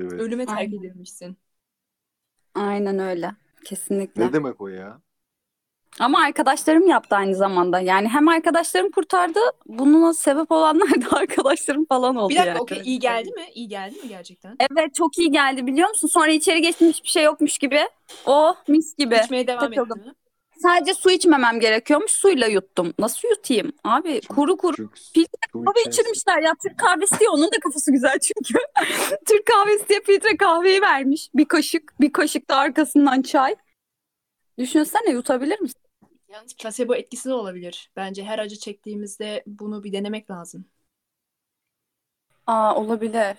Evet. Ölüme terk Aynen. edilmişsin. Aynen öyle. Kesinlikle. Ne demek o ya? Ama arkadaşlarım yaptı aynı zamanda. Yani hem arkadaşlarım kurtardı, buna sebep olanlar da arkadaşlarım falan Bir oldu dakika, yani. okey, Öyle iyi geldi söyleyeyim. mi? İyi geldi mi gerçekten? Evet, çok iyi geldi biliyor musun? Sonra içeri geçtim, hiçbir şey yokmuş gibi. Oh, mis gibi İçmeye devam etti takıldım. mi? Sadece su içmemem gerekiyormuş. Suyla yuttum. Nasıl yutayım? Abi Çünkü, kuru kuru çünkü filtre su kahve içersin. içirmişler ya. Türk kahvesi diye, onun da kafası güzel çünkü. Türk kahvesi diye filtre kahveyi vermiş. Bir kaşık, bir kaşık da arkasından çay. Düşünsene, yutabilir misin? Yalnız plasebo etkisi de olabilir. Bence her acı çektiğimizde bunu bir denemek lazım. Aa, olabilir.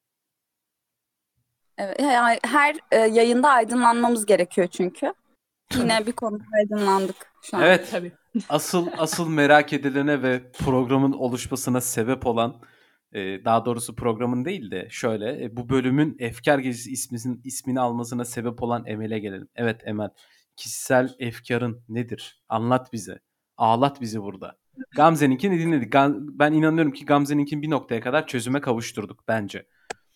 Evet, yani her yayında aydınlanmamız gerekiyor çünkü. Yine bir konuda aydınlandık şu an. Evet. Tabii. Asıl merak edilene ve programın oluşmasına sebep olan, daha doğrusu programın değil de şöyle, bu bölümün Efkar Gecesi ismini almasına sebep olan Emel'e gelelim. Evet Emel, kişisel efkarın nedir? Anlat bize. Ağlat bizi burada. Gamze'ninkini dinledik. Ben inanıyorum ki Gamze'ninkini bir noktaya kadar çözüme kavuşturduk bence.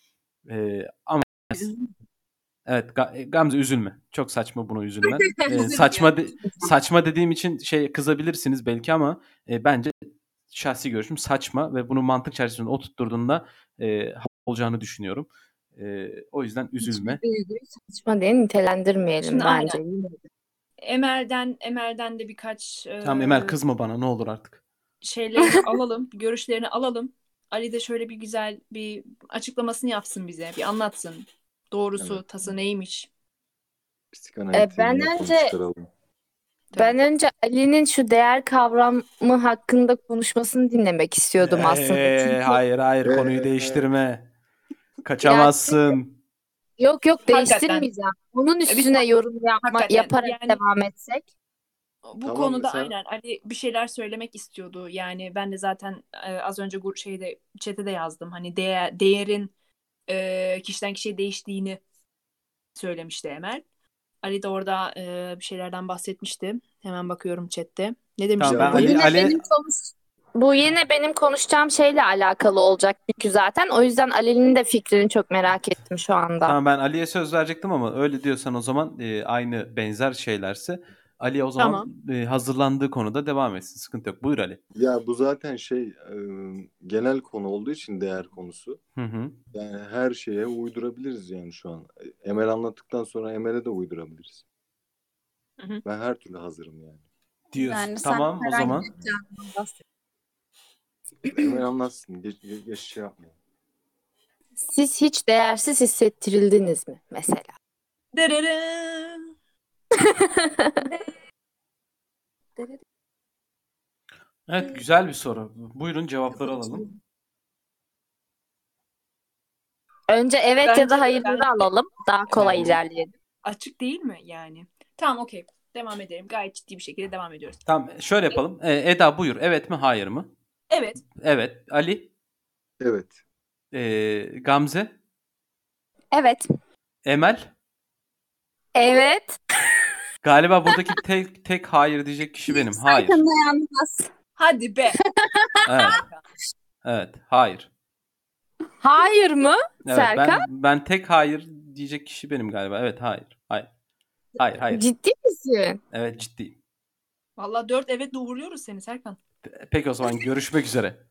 Ama evet, Gamze üzülme. Çok saçma, buna üzülmen. Saçma dediğim için kızabilirsiniz belki ama bence şahsi görüşüm saçma ve bunu mantık çerçevesinde oturtturduğunda olacağını düşünüyorum. O yüzden üzülme. Hiçbir duyguyu saçma diye nitelendirmeyelim Şimdi bence. aynen. Emel'den de birkaç Tamam Emel, kızma bana ne olur artık. şeylerini alalım, görüşlerini alalım. Ali de şöyle bir güzel bir açıklamasını yapsın bize, bir anlatsın. Doğrusu, Evet. tası neymiş? Psikanalitik Ben yapalım, önce çıkaralım. ben önce Ali'nin şu değer kavramı hakkında konuşmasını dinlemek istiyordum aslında. Çünkü Hayır, konuyu Ee, değiştirme. ya Kaçamazsın. yok Hakikaten, değiştirmeyeceğim. Onun biz üstüne yorum hakikaten yaparak yani devam etsek. bu tamam konuda mesela aynen Ali bir şeyler söylemek istiyordu. Yani ben de zaten az önce chat'e de yazdım. Hani değerin kişiden kişiye değiştiğini söylemişti Emel. Ali de orada bir şeylerden bahsetmişti. Hemen bakıyorum chatte. Ne Tamam, demişti ya ben Ali? Bu yine benim konuşacağım şeyle alakalı olacak çünkü zaten. O yüzden Ali'nin de fikrini çok merak ettim şu anda. Tamam, ben Ali'ye söz verecektim ama öyle diyorsan o zaman aynı benzer şeylerse Ali o zaman Tamam. hazırlandığı konuda devam etsin. Sıkıntı yok. Buyur Ali. ya bu zaten genel konu olduğu için değer konusu. Hı hı. Yani her şeye uydurabiliriz yani şu an. Emel anlattıktan sonra Emel'e de uydurabiliriz. Hı hı. Ben her türlü hazırım yani. Diyorsun. Yani sen Tamam o herhangi zaman. bir canlıdan bahset. Emel anlatsın. Geç şey yapmayalım. Siz hiç değersiz hissettirildiniz mi mesela? Dırırı. Evet, güzel bir soru. Buyurun cevapları alalım. Önce evet ya da Bence hayırları alalım. Daha kolay bence ilerleyelim. açık değil mi yani? Tamam, okey. Devam edelim. Gayet ciddi bir şekilde devam ediyoruz. Tamam, şöyle yapalım. Eda buyur. Evet mi hayır mı? Evet. Evet. Ali, Evet. Gamze, Evet. Emel. Evet. Galiba buradaki tek hayır diyecek kişi benim. Hayır. Serkan dayanmaz. Hadi be. Evet. Evet. Hayır. Hayır mı Evet. Serkan? Ben tek hayır diyecek kişi benim galiba. Evet. Hayır. Hayır. Hayır. Ciddi misin? Evet, ciddiyim. Vallahi 4 evet doğruyoruz seni Serkan. Peki o zaman görüşmek üzere.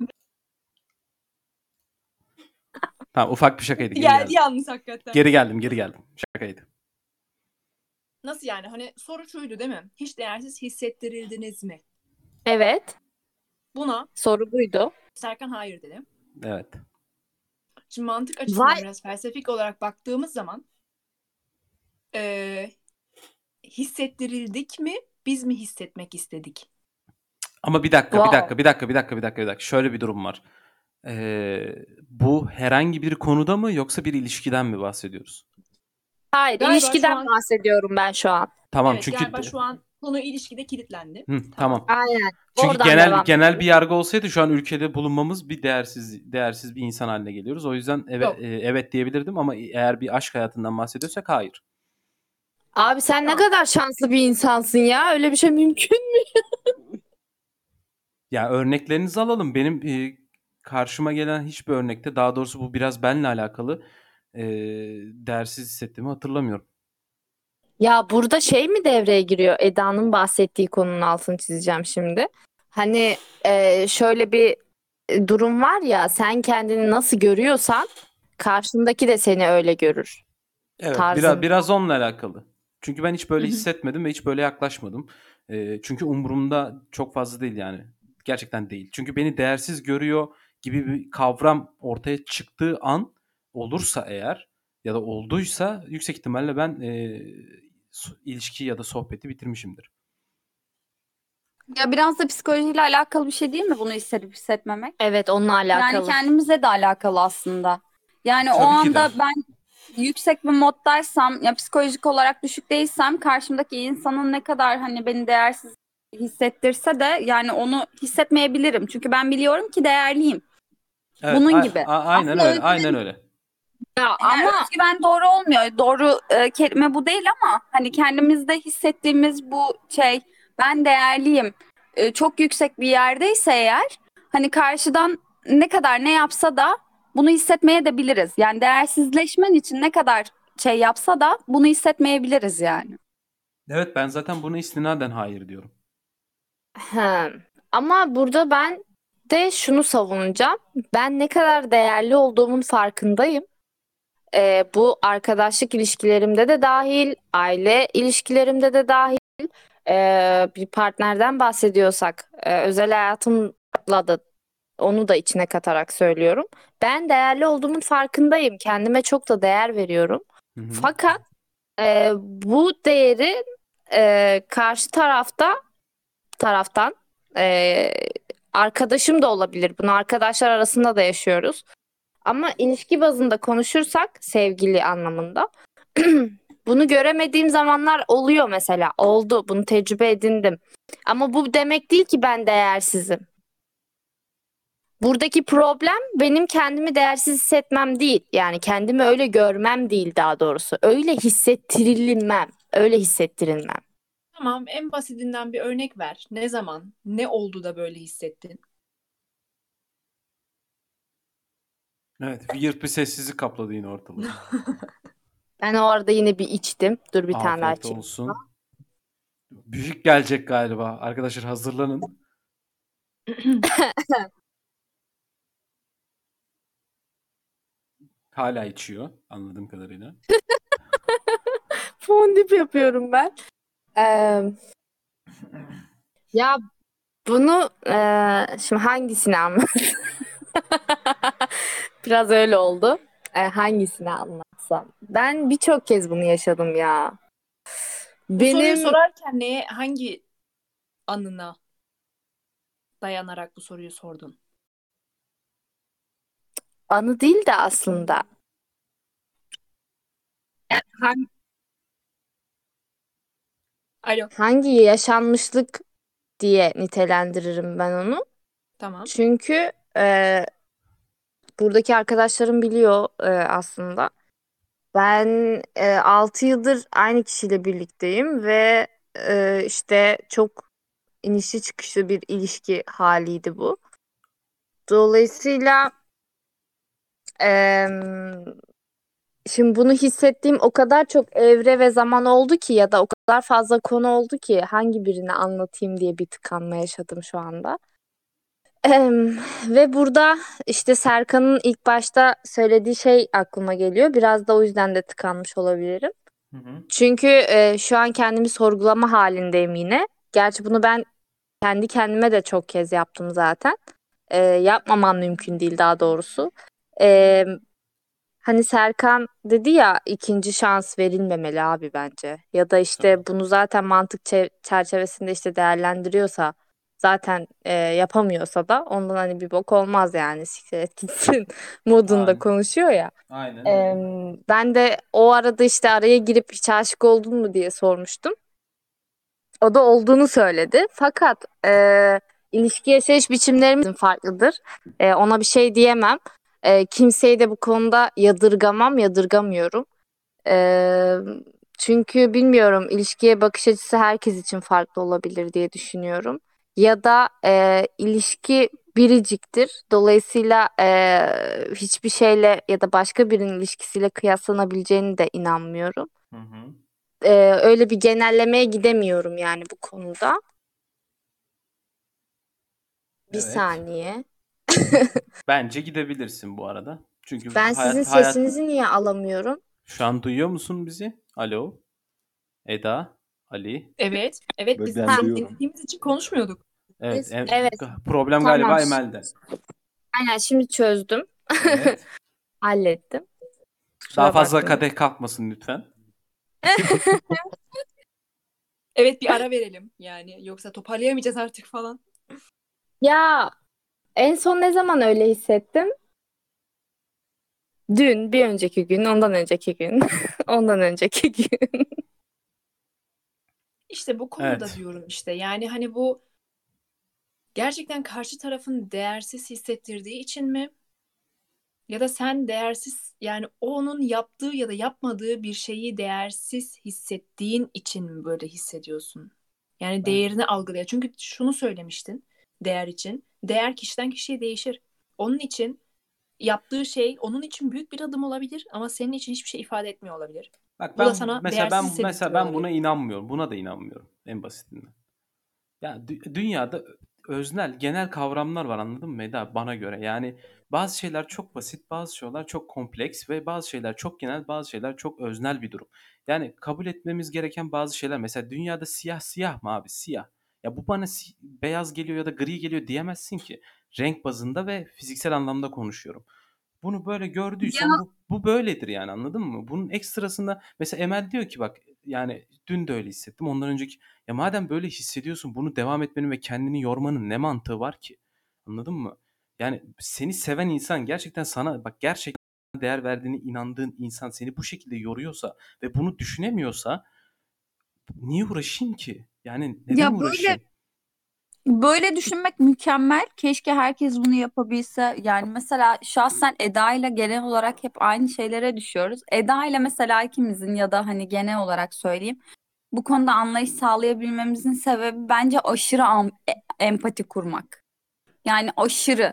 Tamam, ufak bir şakaydı. Geri Geldi geldim. yalnız hakikaten. Geri geldim. Şakaydı. Nasıl yani? Hani soru şuydu değil mi? Hiç değersiz hissettirildiniz mi? Evet. Buna Soru buydu. Serkan hayır dedi. Evet. Şimdi mantık açısından Vay. biraz felsefik olarak baktığımız zaman hissettirildik mi? Biz mi hissetmek istedik? Ama bir dakika. Wow. Şöyle bir durum var. Bu herhangi bir konuda mı yoksa bir ilişkiden mi bahsediyoruz? Hayır, Galiba şu ilişkiden an bahsediyorum ben şu an. Tamam, evet çünkü galiba şu an konu ilişkide kilitlendi. tamam. Tamam. Aynen. Çünkü Oradan devam genel bir edelim. yargı olsaydı şu an ülkede bulunmamız bir değersiz bir insan haline geliyoruz. O yüzden evet, Yok. evet diyebilirdim ama eğer bir aşk hayatından bahsediyorsak hayır. Abi sen ne Tamam. kadar şanslı bir insansın ya. Öyle bir şey mümkün mü? Ya örneklerinizi alalım. Benim karşıma gelen hiçbir örnekte, daha doğrusu bu biraz benle alakalı. değersiz hissettiğimi hatırlamıyorum. Ya burada şey mi devreye giriyor? Eda'nın bahsettiği konunun altını çizeceğim şimdi. Hani şöyle bir durum var ya, sen kendini nasıl görüyorsan karşındaki de seni öyle görür Evet, tarzında. biraz onunla alakalı. Çünkü ben hiç böyle Hı hı. hissetmedim ve hiç böyle yaklaşmadım. Çünkü umurumda çok fazla değil yani. Gerçekten değil. Çünkü beni değersiz görüyor gibi bir kavram ortaya çıktığı an olursa eğer ya da olduysa yüksek ihtimalle ben ilişkiyi ya da sohbeti bitirmişimdir. Ya biraz da psikolojiyle alakalı bir şey değil mi bunu hissedip hissetmemek? Evet, onunla Yani alakalı. kendimize de alakalı aslında. Yani o Tabii ki de. anda ben yüksek bir moddaysam, ya psikolojik olarak düşük değilsem, karşımdaki insanın ne kadar hani beni değersiz hissettirse de yani onu hissetmeyebilirim. Çünkü ben biliyorum ki değerliyim. Evet, Bunun gibi. aynen Aslında öyle. Aynen öyle. Ya Yani ama özgüven doğru olmuyor. Doğru kelime bu değil ama hani kendimizde hissettiğimiz bu şey, ben değerliyim, çok yüksek bir yerdeyse eğer, hani karşıdan ne kadar ne yapsa da bunu hissetmeye de biliriz. Yani değersizleşmen için ne kadar şey yapsa da bunu hissetmeyebiliriz yani. Evet, ben zaten buna istinaden hayır diyorum. ama burada ben de şunu savunacağım. Ben ne kadar değerli olduğumun farkındayım. Bu arkadaşlık ilişkilerimde de dahil, aile ilişkilerimde de dahil. Bir partnerden bahsediyorsak, özel hayatımla da onu da içine katarak söylüyorum. Ben değerli olduğumun farkındayım. Kendime çok da değer veriyorum. Hı hı. Fakat bu değeri karşı taraftan e, arkadaşım da olabilir. Bunu arkadaşlar arasında da yaşıyoruz. Ama ilişki bazında konuşursak, sevgili anlamında, bunu göremediğim zamanlar oluyor mesela. Oldu. Bunu tecrübe edindim. Ama bu demek değil ki ben değersizim. Buradaki problem benim kendimi değersiz hissetmem değil. Yani kendimi öyle görmem değil daha doğrusu. Öyle hissettirilmem. Öyle hissettirilmem. Tamam, en basitinden bir örnek ver. Ne zaman, ne oldu da böyle hissettin? Evet, weird bir sessizlik kapladı yine ortalığı. Ben o arada yine bir içtim. Dur bir tane daha Afiyet içeyim. olsun. Büyük gelecek galiba. Arkadaşlar hazırlanın. Hala içiyor anladığım kadarıyla. Fondip yapıyorum ben. Ee, ya bunu şimdi hangisini anlatsam? Biraz öyle oldu. Hangisini anlatsam? Ben birçok kez bunu yaşadım ya. Bu soruyu Benim sorarken hangi anına dayanarak bu soruyu sordun? anı değil de aslında. Han- Alo, Hangi yaşanmışlık diye nitelendiririm ben onu. tamam. Çünkü buradaki arkadaşlarım biliyor aslında. Ben 6 yıldır aynı kişiyle birlikteyim ve işte çok inişli çıkışlı bir ilişki haliydi bu. Dolayısıyla em, şimdi bunu hissettiğim o kadar çok evre ve zaman oldu ki, ya da o kadar fazla konu oldu ki hangi birini anlatayım diye bir tıkanma yaşadım şu anda. Em, ve burada işte Serkan'ın ilk başta söylediği şey aklıma geliyor. Biraz da o yüzden de tıkanmış olabilirim. Hı hı. Çünkü şu an kendimi sorgulama halindeyim yine. Gerçi bunu ben kendi kendime de çok kez yaptım zaten. Yapmamam mümkün değil daha doğrusu. E, Hani Serkan dedi ya, ikinci şans verilmemeli abi bence. Ya da işte bunu zaten mantık çerçevesinde işte değerlendiriyorsa, zaten yapamıyorsa da ondan hani bir bok olmaz yani, siktir et gitsin modunda Aynen. konuşuyor ya. Aynen E, öyle. Ben de o arada işte araya girip hiç aşık oldun mu diye sormuştum. O da olduğunu söyledi. Fakat ilişki yaşayış biçimlerimizin farklıdır. Ona bir şey diyemem. Kimseyi de bu konuda yadırgamam, yadırgamıyorum. E, Çünkü bilmiyorum, ilişkiye bakış açısı herkes için farklı olabilir diye düşünüyorum. Ya da ilişki biriciktir. Dolayısıyla hiçbir şeyle ya da başka birinin ilişkisiyle kıyaslanabileceğini de inanmıyorum. Hı hı. Öyle bir genellemeye gidemiyorum yani bu konuda. Bir Evet. saniye. Bence gidebilirsin bu arada. Çünkü Ben sizin hayat sesinizi niye alamıyorum? şu an duyuyor musun bizi? Alo, Eda, Ali. Evet. Evet, Ve biz ben Ha, seni diyorum. dinlediğimiz için konuşmuyorduk. Evet, evet, problem tamam. galiba Emel'de. Aynen, şimdi çözdüm. Evet. Hallettim. Daha Kusura fazla bakmayın. kadeh kalkmasın lütfen. Evet, bir ara verelim yani. Yoksa toparlayamayacağız artık falan. Ya en son ne zaman öyle hissettim? Dün, bir önceki gün, ondan önceki gün, ondan önceki gün. İşte bu konuda Evet. diyorum işte. Yani hani bu gerçekten karşı tarafın değersiz hissettirdiği için mi? Ya da sen değersiz, yani o onun yaptığı ya da yapmadığı bir şeyi değersiz hissettiğin için mi böyle hissediyorsun? Yani Ben değerini algılaya. Çünkü şunu söylemiştin değer için. Değer kişiden kişiye değişir. Onun için yaptığı şey onun için büyük bir adım olabilir ama senin için hiçbir şey ifade etmiyor olabilir. bak Bu da ben sana mesela değersiz mesela hissettiriyor ben olabilir. buna inanmıyorum. Buna da inanmıyorum en basitinden. Ya dünyada öznel, genel kavramlar var, anladın mı Eda? Bana göre. Yani bazı şeyler çok basit, bazı şeyler çok kompleks ve bazı şeyler çok genel, bazı şeyler çok öznel bir durum. Yani kabul etmemiz gereken bazı şeyler, mesela dünyada siyah siyah mı abi? Siyah. Ya bu bana beyaz geliyor ya da gri geliyor diyemezsin ki. Renk bazında ve fiziksel anlamda konuşuyorum. Bunu böyle Ya gördüysen bu böyledir yani, anladın mı? Bunun ekstrasında mesela Emel diyor ki bak, yani dün de öyle hissettim, ondan önceki, ya madem böyle hissediyorsun bunu devam etmenin ve kendini yormanın ne mantığı var ki? Anladın mı? Yani seni seven insan, gerçekten sana bak, gerçekten değer verdiğine inandığın insan seni bu şekilde yoruyorsa ve bunu düşünemiyorsa niye uğraşayım ki? Yani neden ya böyle uğraşayım? böyle düşünmek mükemmel. Keşke herkes bunu yapabilse. Yani mesela şahsen Eda ile genel olarak hep aynı şeylere düşüyoruz. Eda ile mesela ikimizin ya da hani genel olarak söyleyeyim, bu konuda anlayış sağlayabilmemizin sebebi bence aşırı empati kurmak. Yani aşırı.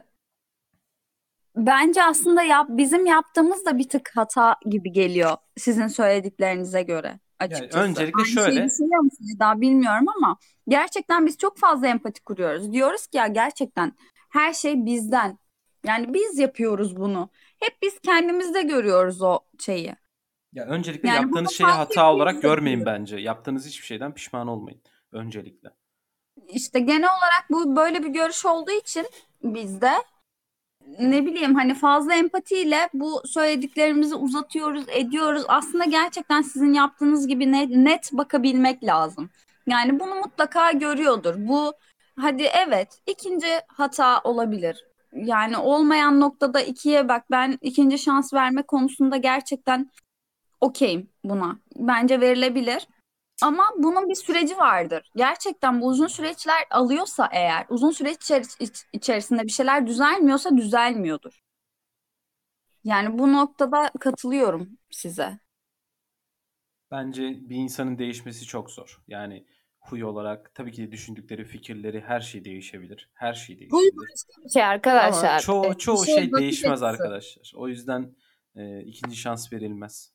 Bence aslında bizim yaptığımız da bir tık hata gibi geliyor sizin söylediklerinize göre Yani açıkçası. öncelikle Aynı şeyi şöyle, düşünüyor musunuz daha bilmiyorum ama gerçekten biz çok fazla empati kuruyoruz. Diyoruz ki ya gerçekten her şey bizden. Yani biz yapıyoruz bunu. Hep biz kendimizde görüyoruz o şeyi. ya öncelikle Yani yaptığınız bunu şeyi sanki hata olarak biz görmeyin yapıyoruz. bence. Yaptığınız hiçbir şeyden pişman olmayın öncelikle. İşte genel olarak bu böyle bir görüş olduğu için bizde ne bileyim hani fazla empatiyle bu söylediklerimizi uzatıyoruz, ediyoruz. Aslında gerçekten sizin yaptığınız gibi net bakabilmek lazım. Yani bunu mutlaka görüyordur. Bu hadi evet ikinci hata olabilir. Yani olmayan noktada ikiye bak, ben ikinci şans verme konusunda gerçekten okeyim buna. Bence verilebilir. Ama bunun bir süreci vardır. Gerçekten bu uzun süreçler alıyorsa eğer, uzun süreç içerisinde bir şeyler düzelmiyorsa düzelmiyordur. Yani bu noktada katılıyorum size. Bence bir insanın değişmesi çok zor. Yani huy olarak tabii ki de düşündükleri, fikirleri, her şey değişebilir. Her şey Bu değişebilir. başka bir şey Ama arkadaşlar. Bir çoğu şey şey bakış değişmez açısı. arkadaşlar. O yüzden ikinci şans verilmez.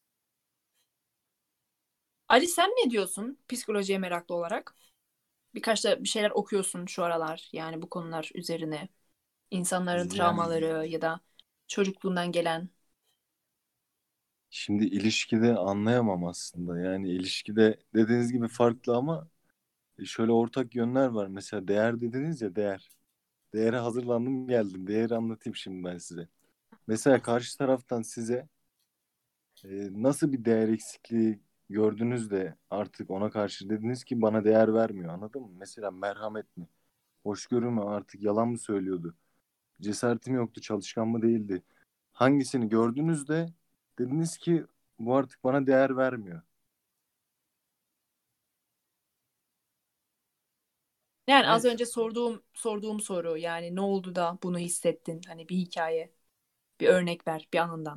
Ali, sen ne diyorsun psikolojiye meraklı olarak? Birkaç da bir şeyler okuyorsun şu aralar yani bu konular üzerine. İnsanların Yani travmaları ya da çocukluğundan gelen. şimdi ilişkide anlayamam aslında. Yani ilişkide dediğiniz gibi farklı ama şöyle ortak yönler var. Mesela değer dediniz ya, değer. Değere hazırlandım geldim. Değeri anlatayım şimdi ben size. Mesela karşı taraftan size nasıl bir değer eksikliği gördünüz de artık ona karşı dediniz ki bana değer vermiyor, anladın mı? Mesela merhamet mi? Hoşgörü mü, artık yalan mı söylüyordu? Cesareti mi yoktu, çalışkan mı değildi? Hangisini gördünüz de dediniz ki bu artık bana değer vermiyor. Yani az Evet. önce sorduğum soru, yani ne oldu da bunu hissettin? Hani bir hikaye, bir örnek ver bir anından.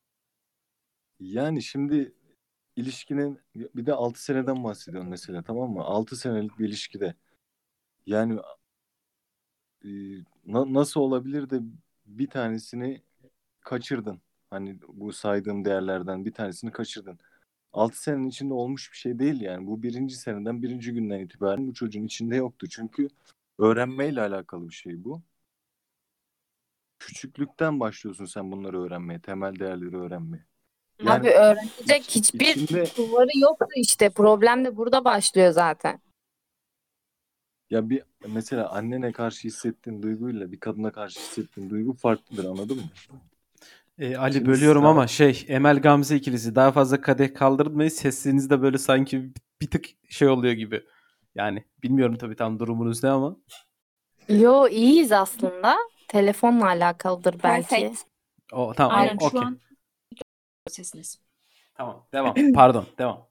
Yani şimdi ilişkinin bir de 6 seneden bahsediyorum mesela, tamam mı? 6 senelik bir ilişkide yani nasıl olabilir de bir tanesini kaçırdın. Hani bu saydığım değerlerden bir tanesini kaçırdın. 6 senenin içinde olmuş bir şey değil yani. Bu birinci seneden birinci günden itibaren bu çocuğun içinde yoktu. Çünkü öğrenmeyle alakalı bir şey bu. Küçüklükten başlıyorsun sen bunları öğrenmeye, temel değerleri öğrenmeye. Abi Yani öğrenecek hiçbir içinde kulvarı yoktu işte. Problem de burada başlıyor zaten. ya bir mesela annene karşı hissettiğin duyguyla bir kadına karşı hissettiğin duygu farklıdır, anladın mı? Ali Şimdi bölüyorum sen ama Emel Gamze ikilisi daha fazla kadeh kaldırmayın. Sesiniz de böyle sanki bir tık şey oluyor gibi. Yani bilmiyorum tabii tam durumunuz ne ama. Yo, iyiyiz aslında. Telefonla alakalıdır belki. Perfect. O tamam, Aynen şu okey. an sesiniz. Tamam, devam. Pardon, devam.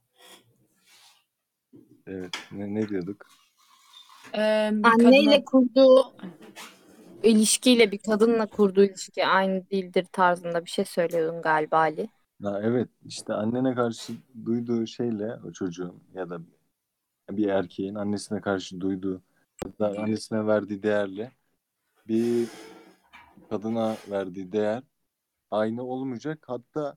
evet, ne diyorduk? Bir Anneyle kadına kurduğu ilişkiyle bir kadınla kurduğu ilişki aynı değildir tarzında bir şey söylüyordun galiba Ali. Ha, evet, işte annene karşı duyduğu şeyle o çocuğun ya da bir erkeğin annesine karşı duyduğu ya da annesine verdiği değerle bir kadına verdiği değer aynı olmayacak. Hatta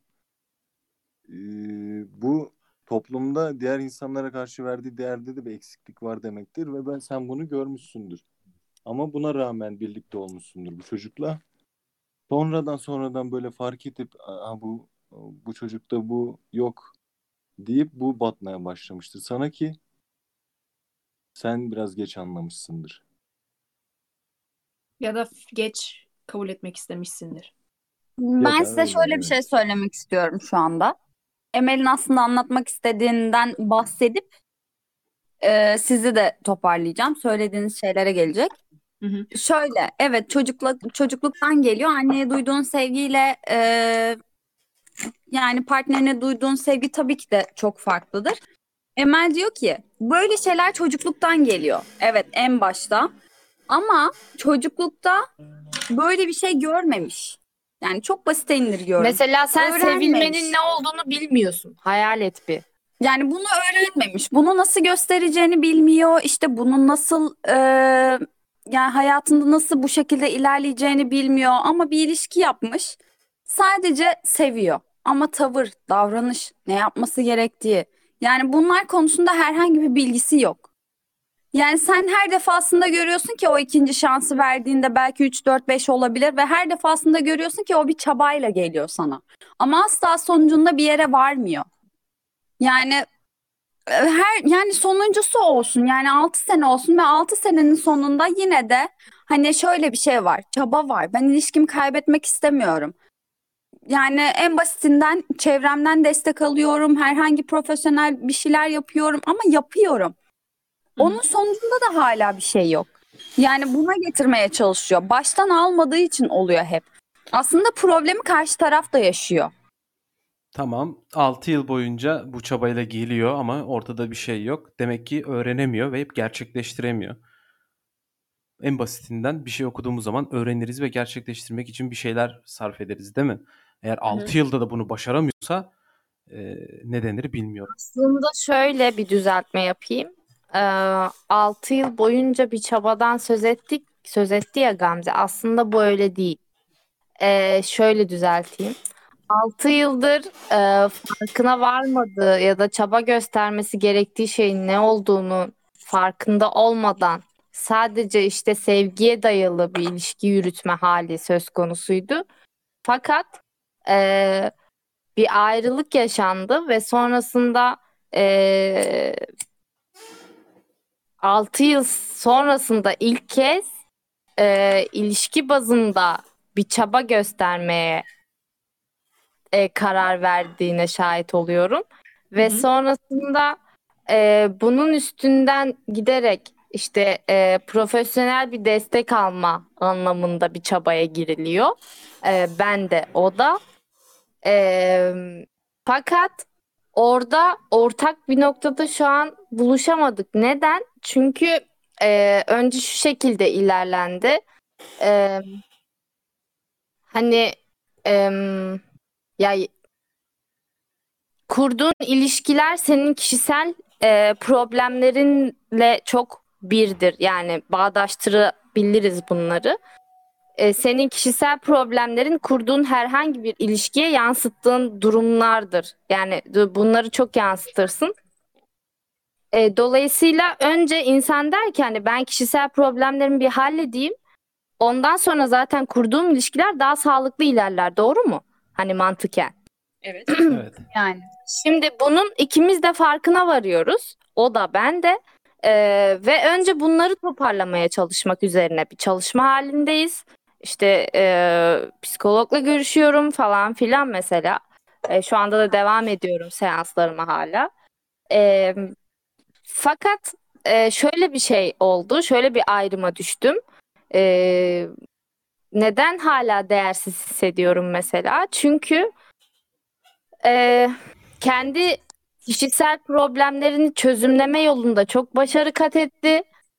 bu toplumda diğer insanlara karşı verdiği değerde de bir eksiklik var demektir ve sen bunu görmüşsündür. Ama buna rağmen birlikte olmuşsundur bu çocukla. Sonradan böyle fark edip bu çocukta bu yok deyip bu batmaya başlamıştır sana ki sen biraz geç anlamışsındır. ya da geç kabul etmek istemişsindir. Ya Ben da size öyle, şöyle bir evet. şey söylemek istiyorum şu anda. Emel'in aslında anlatmak istediğinden bahsedip sizi de toparlayacağım. Söylediğiniz şeylere gelecek. Hı hı. Şöyle, evet çocukluktan geliyor. Anneye duyduğun sevgiyle yani partnerine duyduğun sevgi tabii ki de çok farklıdır. Emel diyor ki böyle şeyler çocukluktan geliyor. Evet, en başta. Ama çocuklukta böyle bir şey görmemiş. Yani çok basite indirgiyorum. Mesela sen Öğrenmemiş. sevilmenin ne olduğunu bilmiyorsun. Hayal et bir. Yani bunu öğrenmemiş. Bunu nasıl göstereceğini bilmiyor. İşte bunun nasıl yani hayatında nasıl bu şekilde ilerleyeceğini bilmiyor. Ama bir ilişki yapmış. Sadece seviyor. Ama tavır, davranış, ne yapması gerektiği. Yani bunlar konusunda herhangi bir bilgisi yok. Yani sen her defasında görüyorsun ki o ikinci şansı verdiğinde belki 3, 4, 5 olabilir ve her defasında görüyorsun ki o bir çabayla geliyor sana. Ama asla sonucunda bir yere varmıyor. Yani yani sonuncusu olsun, yani 6 sene olsun ve 6 senenin sonunda yine de hani şöyle bir şey var, çaba var. Ben ilişkimi kaybetmek istemiyorum. Yani en basitinden çevremden destek alıyorum, herhangi profesyonel bir şeyler yapıyorum ama yapıyorum. Hı hı. Onun sonucunda da hala bir şey yok. Yani buna getirmeye çalışıyor. Baştan almadığı için oluyor hep. Aslında problemi karşı taraf da yaşıyor. Tamam. 6 yıl boyunca bu çabayla geliyor ama ortada bir şey yok. Demek ki öğrenemiyor ve hep gerçekleştiremiyor. En basitinden bir şey okuduğumuz zaman öğreniriz ve gerçekleştirmek için bir şeyler sarf ederiz, değil mi? Eğer 6 yılda da bunu başaramıyorsa ne denir bilmiyorum. Aslında şöyle bir düzeltme yapayım. 6 yıl boyunca bir çabadan söz etti ya Gamze. Aslında bu öyle değil. Şöyle düzelteyim. 6 yıldır farkına varmadığı ya da çaba göstermesi gerektiği şeyin ne olduğunu farkında olmadan sadece işte sevgiye dayalı bir ilişki yürütme hali söz konusuydu. Fakat e, bir ayrılık yaşandı ve sonrasında e, 6 yıl sonrasında ilk kez ilişki bazında bir çaba göstermeye karar verdiğine şahit oluyorum. Ve Hı hı. sonrasında bunun üstünden giderek işte profesyonel bir destek alma anlamında bir çabaya giriliyor. Ben de o da. E, Fakat orada ortak bir noktada şu an buluşamadık. Neden? Çünkü önce şu şekilde ilerlendi. E, hani ya kurduğun ilişkiler senin kişisel problemlerinle çok birdir. Yani biliriz bunları. Senin kişisel problemlerin kurduğun herhangi bir ilişkiye yansıttığın durumlardır. Yani bunları çok yansıtırsın. Dolayısıyla önce insan der ki hani ben kişisel problemlerimi bir halledeyim. Ondan sonra zaten kurduğum ilişkiler daha sağlıklı ilerler. Doğru mu? Hani mantıken. Evet. Evet. Yani Şimdi bunun ikimiz de farkına varıyoruz. O da ben de. Ve önce bunları toparlamaya çalışmak üzerine bir çalışma halindeyiz. İşte psikologla görüşüyorum falan filan mesela. Şu anda da devam ediyorum seanslarıma hala. E, Fakat şöyle bir şey oldu. Şöyle bir ayrıma düştüm. E, Neden hala değersiz hissediyorum mesela? Çünkü kendi kişisel problemlerini çözümleme yolunda çok başarı kat etti.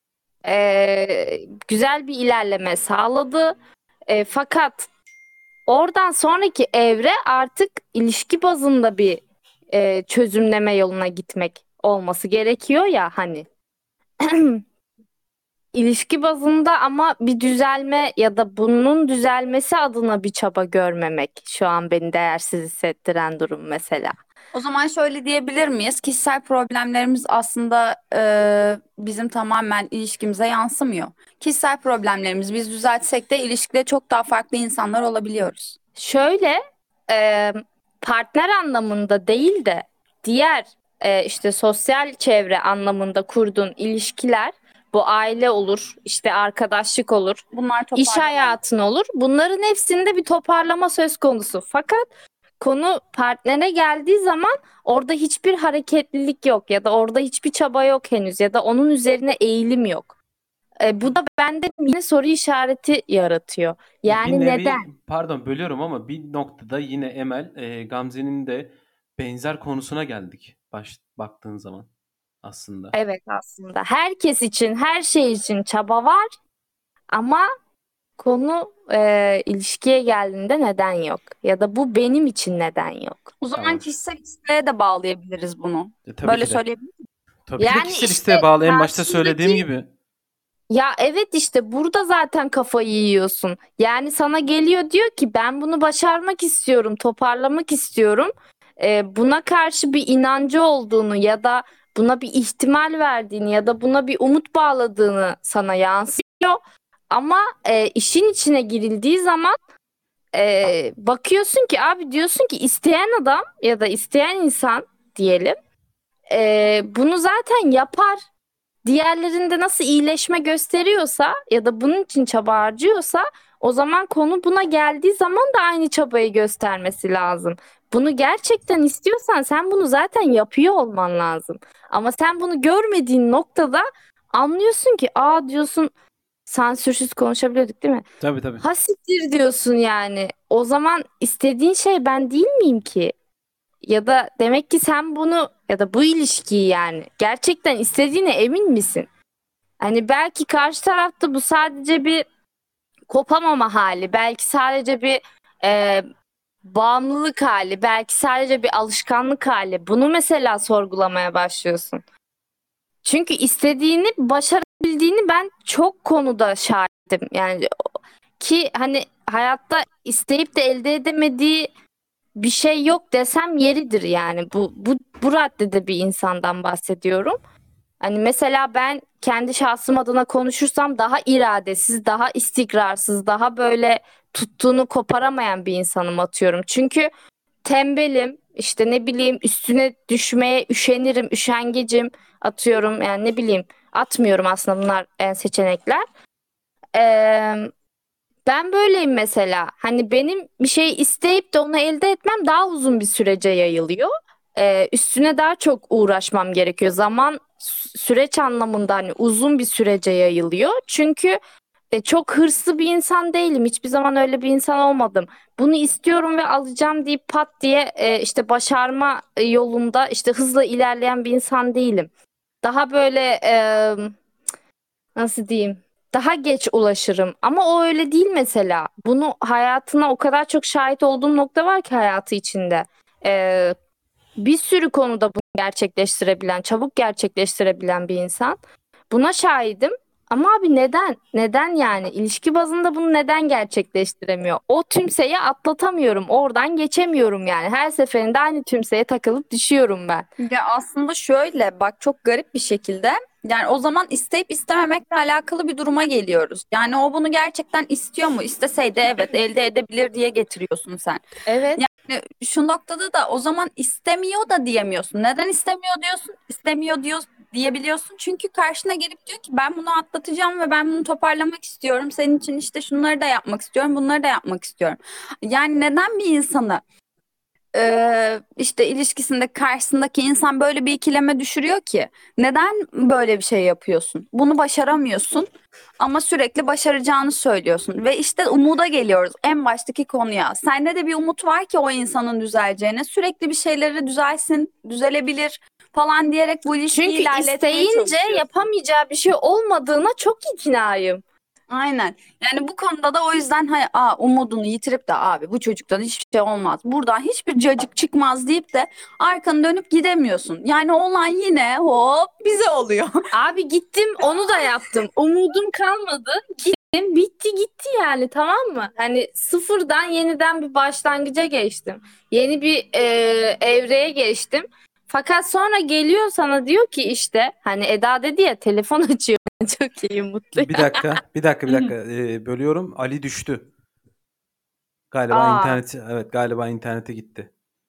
Güzel bir ilerleme sağladı. Fakat oradan sonraki evre artık ilişki bazında bir çözümleme yoluna gitmek olması gerekiyor ya hani. İlişki bazında ama bir düzelme ya da bunun düzelmesi adına bir çaba görmemek şu an beni değersiz hissettiren durum mesela. o zaman şöyle diyebilir miyiz? Kişisel problemlerimiz aslında bizim tamamen ilişkimize yansımıyor. Kişisel problemlerimizi biz düzeltsek de ilişkide çok daha farklı insanlar olabiliyoruz. Şöyle partner anlamında değil de diğer işte sosyal çevre anlamında kurduğun ilişkiler bu aile olur, işte arkadaşlık olur, Bunlar iş toparlanıyor. hayatın olur. Bunların hepsinde bir toparlama söz konusu. Fakat konu partnere geldiği zaman orada hiçbir hareketlilik yok ya da orada hiçbir çaba yok henüz ya da onun üzerine eğilim yok. Bu da bende yine soru işareti yaratıyor. Yani Bir nevi, neden? pardon bölüyorum ama bir noktada yine Emel, Gamze'nin de benzer konusuna geldik baktığın zaman aslında. Evet aslında herkes için, her şey için çaba var ama konu ilişkiye geldiğinde neden yok? Ya da bu benim için neden yok? O zaman Tamam. kişisel isteğe de bağlayabiliriz bunu. Tabii Böyle ki de. söyleyebilir miyim? Tabii ki de Yani kişisel işte isteğe bağlı en başta karşındaki- söylediğim gibi. Ya evet işte burada zaten kafayı yiyorsun. Yani sana geliyor diyor ki ben bunu başarmak istiyorum, toparlamak istiyorum. Buna karşı bir inancı olduğunu ya da buna bir ihtimal verdiğini ya da buna bir umut bağladığını sana yansıyor. Ama işin içine girildiği zaman bakıyorsun ki abi diyorsun ki isteyen adam ya da isteyen insan diyelim bunu zaten yapar. Diğerlerinde nasıl iyileşme gösteriyorsa ya da bunun için çaba harcıyorsa o zaman konu buna geldiği zaman da aynı çabayı göstermesi lazım. Bunu gerçekten istiyorsan sen bunu zaten yapıyor olman lazım. Ama sen bunu görmediğin noktada anlıyorsun ki aa diyorsun sansürsüz konuşabiliyorduk değil mi? Tabii tabii. Ha siktir diyorsun yani. O zaman istediğin şey ben değil miyim ki? Ya da demek ki sen bunu ya da bu ilişkiyi yani gerçekten istediğine emin misin? Hani belki karşı tarafta bu sadece bir kopamama hali, belki sadece bir e, bağımlılık hali, belki sadece bir alışkanlık hali. Bunu mesela sorgulamaya başlıyorsun. Çünkü istediğini başarabildiğini ben çok konuda şahidim. Yani ki hani hayatta isteyip de elde edemediği bir şey yok desem yeridir yani. Bu raddede bir insandan bahsediyorum. Hani mesela ben kendi şahsım adına konuşursam daha iradesiz, daha istikrarsız, daha böyle tuttuğunu koparamayan bir insanım atıyorum. Çünkü tembelim, işte ne bileyim üstüne düşmeye üşenirim, üşengecim atıyorum. Yani ne bileyim atmıyorum aslında bunlar en seçenekler. Ee, Ben böyleyim mesela. Hani benim bir şey isteyip de onu elde etmem daha uzun bir sürece yayılıyor. Üstüne daha çok uğraşmam gerekiyor. Zaman süreç anlamında hani uzun bir sürece yayılıyor. Çünkü çok hırslı bir insan değilim. Hiçbir zaman öyle bir insan olmadım. Bunu istiyorum ve alacağım deyip pat diye işte başarma yolunda işte hızla ilerleyen bir insan değilim. Daha böyle nasıl diyeyim? Daha geç ulaşırım. Ama o öyle değil mesela. Bunu hayatına o kadar çok şahit olduğum nokta var ki hayatı içinde. Ee, Bir sürü konuda bunu gerçekleştirebilen, çabuk gerçekleştirebilen bir insan. Buna şahidim. Ama abi neden? Neden yani? İlişki bazında bunu neden gerçekleştiremiyor? O tümseyi atlatamıyorum. Oradan geçemiyorum yani. Her seferinde aynı tümseye takılıp düşüyorum ben. Ya aslında şöyle bak, çok garip bir şekilde yani o zaman isteyip istememekle alakalı bir duruma geliyoruz. Yani o bunu gerçekten istiyor mu? İsteseydi evet elde edebilir diye getiriyorsun sen. Evet. Yani şu noktada da o zaman istemiyor da diyemiyorsun. Neden istemiyor diyorsun? İstemiyor diyebiliyorsun. Çünkü karşına gelip diyor ki ben bunu atlatacağım ve ben bunu toparlamak istiyorum. Senin için işte şunları da yapmak istiyorum, bunları da yapmak istiyorum. Yani neden bir insanı işte ilişkisinde karşısındaki insan böyle bir ikileme düşürüyor ki? Neden böyle bir şey yapıyorsun? Bunu başaramıyorsun ama sürekli başaracağını söylüyorsun. Ve işte umuda geliyoruz en baştaki konuya. Sende de bir umut var ki o insanın düzeleceğine. Sürekli bir şeyleri düzelsin, düzelebilir falan diyerek bu ilişkiyi Çünkü ilerletmeye isteyince çalışıyorsun. yapamayacağı bir şey olmadığına çok iknayım. Aynen. Yani bu konuda da o yüzden umudunu yitirip de abi bu çocuktan hiçbir şey olmaz. Buradan hiçbir cacık çıkmaz deyip de arkanı dönüp gidemiyorsun. Yani olan yine hop bize oluyor. Abi gittim onu da yaptım. Umudum kalmadı. Gittim bitti gitti yani, tamam mı? Hani sıfırdan yeniden bir başlangıca geçtim. Yeni bir evreye geçtim. Fakat sonra geliyor sana diyor ki işte hani Eda dedi ya telefon açıyor. Çok iyi mutlu. Bir dakika. Bölüyorum. Ali düştü. Aa, Galiba internete gitti.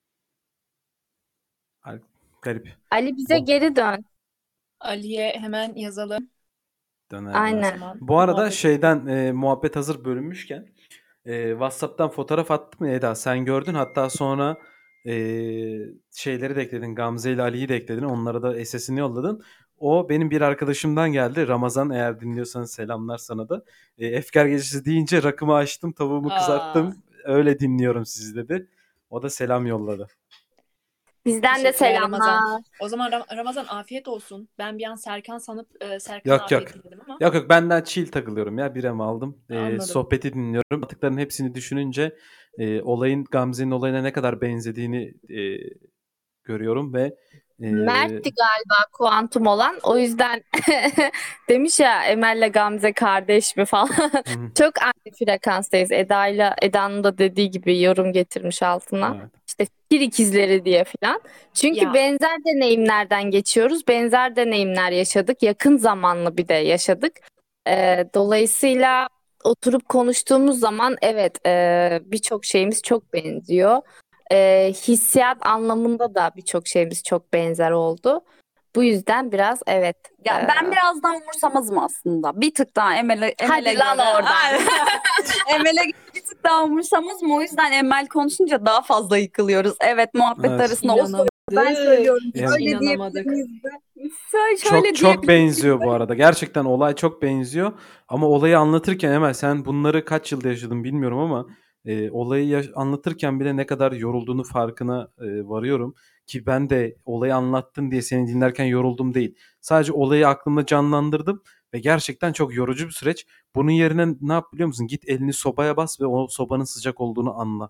Garip. Ali bize geri dön. Ali'ye hemen yazalım. Döner O Aynen. zaman Bu arada muhabbet- muhabbet hazır bölünmüşken WhatsApp'tan fotoğraf attım ya Eda. Sen gördün. Hatta sonra e, şeyleri de ekledin. Gamze ile Ali'yi de ekledin. Onlara da SS'ini yolladın. O benim bir arkadaşımdan geldi. Ramazan, eğer dinliyorsanız selamlar sana da. Efkar Gecesi deyince rakımı açtım. Tavuğumu Aa, kızarttım. Öyle dinliyorum sizi dedi. O da selam yolladı. Bizden de teşekkürler Ramazan. selamlar. O zaman Ramazan afiyet olsun. Ben bir an Serkan sanıp Serkan'a Yok yok. afiyet dedim ama Yok benden chill takılıyorum ya. Birem aldım. anladım. Sohbeti dinliyorum. Anlattıklarının hepsini düşününce Gamze'nin olayına ne kadar benzediğini görüyorum ve Mert'ti galiba kuantum olan. O yüzden demiş ya Emel'le Gamze kardeş mi falan. hı, Çok aynı frekanstayız. Eda'nın da dediği gibi yorum getirmiş altına. evet. İşte fikir ikizleri diye falan. Çünkü Ya benzer deneyimlerden geçiyoruz. Benzer deneyimler yaşadık. Yakın zamanlı bir de yaşadık. Dolayısıyla oturup konuştuğumuz zaman evet birçok şeyimiz çok benziyor. Hissiyat anlamında da birçok şeyimiz çok benzer oldu. Bu yüzden biraz evet. Ya ben biraz daha umursamazım aslında. Bir tık daha Emel'e Hadi lan göre. oradan. Aynen. Emel'e göre bir tık daha umursamazım. O yüzden Emel konuşunca daha fazla yıkılıyoruz. Evet, muhabbet Evet. arasında o söylüyor, ben inanamadık. söylüyorum. Hiç Yani- Şöyle diyebilir inanamadık. miyiz de? Şöyle Çok diyebilir çok miyiz benziyor de? bu arada. Gerçekten olay çok benziyor. Ama olayı anlatırken Emel, sen bunları kaç yılda yaşadın bilmiyorum ama olayı anlatırken bile ne kadar yorulduğunu farkına varıyorum. Ki ben de olayı anlattın diye seni dinlerken yoruldum değil. Sadece olayı aklımda canlandırdım ve gerçekten çok yorucu bir süreç. Bunun yerine ne yap biliyor musun? Git elini sobaya bas ve o sobanın sıcak olduğunu anla.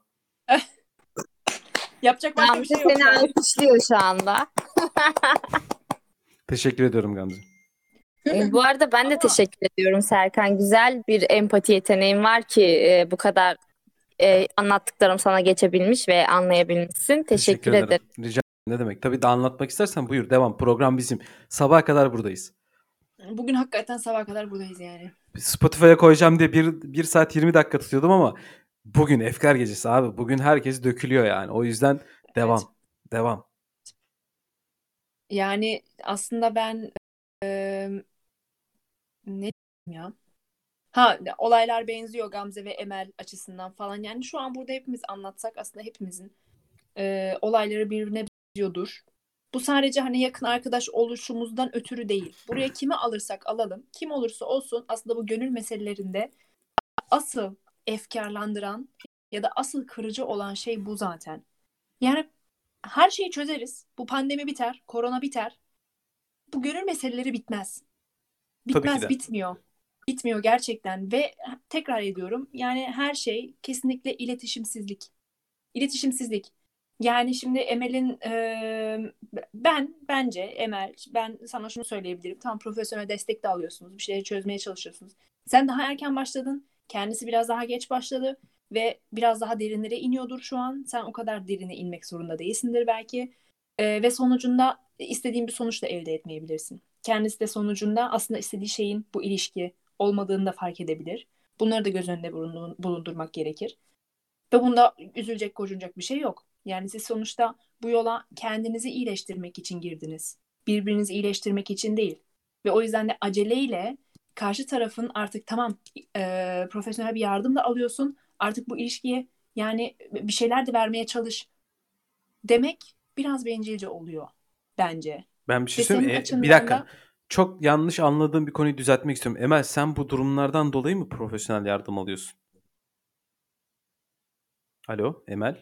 Yapacak başka bir Gamze şey yok seni yani. alkışlıyor şu anda. Teşekkür ediyorum Gamze. Bu arada ben de Ama teşekkür ediyorum Serkan. Güzel bir empati yeteneğin var ki bu kadar anlattıklarım sana geçebilmiş ve anlayabilmişsin. Teşekkür ederim. Rica ederim. Ne demek? Tabii de anlatmak istersen buyur. Devam. Program bizim. Sabaha kadar buradayız. bugün hakikaten sabaha kadar buradayız yani. Spotify'a koyacağım diye 1 saat 20 dakika tutuyordum ama bugün Efkar Gecesi abi. Bugün herkes dökülüyor yani. O yüzden devam. Evet. Devam. Yani aslında ben ne diyeyim ya? Olaylar benziyor Gamze ve Emel açısından falan. Yani şu an burada hepimiz anlatsak aslında hepimizin olayları birbirine benziyordur. Bu sadece hani yakın arkadaş oluşumuzdan ötürü değil. Buraya kimi alırsak alalım, kim olursa olsun aslında bu gönül meselelerinde asıl efkarlandıran ya da asıl kırıcı olan şey bu zaten. Yani her şeyi çözeriz. Bu pandemi biter, korona biter. Bu gönül meseleleri bitmez. Tabii ki Bitmez, de. bitmiyor. Bitmiyor gerçekten ve tekrar ediyorum. Yani her şey kesinlikle iletişimsizlik. İletişimsizlik. Yani şimdi Emel'in bence Emel, ben sana şunu söyleyebilirim. Tam profesyonel destek de alıyorsunuz. Bir şeyleri çözmeye çalışıyorsunuz. Sen daha erken başladın. Kendisi biraz daha geç başladı ve biraz daha derinlere iniyordur şu an. Sen o kadar derine inmek zorunda değilsindir belki. Ve sonucunda istediğin bir sonuç da elde etmeyebilirsin. Kendisi de sonucunda aslında istediği şeyin bu ilişki olmadığını da fark edebilir. Bunları da göz önünde bulundurmak gerekir. Ve bunda üzülecek, gocunacak bir şey yok. Yani siz sonuçta bu yola kendinizi iyileştirmek için girdiniz. Birbirinizi iyileştirmek için değil. Ve o yüzden de aceleyle karşı tarafın artık tamam profesyonel bir yardım da alıyorsun. Artık bu ilişkiye yani bir şeyler de vermeye çalış demek biraz bencilce oluyor bence. Ben bir şey Ve senin söyleyeyim mi? Bir açından dakika. da Çok yanlış anladığım bir konuyu düzeltmek istiyorum. Emel, sen bu durumlardan dolayı mı profesyonel yardım alıyorsun? Alo Emel?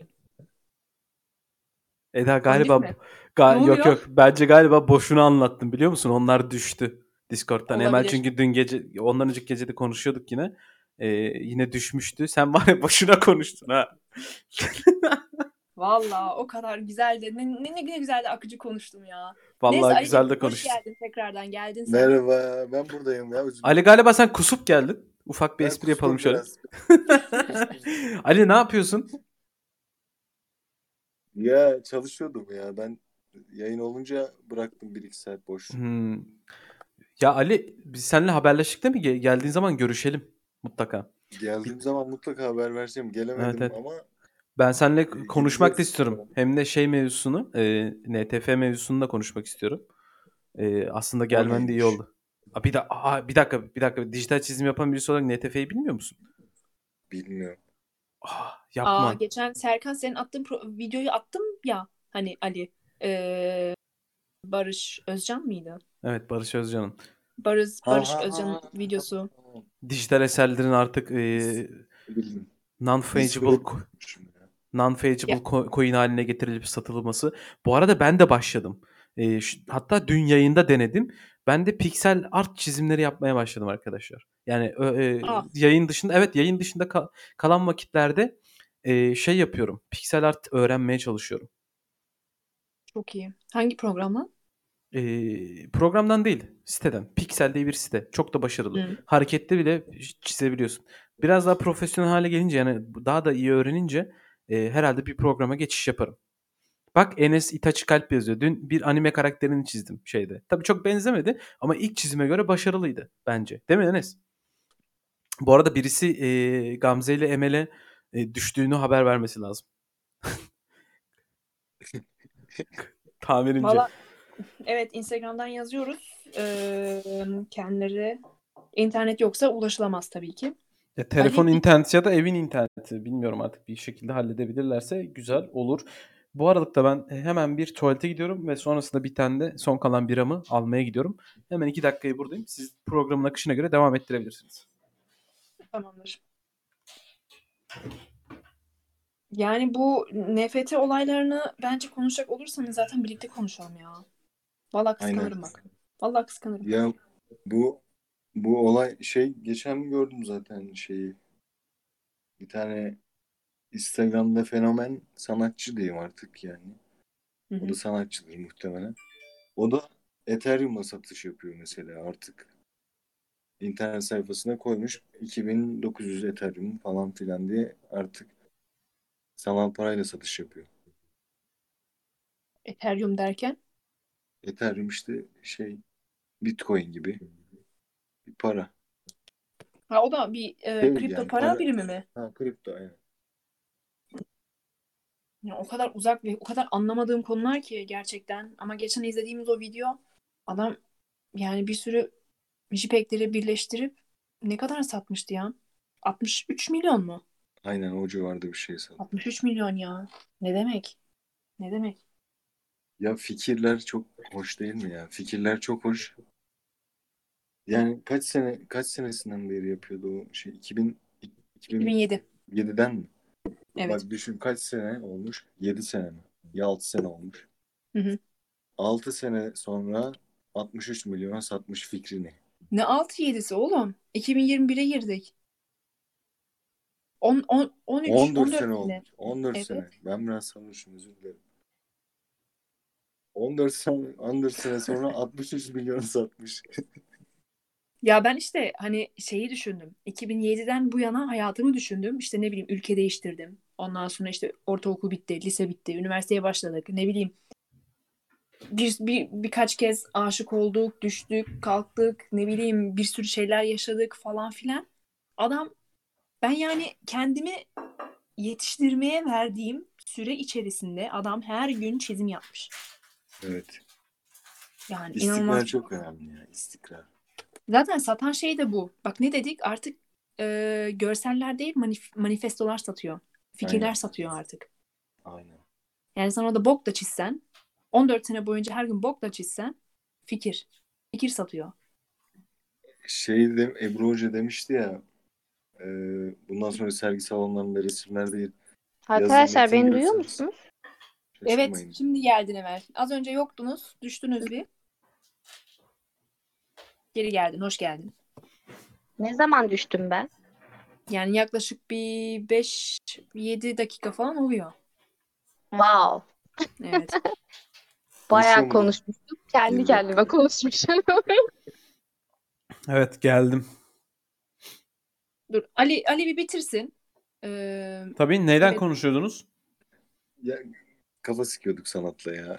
Eda Komdik galiba mi? Ne yok oluyor? yok, bence galiba boşuna anlattım, biliyor musun? Onlar düştü Discord'dan. Emel Olabilir. çünkü dün gece, ondan önceki gece de konuşuyorduk yine. Yine düşmüştü. Sen var ya, boşuna konuştun ha. Vallahi o kadar güzeldi. Ne güzel de akıcı konuştum ya. Neyse Vallahi Ali'cim güzel de hoş konuştun. geldin tekrardan. Geldin sen. Merhaba, ben buradayım ya. Ali, galiba sen kusup geldin. Ufak bir Ben espri yapalım kustum şöyle. biraz. Ali, ne yapıyorsun? Ya çalışıyordum ya. Ben yayın olunca bıraktım 1-2 saat boş. Hmm. Ya Ali, biz seninle haberleştik değil mi? Geldiğin zaman görüşelim mutlaka. Geldiğim zaman mutlaka haber vereceğim. Evet, Gelemedim evet. ama Ben seninle konuşmak da gideceğiz. istiyorum. Hem de şey mevzusunu, NTF mevzusunu da konuşmak istiyorum. Aslında O gelmen de iyi neymiş? oldu. Bir dakika. Dijital çizim yapan birisi olarak NTF'yi bilmiyor musun? Bilmiyorum. Yapma. Geçen Serkan senin attığın videoyu attım ya hani Ali. Barış Özcan mıydı? Evet, Barış Özcan'ın. Ha Barış ha ha Özcan'ın ha. videosu. Dijital eserlerin artık Bildim. non-fungible İsmini ya. Ya, coin haline getirilip satılması. Bu arada ben de başladım. Hatta dün yayında denedim. Ben de piksel art çizimleri yapmaya başladım arkadaşlar. Yani aa, yayın dışında, evet, yayın dışında kalan vakitlerde şey yapıyorum. Piksel art öğrenmeye çalışıyorum. çok iyi. Hangi programla? Programdan değil, siteden. Pixel diye bir site. Çok da başarılı. Hı. Hareketli bile çizebiliyorsun. Biraz daha profesyonel hale gelince, yani daha da iyi öğrenince herhalde bir programa geçiş yaparım. Bak, Enes İtaçı Kalp yazıyor. Dün bir anime karakterini çizdim şeyde. Tabii çok benzemedi ama ilk çizime göre başarılıydı bence. Değil mi Enes? Bu arada birisi Gamze ile Emel'e düştüğünü haber vermesi lazım. Tahminince. Valla evet Instagram'dan yazıyoruz. Kendileri internet yoksa ulaşılamaz tabii ki. Telefon Ali interneti ya da evin interneti. Bilmiyorum, artık bir şekilde halledebilirlerse güzel olur. Bu aralıkta ben hemen bir tuvalete gidiyorum ve sonrasında bir tane de son kalan biramı almaya gidiyorum. Hemen 2 dakikaya buradayım. Siz programın akışına göre devam ettirebilirsiniz. tamamdır. Yani bu NFT olaylarını bence konuşacak olursanız zaten birlikte konuşalım ya. Vallahi Aynen. kıskanırım bak. Vallahi kıskanırım. Ya bu olay geçen gün gördüm zaten şeyi. Bir tane Instagram'da fenomen sanatçı diyeyim artık yani. Hı O da hı. sanatçıdır muhtemelen. O da Ethereum'a satış yapıyor mesela artık. İnternet sayfasına koymuş 2900 Ethereum falan filan diye artık sanal parayla satış yapıyor. Ethereum derken? Ethereum işte Bitcoin gibi bir para. Ha, o da bir kripto Yani para para, birimi mi? kripto yani. Ya, o kadar uzak ve o kadar anlamadığım konular ki gerçekten. Ama geçen izlediğimiz o video adam yani bir sürü JPEG'leri birleştirip ne kadar satmıştı ya? 63 milyon mu? Aynen o civarda bir şey sanırım. 63 milyon ya. Ne demek? Ne demek? Ya fikirler çok hoş değil mi ya? Fikirler çok hoş. Yani kaç senesinden beri yapıyordu o 2007. 2007'den mi? Evet. Bak düşün kaç sene olmuş? 7 sene mi? Ya 6 sene olmuş. Hı hı. 6 sene sonra 63 milyona satmış fikrini. Ne 6-7'si oğlum? 2021'e girdik. 13, 14 14 sene sene. olmuş. 14 Evet. sene. Ben biraz sanmışım, özür dilerim. 14 sene sonra 63 milyon satmış. Ya ben işte hani şeyi düşündüm. 2007'den bu yana hayatımı düşündüm. İşte ne bileyim ülke değiştirdim. Ondan sonra işte ortaokul bitti, lise bitti, üniversiteye başladık. Ne bileyim birkaç kez aşık olduk, düştük, kalktık. Ne bileyim bir sürü şeyler yaşadık falan filan. Ben yani kendimi yetiştirmeye verdiğim süre içerisinde adam her gün çizim yapmış. Evet. Yani İstikrar inanılmaz. çok önemli ya. İstikrar. Zaten satan şey de bu. Bak ne dedik artık görseller değil manifestolar satıyor. Fikirler Aynen. satıyor artık. Aynen. Yani sen orada bok da çizsen 14 sene boyunca her gün bok da çizsen fikir. Fikir satıyor. Ebru Hoca demişti ya, e, bundan sonra sergi salonlarında resimler değil, yazı Arkadaşlar metin beni duyuyor görürseniz musunuz? Evet şaşırmayın. şimdi geldin Emel. Az önce yoktunuz. Düştünüz bir. Geri geldin. Hoş geldin. Ne zaman düştüm ben? Yani yaklaşık bir 5-7 dakika falan oluyor. Wow. Evet. Konuşuyor Bayağı mu da? konuşmuştum. Kendi 7 kendime dakika. konuşmuşum. Evet, geldim. Dur Ali bir bitirsin. Tabii, neyden Evet. konuşuyordunuz? Ya, kafa sikiyorduk sanatla ya.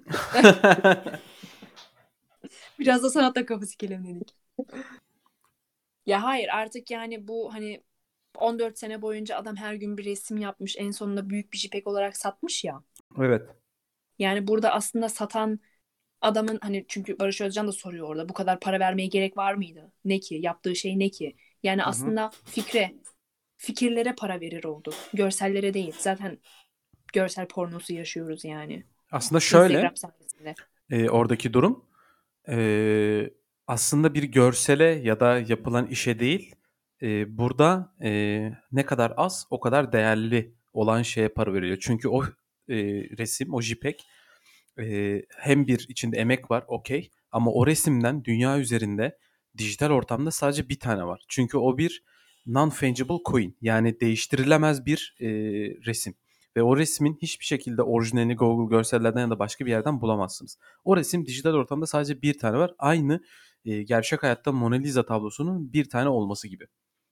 Biraz da sanatla kafa sikelim dedik. Ya hayır artık yani bu hani 14 sene boyunca adam her gün bir resim yapmış. En sonunda büyük bir JPEG olarak satmış ya. Evet. Yani burada aslında satan adamın hani çünkü Barış Özcan da soruyor orada. Bu kadar para vermeye gerek var mıydı? Ne ki? Yaptığı şey ne ki? Yani Hı hı. aslında fikirlere para verir oldu. Görsellere değil. Zaten görsel pornosu yaşıyoruz yani. Aslında şöyle, Instagram sayesinde. oradaki durum aslında bir görsele ya da yapılan işe değil, burada ne kadar az o kadar değerli olan şeye para veriliyor. Çünkü o resim, o JPEG hem bir içinde emek var, okey, ama o resimden dünya üzerinde dijital ortamda sadece bir tane var. Çünkü o bir non-fungible coin, yani değiştirilemez bir resim. Ve o resmin hiçbir şekilde orijinalini Google görsellerden ya da başka bir yerden bulamazsınız. O resim dijital ortamda sadece bir tane var. Aynı gerçek hayatta Mona Lisa tablosunun bir tane olması gibi.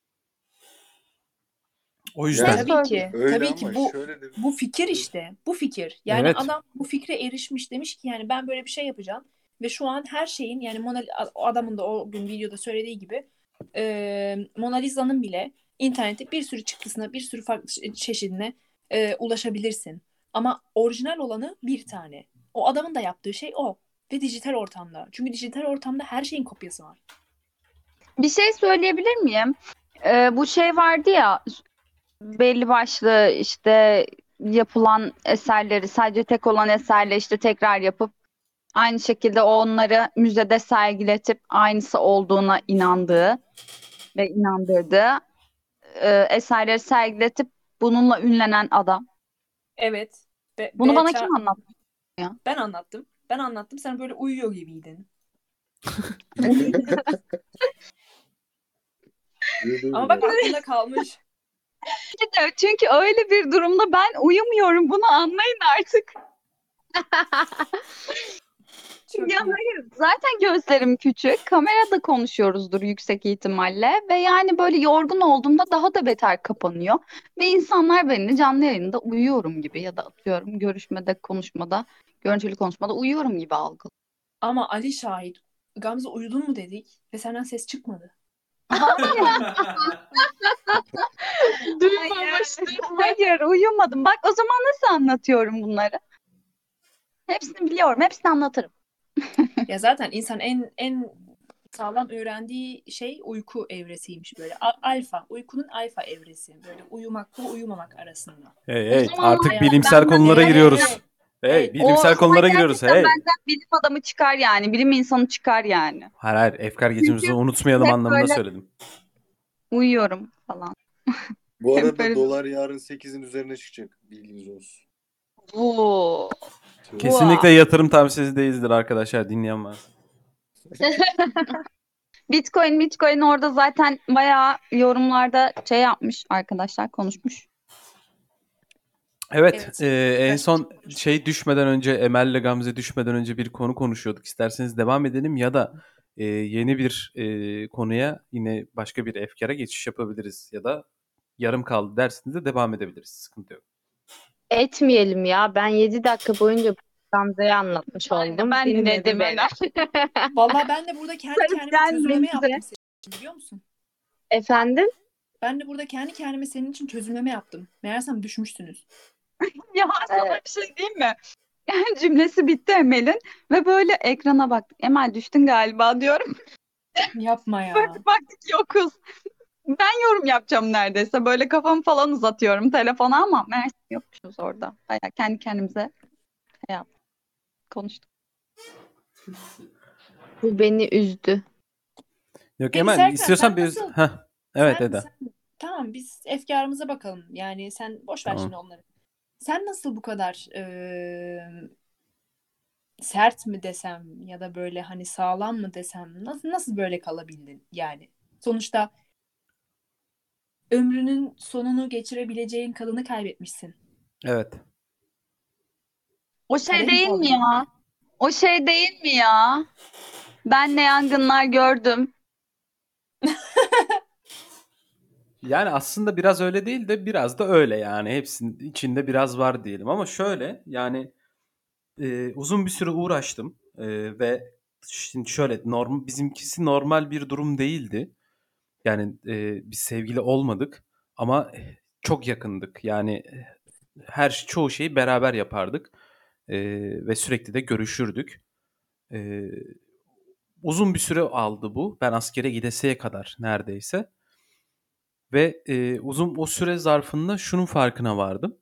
O Ne yüzden Tabii söyleyeyim? ki. Öyle Tabii ki ama bu şöyle de bu fikir işte. Bu fikir. Yani evet, adam bu fikre erişmiş demiş ki yani ben böyle bir şey yapacağım ve şu an her şeyin yani o adamın da o gün videoda söylediği gibi Mona Lisa'nın bile internette bir sürü çıktısına, bir sürü farklı çeşidine ulaşabilirsin. Ama orijinal olanı bir tane. O adamın da yaptığı şey o. Ve dijital ortamda. Çünkü dijital ortamda her şeyin kopyası var. Bir şey söyleyebilir miyim? Bu şey vardı ya, belli başlı işte yapılan eserleri, sadece tek olan eserle işte tekrar yapıp aynı şekilde onları müzede sergiletip aynısı olduğuna inandığı ve inandırdığı eserleri sergiletip bununla ünlenen adam. Evet. Bunu bana kim anlattı ya? Ben anlattım. Ben anlattım. Sen böyle uyuyor gibiydin. Ama bak aklında kalmış. Çünkü öyle bir durumda ben uyumuyorum. Bunu anlayın artık. Çok Ya iyi. hayır, zaten gözlerim küçük. Kamerada konuşuyoruzdur yüksek ihtimalle. Ve yani böyle yorgun olduğumda daha da beter kapanıyor. Ve insanlar beni canlı yayında uyuyorum gibi ya da atıyorum görüşmede, konuşmada, görüntülü konuşmada uyuyorum gibi algılıyor. Ama Ali şahit. Gamze uyudun mu dedik ve senden ses çıkmadı. Duymamıştım. Hayır, uyumadım. Bak o zaman nasıl anlatıyorum bunları? Hepsini biliyorum, hepsini anlatırım. Ya zaten insan en sağlam öğrendiği şey uyku evresiymiş böyle. Alfa, uykunun alfa evresi. Böyle uyumakla uyumamak arasında. hey, O hey, zaman artık Hayat- bilimsel konulara Hey, hey, giriyoruz. hey. Hey, Hey. o bilimsel zaman konulara giriyoruz. gerçekten Hey. benden bilim adamı çıkar yani. Bilim insanı çıkar yani. Hayır, hayır, efkar Çünkü gecemizi unutmayalım hep anlamında böyle söyledim. uyuyorum falan. Bu Hep arada böyle dolar yarın 8'in üzerine çıkacak. Bilginiz olsun. bu. Kesinlikle yatırım tavsiyesi değildir arkadaşlar, dinleyen var. Bitcoin orada zaten bayağı yorumlarda şey yapmış arkadaşlar, konuşmuş. Evet, Evet. en Birkaç son kişi konuştu. şey düşmeden önce, Emel'le Gamze düşmeden önce bir konu konuşuyorduk. İsterseniz devam edelim ya da yeni bir konuya, yine başka bir efkara geçiş yapabiliriz ya da yarım kaldı dersiniz de devam edebiliriz. Sıkıntı yok. Etmeyelim ya. Ben 7 dakika boyunca Gamze'ye anlatmış oldum. Ben Dinledi dinledim beni. Vallahi ben de burada kendi kendime çözümleme yaptım senin için, biliyor musun? Efendim? Ben de burada kendi kendime senin için çözümleme yaptım. Meğersem düşmüşsünüz. Ya sana Evet. bir şey diyeyim mi? Cümlesi bitti Emel'in ve böyle ekrana baktık. Emel düştün galiba diyorum. Yapma ya. Böyle baktık yokuz. Ben yorum yapacağım neredeyse. Böyle kafamı falan uzatıyorum telefona ama meğerse yokmuşuz orada. Bayağı kendi kendimize şey yaptık, konuştuk. Bu beni üzdü. Yok Peki Emel, Serkan, istiyorsan sen biz... nasıl? Evet Sen, Eda. tamam, biz efkarımıza bakalım. Yani sen boş ver Tamam. şimdi onları. Sen nasıl bu kadar sert mi desem ya da böyle hani sağlam mı desem, nasıl böyle kalabildin yani? Sonuçta ömrünün sonunu geçirebileceğin kadını kaybetmişsin. Evet. O şey Kadeh mi değil mi kaldırdın? ya? O şey değil mi ya? Ben ne yangınlar gördüm. Yani aslında biraz öyle değil de biraz da öyle yani. Hepsinin içinde biraz var diyelim. Ama şöyle yani uzun bir süre uğraştım ve şimdi şöyle bizimkisi normal bir durum değildi. Yani biz sevgili olmadık ama çok yakındık. Yani çoğu şeyi beraber yapardık ve sürekli de görüşürdük. E, Uzun bir süre aldı bu. Ben askere gideseye kadar neredeyse. Ve uzun o süre zarfında şunun farkına vardım.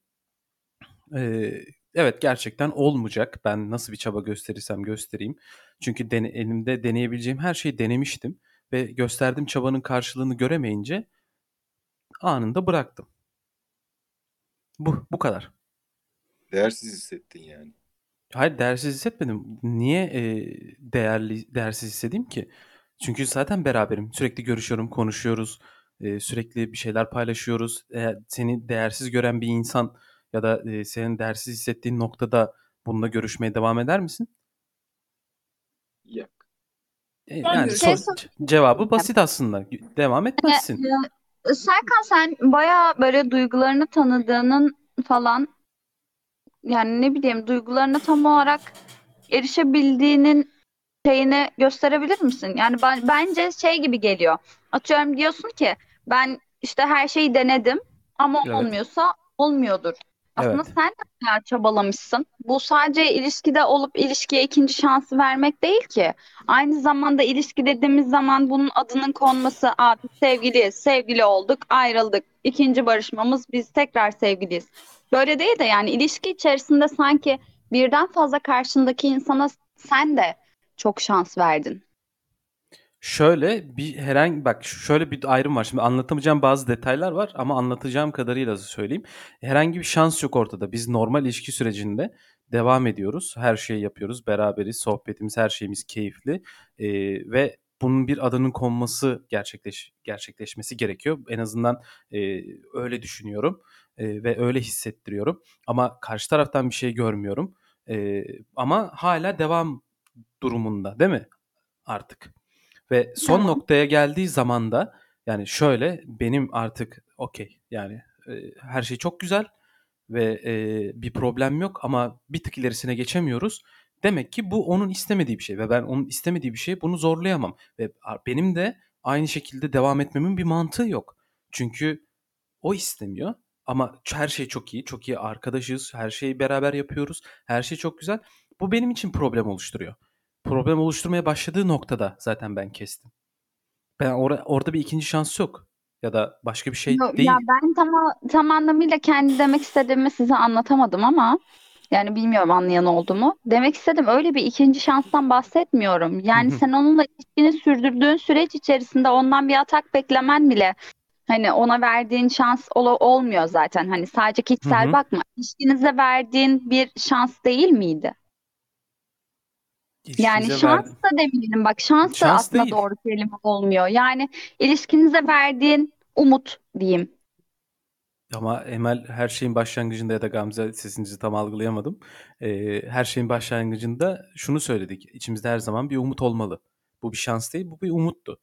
Evet, gerçekten olmayacak. Ben nasıl bir çaba gösterirsem göstereyim. Çünkü elimde deneyebileceğim her şeyi denemiştim. Ve gösterdiğim çabanın karşılığını göremeyince anında bıraktım. Bu kadar. Değersiz hissettin yani. Hayır, değersiz hissetmedim. Niye değersiz hissedeyim ki? Çünkü zaten beraberim. Sürekli görüşüyorum, konuşuyoruz. Sürekli bir şeyler paylaşıyoruz. Eğer seni değersiz gören bir insan ya da senin değersiz hissettiğin noktada bununla görüşmeye devam eder misin? Yok. Şu an Yani görüşüyorum. cevabı basit aslında. Devam etmezsin. Serkan, sen bayağı böyle duygularını tanıdığının falan, yani ne bileyim, duygularına tam olarak erişebildiğinin şeyini gösterebilir misin? Yani bence şey gibi geliyor. Atıyorum, diyorsun ki ben işte her şeyi denedim ama Evet. olmuyorsa olmuyordur. Aslında Evet. sen de bayağı çabalamışsın. Bu sadece ilişkide olup ilişkiye ikinci şansı vermek değil ki. Aynı zamanda ilişki dediğimiz zaman bunun adının konması, biz sevgiliyiz, sevgili olduk, ayrıldık. İkinci barışmamız, biz tekrar sevgiliyiz. Böyle değil de yani ilişki içerisinde sanki birden fazla karşındaki insana sen de çok şans verdin. Şöyle şöyle bir ayrım var. Şimdi anlatamayacağım bazı detaylar var ama anlatacağım kadarıyla söyleyeyim. Herhangi bir şans yok ortada. Biz normal ilişki sürecinde devam ediyoruz. Her şeyi yapıyoruz. Beraberiz. Sohbetimiz, her şeyimiz keyifli. Ve bunun bir adının konması gerçekleşmesi gerekiyor. En azından öyle düşünüyorum ve öyle hissettiriyorum. Ama karşı taraftan bir şey görmüyorum. Ama hala devam durumunda, değil mi? Artık. Ve son Tamam. noktaya geldiği zaman da yani şöyle, benim artık okey yani her şey çok güzel ve bir problem yok ama bir tık ilerisine geçemiyoruz. Demek ki bu onun istemediği bir şey ve ben onun istemediği bir şeye bunu zorlayamam. Ve benim de aynı şekilde devam etmemin bir mantığı yok. Çünkü o istemiyor ama her şey çok iyi, çok iyi arkadaşız, her şeyi beraber yapıyoruz, her şey çok güzel. Bu benim için problem oluşturuyor. Problem oluşturmaya başladığı noktada zaten ben kestim. Orada bir ikinci şans yok. Ya da başka bir şey Ya değil. ben tam anlamıyla kendi demek istediğimi size anlatamadım ama yani bilmiyorum anlayan oldu mu. Demek istedim, öyle bir ikinci şanstan bahsetmiyorum. Hı Yani hı, sen onunla ilişkini sürdürdüğün süreç içerisinde ondan bir atak beklemen bile, hani ona verdiğin şans olmuyor zaten. Hani sadece hı kişisel hı. bakma. İlişkinize verdiğin bir şans değil miydi? Yani İlişkinize şans da demeyelim. Bak şans da Şans aslında değil. doğru kelime olmuyor. Yani ilişkinize verdiğin umut diyeyim. Ama Emel her şeyin başlangıcında ya da Gamze sesinizi tam algılayamadım. Her şeyin başlangıcında şunu söyledik. İçimizde her zaman bir umut olmalı. Bu bir şans değil, bu bir umuttu.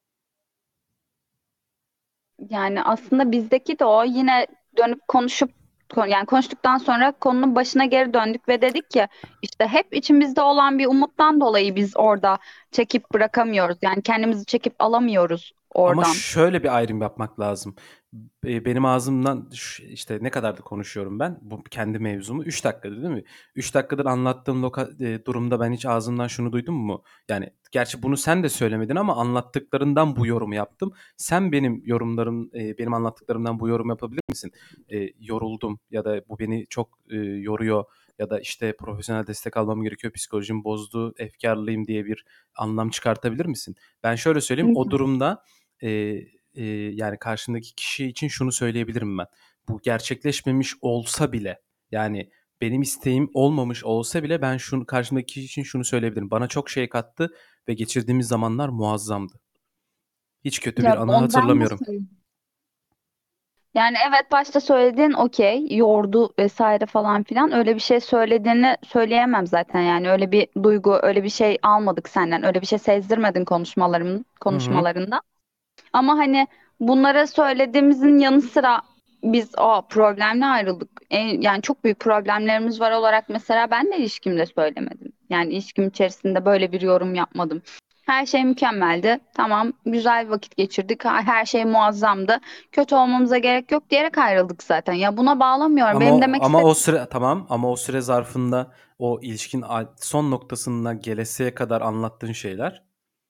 Yani aslında bizdeki de o yine dönüp yani konuştuktan sonra konunun başına geri döndük ve dedik ki işte hep içimizde olan bir umuttan dolayı biz orada çekip bırakamıyoruz. Yani kendimizi çekip alamıyoruz Ama oradan. şöyle bir ayrım yapmak lazım. Benim ağzımdan işte ne kadardır konuşuyorum ben bu kendi mevzumu 3 dakikada değil mi? 3 dakikadır anlattığım durumda ben hiç ağzımdan şunu duydum mu? Yani gerçi bunu sen de söylemedin ama anlattıklarından bu yorumu yaptım. Sen benim anlattıklarımdan bu yorum yapabilir misin? Yoruldum ya da bu beni çok yoruyor ya da işte profesyonel destek almam gerekiyor, psikolojimi bozdu, efkarlıyım diye bir anlam çıkartabilir misin? Ben şöyle söyleyeyim, o durumda Eee, yani karşımdaki kişi için şunu söyleyebilirim ben. Bu gerçekleşmemiş olsa bile, yani benim isteğim olmamış olsa bile ben karşımdaki kişi için şunu söyleyebilirim. Bana çok şey kattı ve geçirdiğimiz zamanlar muazzamdı. Hiç kötü Ya bir anı onu ben de hatırlamıyorum. söyleyeyim. Yani evet başta söylediğin okey, yordu vesaire falan filan öyle bir şey söylediğini söyleyemem zaten yani öyle bir duygu öyle bir şey almadık senden öyle bir şey sezdirmedin Hı hı. konuşmalarında. Ama hani bunlara söylediğimizin yanı sıra biz o problemle ayrıldık. Yani çok büyük problemlerimiz var olarak mesela ben de ilişkimde söylemedim. Yani ilişkim içerisinde böyle bir yorum yapmadım. Her şey mükemmeldi. Tamam, güzel bir vakit geçirdik. Her şey muazzamdı. Kötü olmamıza gerek yok diyerek ayrıldık zaten. Ya buna bağlamıyorum. Ama Benim o, demek ama istediğim o süre tamam ama o süre zarfında o ilişkin son noktasına gelesiye kadar anlattığın şeyler.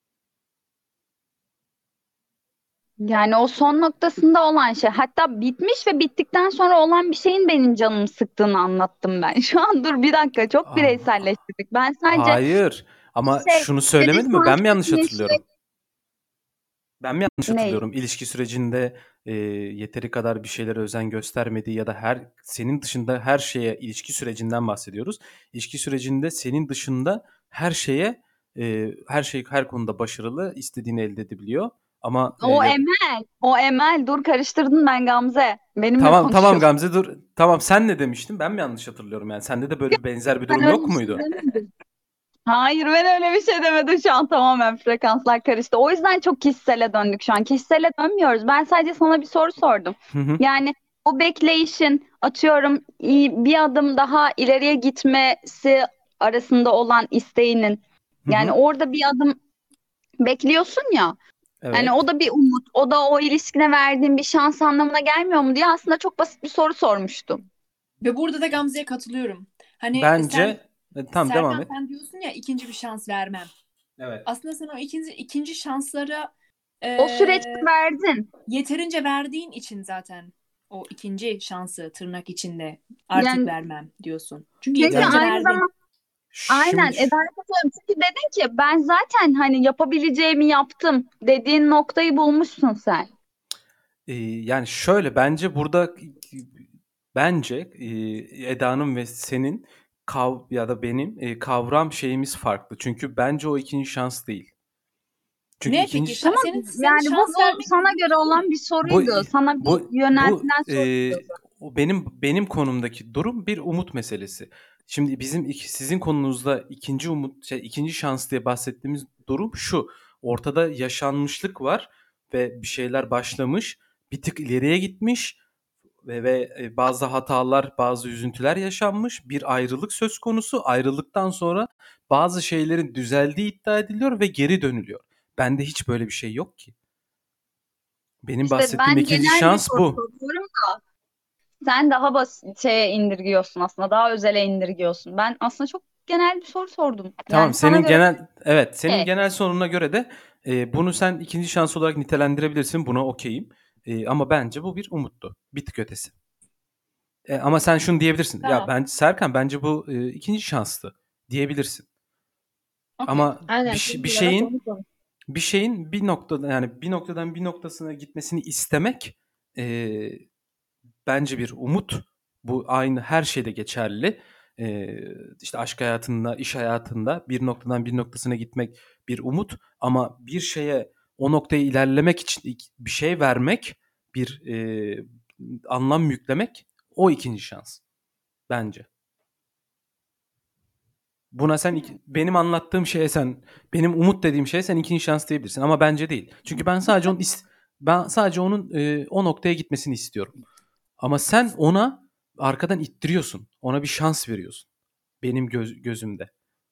yani o son noktasında olan şey hatta bitmiş ve bittikten sonra olan bir şeyin benim canımı sıktığını anlattım ben. Şu an dur bir dakika çok Ah, bireyselleştirdik. Ben sadece hayır. Ama şey şunu senin söylemedim mi? Ben mi yanlış söylediğin şey hatırlıyorum? Ben mi yanlış ne? hatırlıyorum? İlişki sürecinde yeteri kadar bir şeylere özen göstermediği ya da senin dışında her şeye ilişki sürecinden bahsediyoruz. İlişki sürecinde senin dışında her şeye her konuda başarılı, istediğini elde edebiliyor. Ama O Emel. O Emel. Dur karıştırdın ben Gamze. Benimle tamam konuşuyorsun. Gamze dur. Tamam sen ne demiştin? Ben mi yanlış hatırlıyorum yani? Sende de böyle benzer bir Ben durum öyle yok bir şey muydu? demedim. Hayır ben öyle bir şey demedim. Şu an tamamen frekanslar karıştı. O yüzden çok kişisele döndük şu an. Kişisele dönmüyoruz. Ben sadece sana bir soru sordum. Hı hı. Yani o bekleyişin atıyorum bir adım daha ileriye gitmesi arasında olan isteğinin Hı yani hı. orada bir adım bekliyorsun ya. Yani o Evet. da bir umut, o da o ilişkine verdiğin bir şans anlamına gelmiyor mu diye aslında çok basit bir soru sormuştum. Ve burada da Gamze'ye katılıyorum. Hani sen Bence tamam devam Serkan et. sen diyorsun ya ikinci bir şans vermem. Evet. Aslında sen o ikinci şanslara O süreçte verdin. yeterince verdiğin için zaten o ikinci şansı tırnak içinde artık Yani vermem diyorsun. Çünkü çünkü yeterince Yani aynı verdin. zamanda aynen şimdi ben katılıyorum. Çünkü dedin ki ben zaten hani yapabileceğimi yaptım dediğin noktayı bulmuşsun sen. Yani şöyle bence Eda'nın ve senin ya da benim kavram şeyimiz farklı. Çünkü bence o ikinci şans değil. Çünkü Ne peki? ikinci Tamam Senin yani bu şans vermek sana dediğin göre şey olan ne? bir bu soruydu. Sana bir bu yöneltilen soruydu. o benim konumdaki durum bir umut meselesi. Şimdi sizin konunuzda ikinci şans diye bahsettiğimiz durum şu. Ortada yaşanmışlık var ve bir şeyler başlamış, bir tık ileriye gitmiş ve bazı hatalar, bazı üzüntüler yaşanmış. Bir ayrılık söz konusu. Ayrılıktan sonra bazı şeylerin düzeldiği iddia ediliyor ve geri dönülüyor. Bende hiç böyle bir şey yok ki. Benim İşte bahsettiğim ben ikinci genel bir şans soru bu. soruyorum. Sen daha basit şeye indirgiyorsun aslında. Daha özele indirgiyorsun. Ben aslında çok genel bir soru sordum. Tamam Yani sana göre senin ne? genel sorununa göre de bunu sen ikinci şans olarak nitelendirebilirsin. Buna okeyim. Ama bence bu bir umuttu. Bir tık ötesi. Ama sen şunu diyebilirsin. Ya Tamam. Serkan bence bu ikinci şanstı diyebilirsin. Okey. Ama Aynen tam olarak onu konuş. bir şeyin bir noktada yani bir noktadan bir noktasına gitmesini istemek bence bir umut. Bu aynı her şeyde geçerli. işte aşk hayatında, iş hayatında bir noktadan bir noktasına gitmek bir umut, ama bir şeye, o noktaya ilerlemek için bir şey vermek, bir anlam yüklemek, o ikinci şans bence. Buna sen benim anlattığım şeye sen, benim umut dediğim şeye sen ikinci şans diyebilirsin ama bence değil. Çünkü ben sadece onun o noktaya gitmesini istiyorum. Ama sen ona arkadan ittiriyorsun. Ona bir şans veriyorsun. Benim gözümde.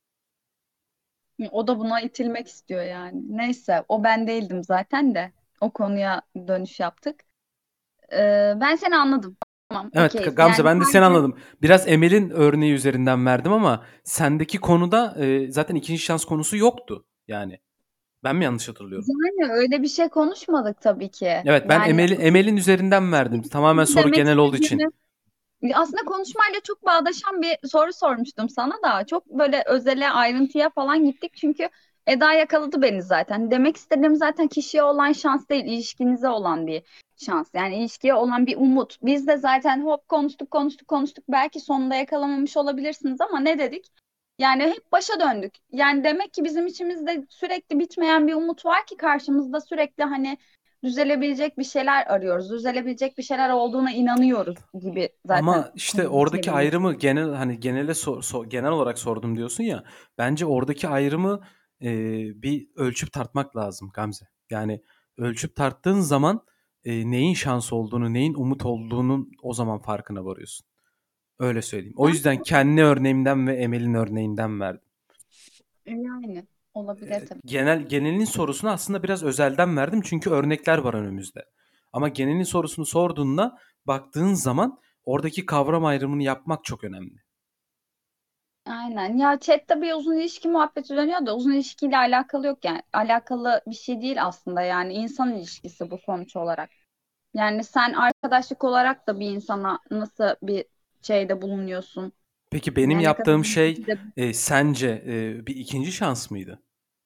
O da buna itilmek istiyor yani. Neyse, o ben değildim zaten de. O konuya dönüş yaptık. Ben seni anladım. Tamam, Evet okeyiz. Gamze, Yani ben de seni sadece anladım. Biraz Emel'in örneği üzerinden verdim ama sendeki konuda zaten ikinci şans konusu yoktu. Yani ben mi yanlış hatırlıyorum? yani öyle bir şey konuşmadık tabii ki. Evet, ben Yani Emel'in üzerinden verdim. Tamamen soru demek genel olduğu için. istediğimi aslında konuşmayla çok bağdaşan bir soru sormuştum sana da. Çok böyle özele, ayrıntıya falan gittik. Çünkü Eda yakaladı beni zaten. Demek istediğim zaten kişiye olan şans değil, ilişkinize olan bir şans. Yani ilişkiye olan bir umut. Biz de zaten hop konuştuk. Belki sonunda yakalamamış olabilirsiniz ama ne dedik? Yani hep başa döndük. Yani demek ki bizim içimizde sürekli bitmeyen bir umut var ki karşımızda sürekli hani düzelebilecek bir şeyler arıyoruz. Düzelebilecek bir şeyler olduğuna inanıyoruz gibi zaten Ama işte konuyu oradaki çevirmek ayrımı istedim. genel olarak sordum diyorsun ya. Bence oradaki ayrımı bir ölçüp tartmak lazım Gamze. Yani ölçüp tarttığın zaman neyin şans olduğunu, neyin umut olduğunun o zaman farkına varıyorsun. Öyle söyleyeyim. O Yani, yüzden kendi örneğimden ve Emel'in örneğinden verdim. yani olabilir tabii. Genelin sorusunu aslında biraz özelden verdim çünkü örnekler var önümüzde. Ama genelin sorusunu sorduğunda, baktığın zaman oradaki kavram ayrımını yapmak çok önemli. Aynen. Ya chatte bir uzun ilişki muhabbeti dönüyor da uzun ilişkiyle alakalı yok yani. Alakalı bir şey değil aslında yani insan ilişkisi bu sonuç olarak. Yani sen arkadaşlık olarak da bir insana nasıl bir şeyde bulunuyorsun? Peki benim Yani ne kadar yaptığım şey ilişkide sence bir ikinci şans mıydı?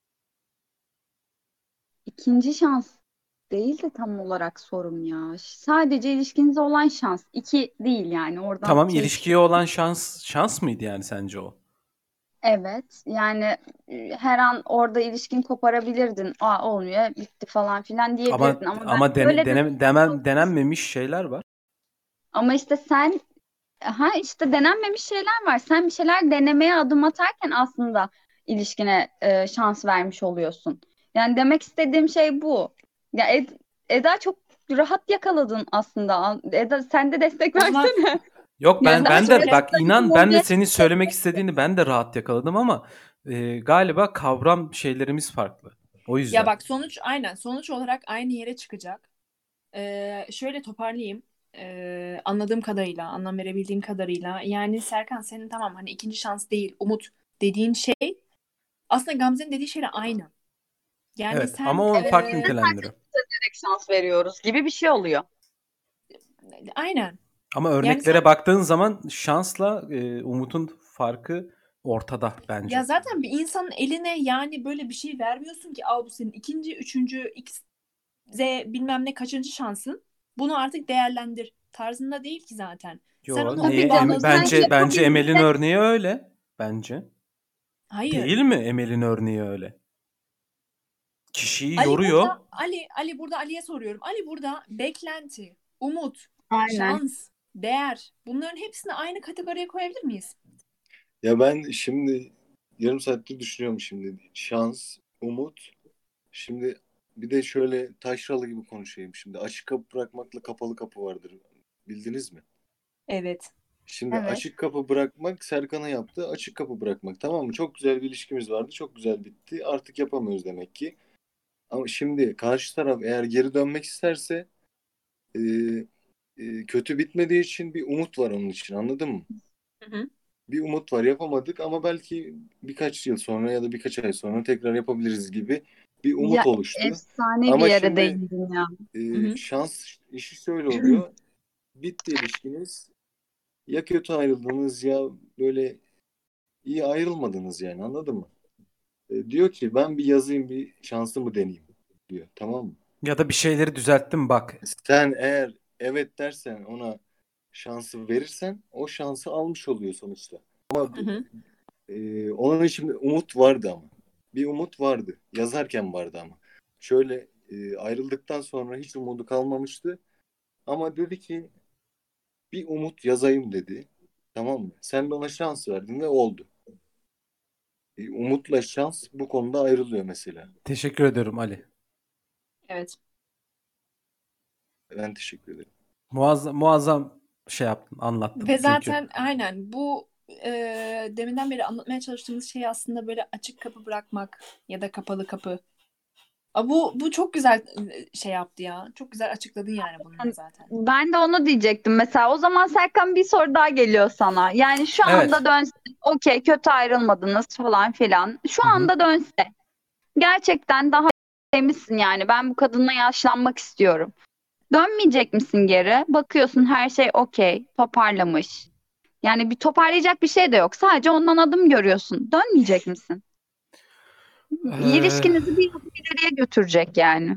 ikinci şans değil de tam olarak sorum ya. Sadece ilişkinize olan şans. İki değil yani oradan Tamam, şey ilişkiye çıkıyor. olan şans mıydı yani sence o? Evet yani her an orada ilişkin koparabilirdin. Aa olmuyor bitti falan filan diyebilirdin Ama ama ben böyle de denenmemiş şeyler var. ama işte sen işte denenmemiş şeyler var. Sen bir şeyler denemeye adım atarken aslında ilişkine şans vermiş oluyorsun. Yani demek istediğim şey bu. Ya Eda çok rahat yakaladın aslında. Eda sen de destek O zaman versene. Yok, Yani daha ben çok de şöyle, bak, Eda'nın inan, ben de olduğu senin söylemek istediğini ben de rahat yakaladım ama galiba kavram şeylerimiz farklı. O ya yüzden. bak, sonuç olarak aynı yere çıkacak. Şöyle toparlayayım. Anladığım kadarıyla, anlam verebildiğim kadarıyla. Yani Serkan, senin tamam hani ikinci şans değil, umut dediğin şey aslında Gamze'nin dediği şeyle aynı. Yani Evet, ama sen o farklı nitelendiriyor. direkt şans veriyoruz gibi bir şey oluyor. aynen. Ama Yani örneklere sen baktığın zaman şansla umutun farkı ortada ya bence. zaten bir insanın eline yani böyle bir şey vermiyorsun ki, al bu senin ikinci, üçüncü, x, z bilmem ne kaçıncı şansın. Bunu artık değerlendir tarzında değil ki zaten. Sen Yo, onu niye? Tabii de bağladığın sen için Bence Emel'in yapabilirsin. örneği öyle. Bence. hayır. Değil mi Emel'in örneği öyle? Kişiyi Ali yoruyor. burada Ali burada Ali'ye soruyorum. Ali burada beklenti, umut, Aynen. şans, değer, bunların hepsini aynı kategoriye koyabilir miyiz? Ya ben şimdi yarım saattir düşünüyorum şimdi. Şans, umut. Şimdi bir de şöyle taşralı gibi konuşayım şimdi. Açık kapı bırakmakla kapalı kapı vardır. Bildiniz mi? Evet. Şimdi Evet. açık kapı bırakmak Serkan'ın yaptığı açık kapı bırakmak. Tamam mı? Çok güzel bir ilişkimiz vardı. Çok güzel bitti. Artık yapamıyoruz demek ki. Ama şimdi karşı taraf eğer geri dönmek isterse e, kötü bitmediği için bir umut var onun için. Anladın mı? Hı hı. Bir umut var, yapamadık ama belki birkaç yıl sonra ya da birkaç ay sonra tekrar yapabiliriz gibi bir umut Ya oluştu. efsane bir Ama yere şimdi değindin ya. Hı hı. şans işi şöyle oluyor. Bitti ilişkiniz. Ya kötü ayrıldınız ya böyle iyi ayrılmadınız yani, anladın mı? Diyor ki ben bir yazayım, bir şansımı deneyeyim diyor. Tamam mı? Ya da bir şeyleri düzelttim bak. Sen eğer evet dersen, ona şansı verirsen o şansı almış oluyor sonuçta. Ama Hı hı. onun için bir umut vardı ama. Bir umut vardı. Yazarken vardı ama. Şöyle ayrıldıktan sonra hiç umudu kalmamıştı. Ama dedi ki bir umut yazayım dedi. Tamam mı? Sen de ona şans verdin ve oldu. Umutla şans bu konuda ayrılıyor mesela. Teşekkür ediyorum Ali. Evet. Ben teşekkür ederim. Muazzam, muazzam şey yaptın, anlattın. Ve Çünkü zaten aynen bu deminden beri anlatmaya çalıştığımız şey aslında böyle açık kapı bırakmak ya da kapalı kapı. Bu çok güzel şey yaptı ya. Çok güzel açıkladın yani bunları zaten. Ben de onu diyecektim mesela. O zaman Serkan bir soru daha geliyor sana. Yani şu evet. anda dönse, okey kötü ayrılmadınız falan filan. Şu Hı hı. anda dönse gerçekten daha sevmişsin yani. Ben bu kadınla yaşlanmak istiyorum. Dönmeyecek misin geri? Bakıyorsun her şey okey, toparlamış. Yani bir toparlayacak bir şey de yok. Sadece ondan adım görüyorsun. Dönmeyecek misin? Ee, İlişkinizi bir adım ileriye götürecek yani.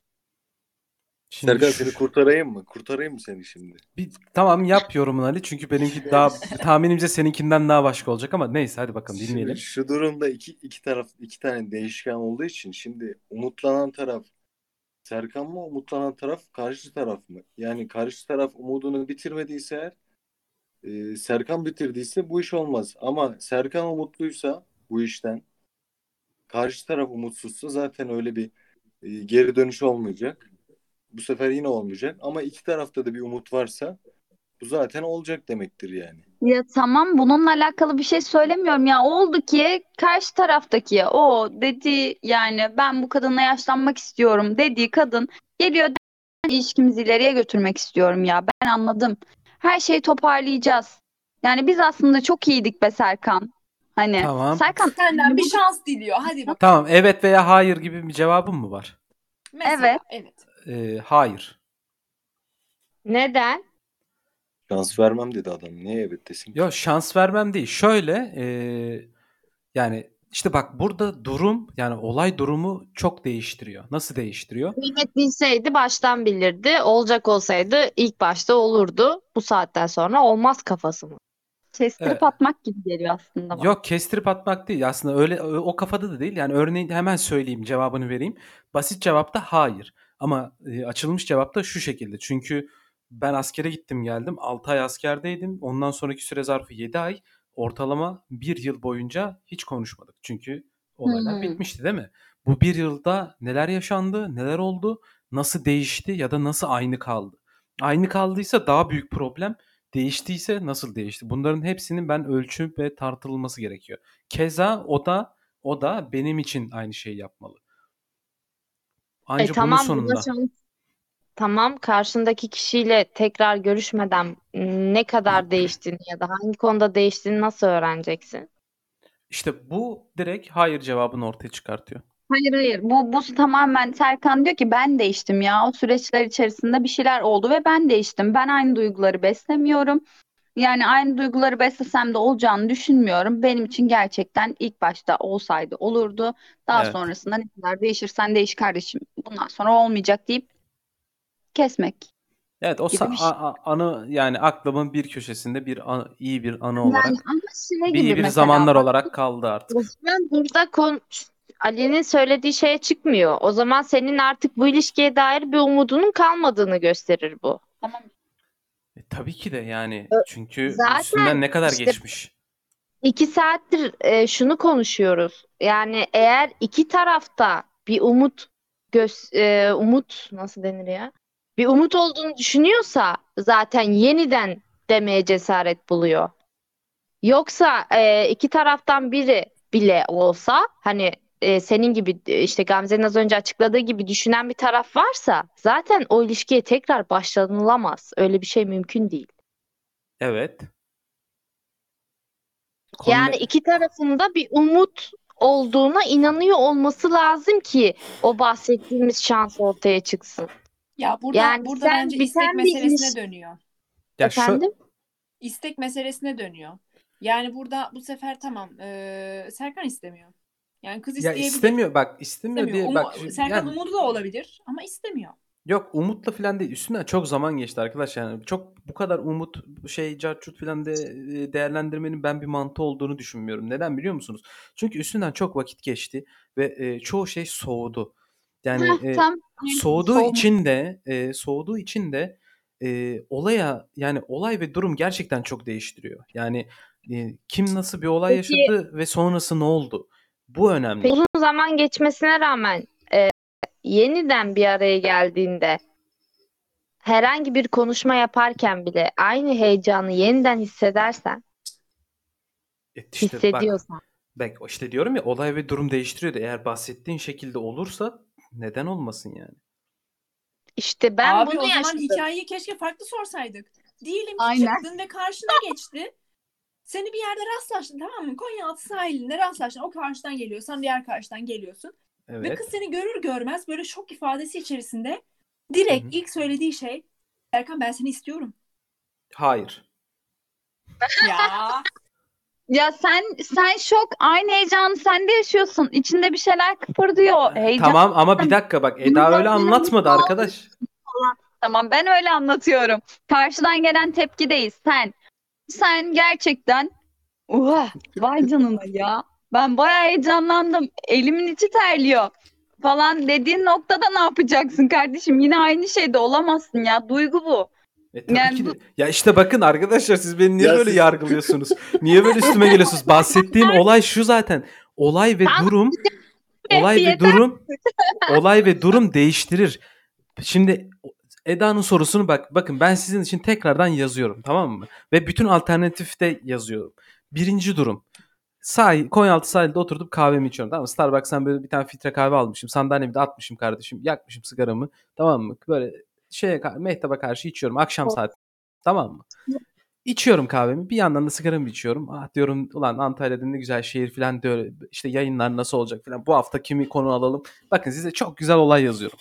şimdi Serkan seni kurtarayım mı? Kurtarayım mı seni şimdi? tamam yap yorumunu Ali. Çünkü benimki daha tahminimce seninkinden daha başka olacak ama neyse hadi bakalım Şimdi dinleyelim. şu durumda iki taraf iki tane değişken olduğu için şimdi umutlanan taraf Serkan mı, umutlanan taraf karşı taraf mı? Yani karşı taraf umudunu bitirmediyse eğer, Serkan bitirdiyse bu iş olmaz. Ama Serkan umutluysa bu işten, karşı taraf umutsuzsa zaten öyle bir geri dönüş olmayacak. Bu sefer yine olmayacak. Ama iki tarafta da bir umut varsa bu zaten olacak demektir yani. Ya tamam bununla alakalı bir şey söylemiyorum ya. Oldu ki karşı taraftaki o dedi yani ben bu kadınla yaşlanmak istiyorum dediği kadın geliyor ilişkimizi ileriye götürmek istiyorum ya. Ben anladım. Her şeyi toparlayacağız. Yani biz aslında çok iyiydik be Serkan. Hani Tamam. Serkan Senden bir bu şans diliyor. Hadi bakalım. Tamam, evet veya hayır gibi bir cevabım mı var? evet. Mesela evet. Hayır. Neden? Şans vermem dedi adam. Niye evet desin ki? Yok, şans vermem değil. Şöyle yani işte bak burada durum, yani olay durumu çok değiştiriyor. Nasıl değiştiriyor? Kıymet bilseydi baştan bilirdi. Olacak olsaydı ilk başta olurdu. Bu saatten sonra olmaz kafası mı? Kestirip Evet. atmak gibi geliyor aslında bana. Yok, kestirip atmak değil. Aslında öyle o kafada da değil. Yani örneğin hemen söyleyeyim, cevabını vereyim. Basit cevap da hayır. Ama açılmış cevap da şu şekilde. Çünkü ben askere gittim geldim. 6 ay askerdeydim. Ondan sonraki süre zarfı 7 ay. Ortalama bir yıl boyunca hiç konuşmadık. Çünkü olaylar Hmm. bitmişti değil mi? Bu bir yılda neler yaşandı, neler oldu, nasıl değişti ya da nasıl aynı kaldı? Aynı kaldıysa daha büyük problem. Değiştiyse nasıl değişti? Bunların hepsinin ben ölçüp ve tartılması gerekiyor. Keza o da benim için aynı şeyi yapmalı. Anca bunun Tamam buna sonunda. şans. Tamam karşındaki kişiyle tekrar görüşmeden ne kadar değiştiğini ya da hangi konuda değiştiğini nasıl öğreneceksin? İşte bu direkt hayır cevabını ortaya çıkartıyor. Hayır hayır bu tamamen Serkan diyor ki ben değiştim ya o süreçler içerisinde bir şeyler oldu ve ben değiştim. Ben aynı duyguları beslemiyorum. Yani aynı duyguları beslesem de olacağını düşünmüyorum. Benim için gerçekten ilk başta olsaydı olurdu. Daha Evet. sonrasında ne kadar değişirsen değiş kardeşim. Bundan sonra olmayacak deyip kesmek Evet, o gibi bir şey. anı, yani aklımın bir köşesinde iyi bir anı Yani olarak, ama şey iyi gibi bir mesela zamanlar bak olarak kaldı artık. Osman burada Ali'nin söylediği şeye çıkmıyor. O zaman senin artık bu ilişkiye dair bir umudunun kalmadığını gösterir bu. tamam. Tabii ki de yani Ö- çünkü üstünden Zaten ne kadar işte geçmiş. 2 saattir şunu konuşuyoruz. Yani eğer iki tarafta bir umut nasıl denir ya? Bir umut olduğunu düşünüyorsa zaten yeniden demeye cesaret buluyor. Yoksa iki taraftan biri bile olsa hani senin gibi işte Gamze'nin az önce açıkladığı gibi düşünen bir taraf varsa zaten o ilişkiye tekrar başlanılamaz. Öyle bir şey mümkün değil. Evet. Konu Yani ne? iki tarafında bir umut olduğuna inanıyor olması lazım ki o bahsettiğimiz şans ortaya çıksın. Ya burada Yani burada bence sen istek biten bir meselesine ilişki dönüyor. Ya efendim. İstek meselesine dönüyor. Yani burada bu sefer tamam Serkan istemiyor. Yani kız ya isteyebilir. istemiyor, bak istemiyor İstemiyor. diye bak Serkan yani umudu da olabilir ama istemiyor. Yok umutla falan değil. Üstünden çok zaman geçti arkadaş yani. Çok bu kadar umut carçurt falan de değerlendirmenin ben bir mantığı olduğunu düşünmüyorum. Neden biliyor musunuz? Çünkü üstünden çok vakit geçti ve çoğu şey soğudu. Yani Tam soğumuş. soğuduğu için de olaya yani olay ve durum gerçekten çok değiştiriyor. Yani kim nasıl bir olay Peki, yaşadı ve sonrası ne oldu? Bu önemli. uzun zaman geçmesine rağmen yeniden bir araya geldiğinde herhangi bir konuşma yaparken bile aynı heyecanı yeniden hissedersen, İşte bak. hissediyorsan. Bak işte diyorum ya olay ve durum değiştiriyor da eğer bahsettiğin şekilde olursa neden olmasın yani? İşte ben Abi bunu o zaman yaşadım. hikayeyi keşke farklı sorsaydık. Diyelim ki Aynen. çıktın ve karşına geçti. Seni bir yerde rastlaştın, tamam mı? Konyaaltı sahilinde rastlaştın. O karşıdan geliyor. Sen diğer karşıdan geliyorsun. Ve kız Evet. seni görür görmez böyle şok ifadesi içerisinde Hı direkt hı. ilk söylediği şey, Erkan ben seni istiyorum. Hayır. Ya Ya sen şok, aynı heyecanı sen de yaşıyorsun. İçinde bir şeyler kıpırdıyor. Heyecan. Tamam ama bir dakika bak Bunu Eda öyle gözlerin anlatmadı mutlu oldu arkadaş. falan. Tamam, ben öyle anlatıyorum. Karşıdan gelen tepkideyiz. Sen gerçekten vay canına ya. Ben bayağı heyecanlandım. Elimin içi terliyor falan dediğin noktada ne yapacaksın kardeşim? Yine aynı şeyde olamazsın ya. Duygu bu. Tabii Yani ki bu de. Ya işte bakın arkadaşlar siz beni niye Ya böyle siz yargılıyorsunuz? Niye böyle üstüme geliyorsunuz? Bahsettiğim olay şu zaten. Olay ve tam durum, olay ve yeter. durum, olay ve durum değiştirir. Şimdi Eda'nın sorusunu bakın ben sizin için tekrardan yazıyorum, tamam mı? Ve bütün alternatifte yazıyorum. Birinci durum. Konyaaltı sahilde oturdum kahvemi içiyorum, tamam mı? Starbucks'tan böyle bir tane filtre kahve almışım. Sandalyemi de atmışım kardeşim. Yakmışım sigaramı, tamam mı? Böyle mehtaba karşı içiyorum. Akşam saati, tamam mı? İçiyorum kahvemi. Bir yandan da sigaramı içiyorum. Ah diyorum ulan Antalya'da ne güzel şehir falan diyor. İşte yayınlar nasıl olacak falan. Bu hafta kimi konu alalım. Bakın size çok güzel olay yazıyorum.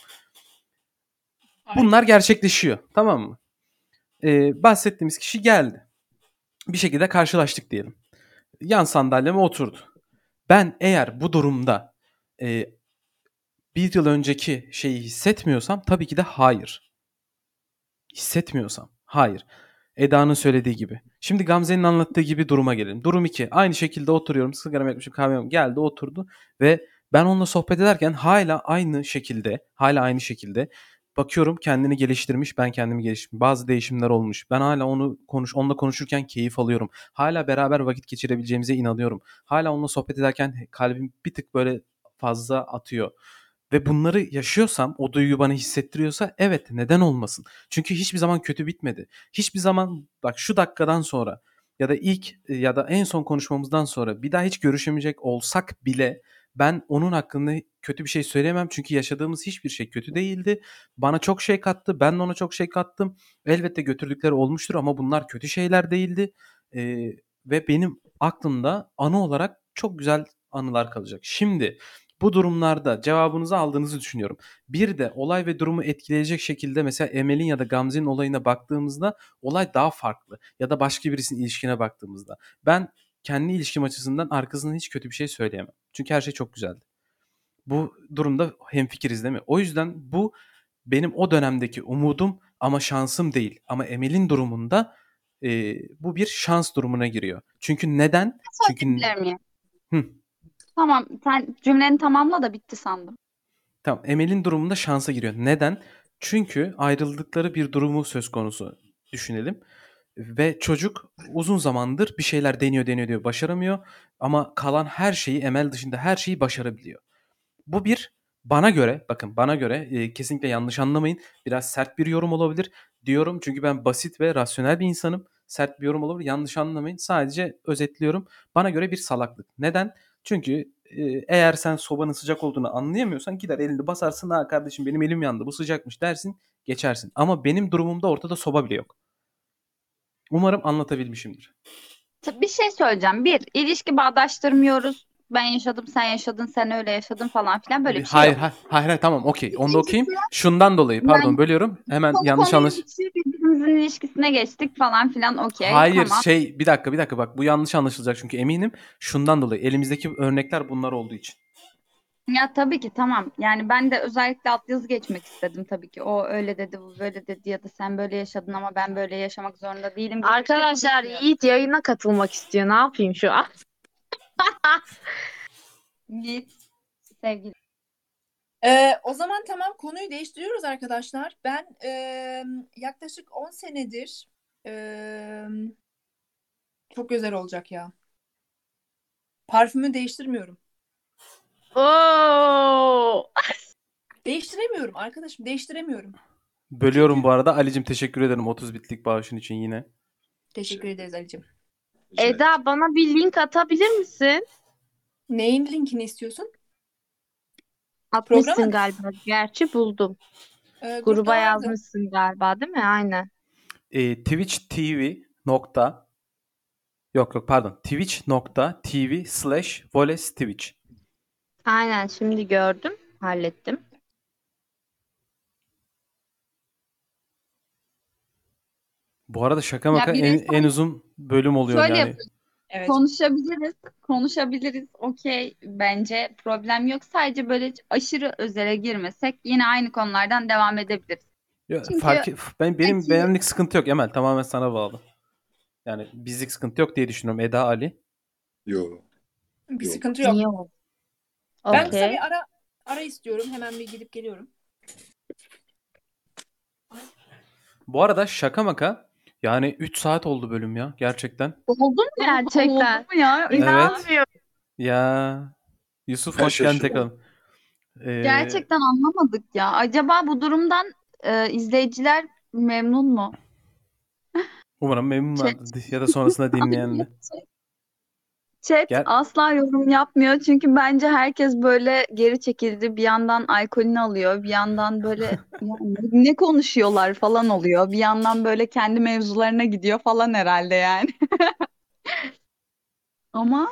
Bunlar gerçekleşiyor. Tamam mı? Bahsettiğimiz kişi geldi. Bir şekilde karşılaştık diyelim. Yan sandalyeme oturdu. Ben eğer bu durumda e, bir yıl önceki şeyi hissetmiyorsam tabii ki de hayır. Hissetmiyorsam hayır. Eda'nın söylediği gibi. Şimdi Gamze'nin anlattığı gibi duruma gelelim. Durum 2. Aynı şekilde oturuyorum. Sigaramı yakmışım, kahvem geldi oturdu ve ben onunla sohbet ederken hala aynı şekilde bakıyorum kendini geliştirmiş, ben kendimi geliştirmiş. Bazı değişimler olmuş. Ben hala onunla konuşurken keyif alıyorum. Hala beraber vakit geçirebileceğimize inanıyorum. Hala onunla sohbet ederken kalbim bir tık böyle fazla atıyor. Ve bunları yaşıyorsam, o duygu bana hissettiriyorsa evet neden olmasın? Çünkü hiçbir zaman kötü bitmedi. Hiçbir zaman bak şu dakikadan sonra ya da ilk ya da en son konuşmamızdan sonra bir daha hiç görüşemeyecek olsak bile ben onun hakkında kötü bir şey söyleyemem. Çünkü yaşadığımız hiçbir şey kötü değildi. Bana çok şey kattı. Ben de ona çok şey kattım. Elbette götürdükleri olmuştur ama bunlar kötü şeyler değildi. Ve benim aklımda anı olarak çok güzel anılar kalacak. Şimdi bu durumlarda cevabınızı aldığınızı düşünüyorum. Bir de olay ve durumu etkileyecek şekilde mesela Emel'in ya da Gamze'nin olayına baktığımızda olay daha farklı. Ya da başka birisinin ilişkine baktığımızda. Ben kendi ilişkim açısından arkasından hiç kötü bir şey söyleyemem. Çünkü her şey çok güzeldi. Bu durumda hemfikiriz değil mi? O yüzden bu benim o dönemdeki umudum ama şansım değil. Ama Emel'in durumunda bu bir şans durumuna giriyor. Çünkü neden? Çünkü Söyleyebilir miyim? hı, Tamam, sen cümleni tamamla da bitti sandım. tamam. Emel'in durumunda şansa giriyor. Neden? Çünkü ayrıldıkları bir durumu söz konusu düşünelim. Ve çocuk uzun zamandır bir şeyler deniyor, başaramıyor. Ama kalan her şeyi, Emel dışında her şeyi başarabiliyor. Bu bana göre, bakın bana göre kesinlikle yanlış anlamayın. Biraz sert bir yorum olabilir diyorum. Çünkü ben basit ve rasyonel bir insanım. Sert bir yorum olabilir. Yanlış anlamayın. Sadece özetliyorum. Bana göre bir salaklık. Neden? Çünkü eğer sen sobanın sıcak olduğunu anlayamıyorsan gider elini basarsın. Ha kardeşim benim elim yandı bu sıcakmış dersin geçersin. Ama benim durumumda ortada soba bile yok. Umarım anlatabilmişimdir. Bir şey söyleyeceğim. Bir, ilişki bağdaştırmıyoruz. Ben yaşadım, sen yaşadın, sen öyle yaşadın falan filan, böyle bir şey Hayır, yok. hayır, tamam okey. Onda okeyim. İkincisi, Şundan dolayı pardon yani bölüyorum. Hemen konu yanlış konuyu anlaş. geçti, birbirimizin ilişkisine geçtik falan filan, okey, Hayır tamam. bir dakika bak bu yanlış anlaşılacak çünkü eminim şundan dolayı elimizdeki örnekler bunlar olduğu için. Ya tabii ki tamam. Yani ben de özellikle altyazı geçmek istedim tabii ki. O öyle dedi, bu böyle dedi ya da sen böyle yaşadın ama ben böyle yaşamak zorunda değilim gibi bir şey Arkadaşlar konuşmuyorum. Yiğit yayına katılmak istiyor. Ne yapayım şu an? Git sevgili. O zaman tamam, konuyu değiştiriyoruz arkadaşlar. Ben yaklaşık 10 senedir çok güzel olacak ya. Parfümü değiştirmiyorum. Oo. Değiştiremiyorum arkadaşım, değiştiremiyorum. Bölüyorum Çünkü bu arada. Ali'cim teşekkür ederim 30 bitlik bağışın için yine. teşekkür ederiz Ali'cim. Rica ederim. Eda bana bir link atabilir misin? Neyin linkini istiyorsun? Atmışsın Programın. galiba. Gerçi buldum. Grupta Gruba vardı. yazmışsın galiba değil mi? Aynen. Twitch TV nokta yok pardon twitch.tv/volestwitch. Aynen şimdi gördüm. Hallettim. Bu arada şaka Ya maka bireysel en uzun bölüm oluyor şöyle yani. yapıyoruz. Evet. Konuşabiliriz. Okey, bence problem yok. Sadece böyle aşırı özele girmesek yine aynı konulardan devam edebiliriz. Ya, Çünkü benim peki benimlik sıkıntı yok Emel, tamamen sana bağlı. Yani bizlik sıkıntı yok diye düşünüyorum. Eda, Ali. Yok. Bir Yok. sıkıntı yok. Niye oldu? Ben kısa Okey. bir ara istiyorum. Hemen bir gidip geliyorum. Bu arada şaka maka yani 3 saat oldu bölüm ya gerçekten. oldu mu? Gerçekten. Oldu mu ya? Evet. İnanmıyorum. Ya Yusuf, Ben hoş geldin şaşırdım. tekrar. Gerçekten anlamadık ya. Acaba bu durumdan izleyiciler memnun mu? Umarım Chat, memnunlardır ya da sonrasında dinleyenler. chat Gel. asla yorum yapmıyor çünkü bence herkes böyle geri çekildi. Bir yandan alkolünü alıyor, bir yandan böyle ya ne konuşuyorlar falan oluyor. Bir yandan böyle kendi mevzularına gidiyor falan herhalde yani. Ama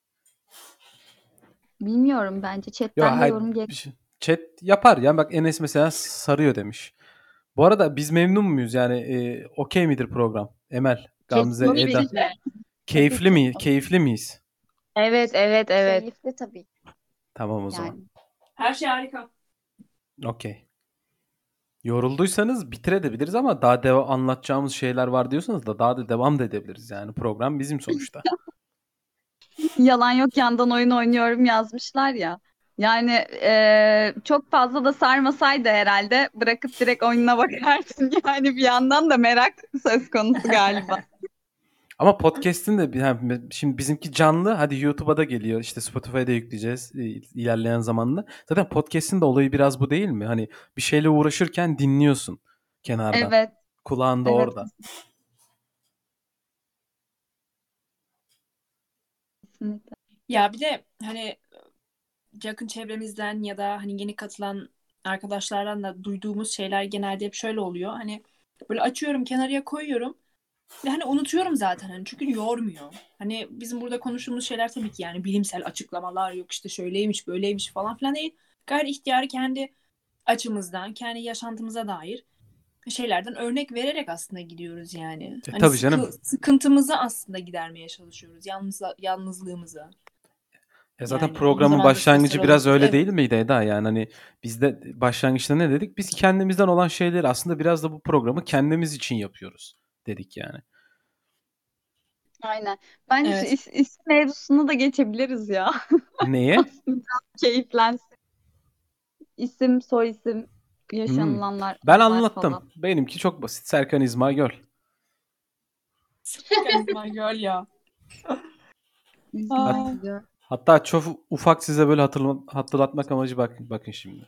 bilmiyorum, bence Yo, chatten de hayır, yorum bir şey. Chat yapar ya, bak Enes mesela sarıyor demiş. Bu arada biz memnun muyuz yani, okey midir program? Emel, Gamze, Eda. kesinlikle. Keyifli Tabii ki. mi? Keyifli miyiz? Evet, evet, evet. Keyifli tabii Tamam o zaman. yani. Her şey harika. Okey. Yorulduysanız bitirebiliriz ama daha anlatacağımız şeyler var diyorsanız da daha da devam da edebiliriz yani. Program bizim sonuçta. Yalan yok, yandan oyun oynuyorum yazmışlar ya. Yani çok fazla da sarmasaydı herhalde bırakıp direkt oyununa bakarsın. Yani bir yandan da merak söz konusu galiba. Ama podcast'in de şimdi bizimki canlı, hadi YouTube'a da geliyor, işte Spotify'da yükleyeceğiz ilerleyen zamanda. Zaten podcast'in de olayı biraz bu değil mi? Hani bir şeyle uğraşırken dinliyorsun kenardan. Evet, Kulağında evet, orada. kesinlikle. Ya bir de hani yakın çevremizden ya da hani yeni katılan arkadaşlardan da duyduğumuz şeyler genelde hep şöyle oluyor. Hani böyle açıyorum, kenarıya koyuyorum ve hani unutuyorum zaten, hani çünkü yormuyor. Hani bizim burada konuştuğumuz şeyler tabii ki yani bilimsel açıklamalar yok, işte şöyleymiş böyleymiş falan filan değil. Gayri ihtiyari kendi açımızdan, kendi yaşantımıza dair şeylerden örnek vererek aslında gidiyoruz yani. Hani Tabii canım. sıkıntımızı aslında gidermeye çalışıyoruz. Yalnızlığımızı. Zaten Yani programın zamanda başlangıcı sosyal biraz olmak. öyle Evet. değil miydi Eda? Yani hani biz de başlangıçta ne dedik? Biz kendimizden olan şeyleri aslında biraz da bu programı kendimiz için yapıyoruz dedik yani. Aynen. Bence şu Evet. isim mevzusuna da geçebiliriz ya. Neye? Keyiflensin. İsim, soy isim, Hmm. yaşanılanlar, Ben anılar falan. anlattım. Benimki çok basit. Serkan İzmay Göl. Serkan Göl ya. İzmir Aa. diyor. Hatta çok ufak size böyle hatırlatmak amacı bakın şimdi.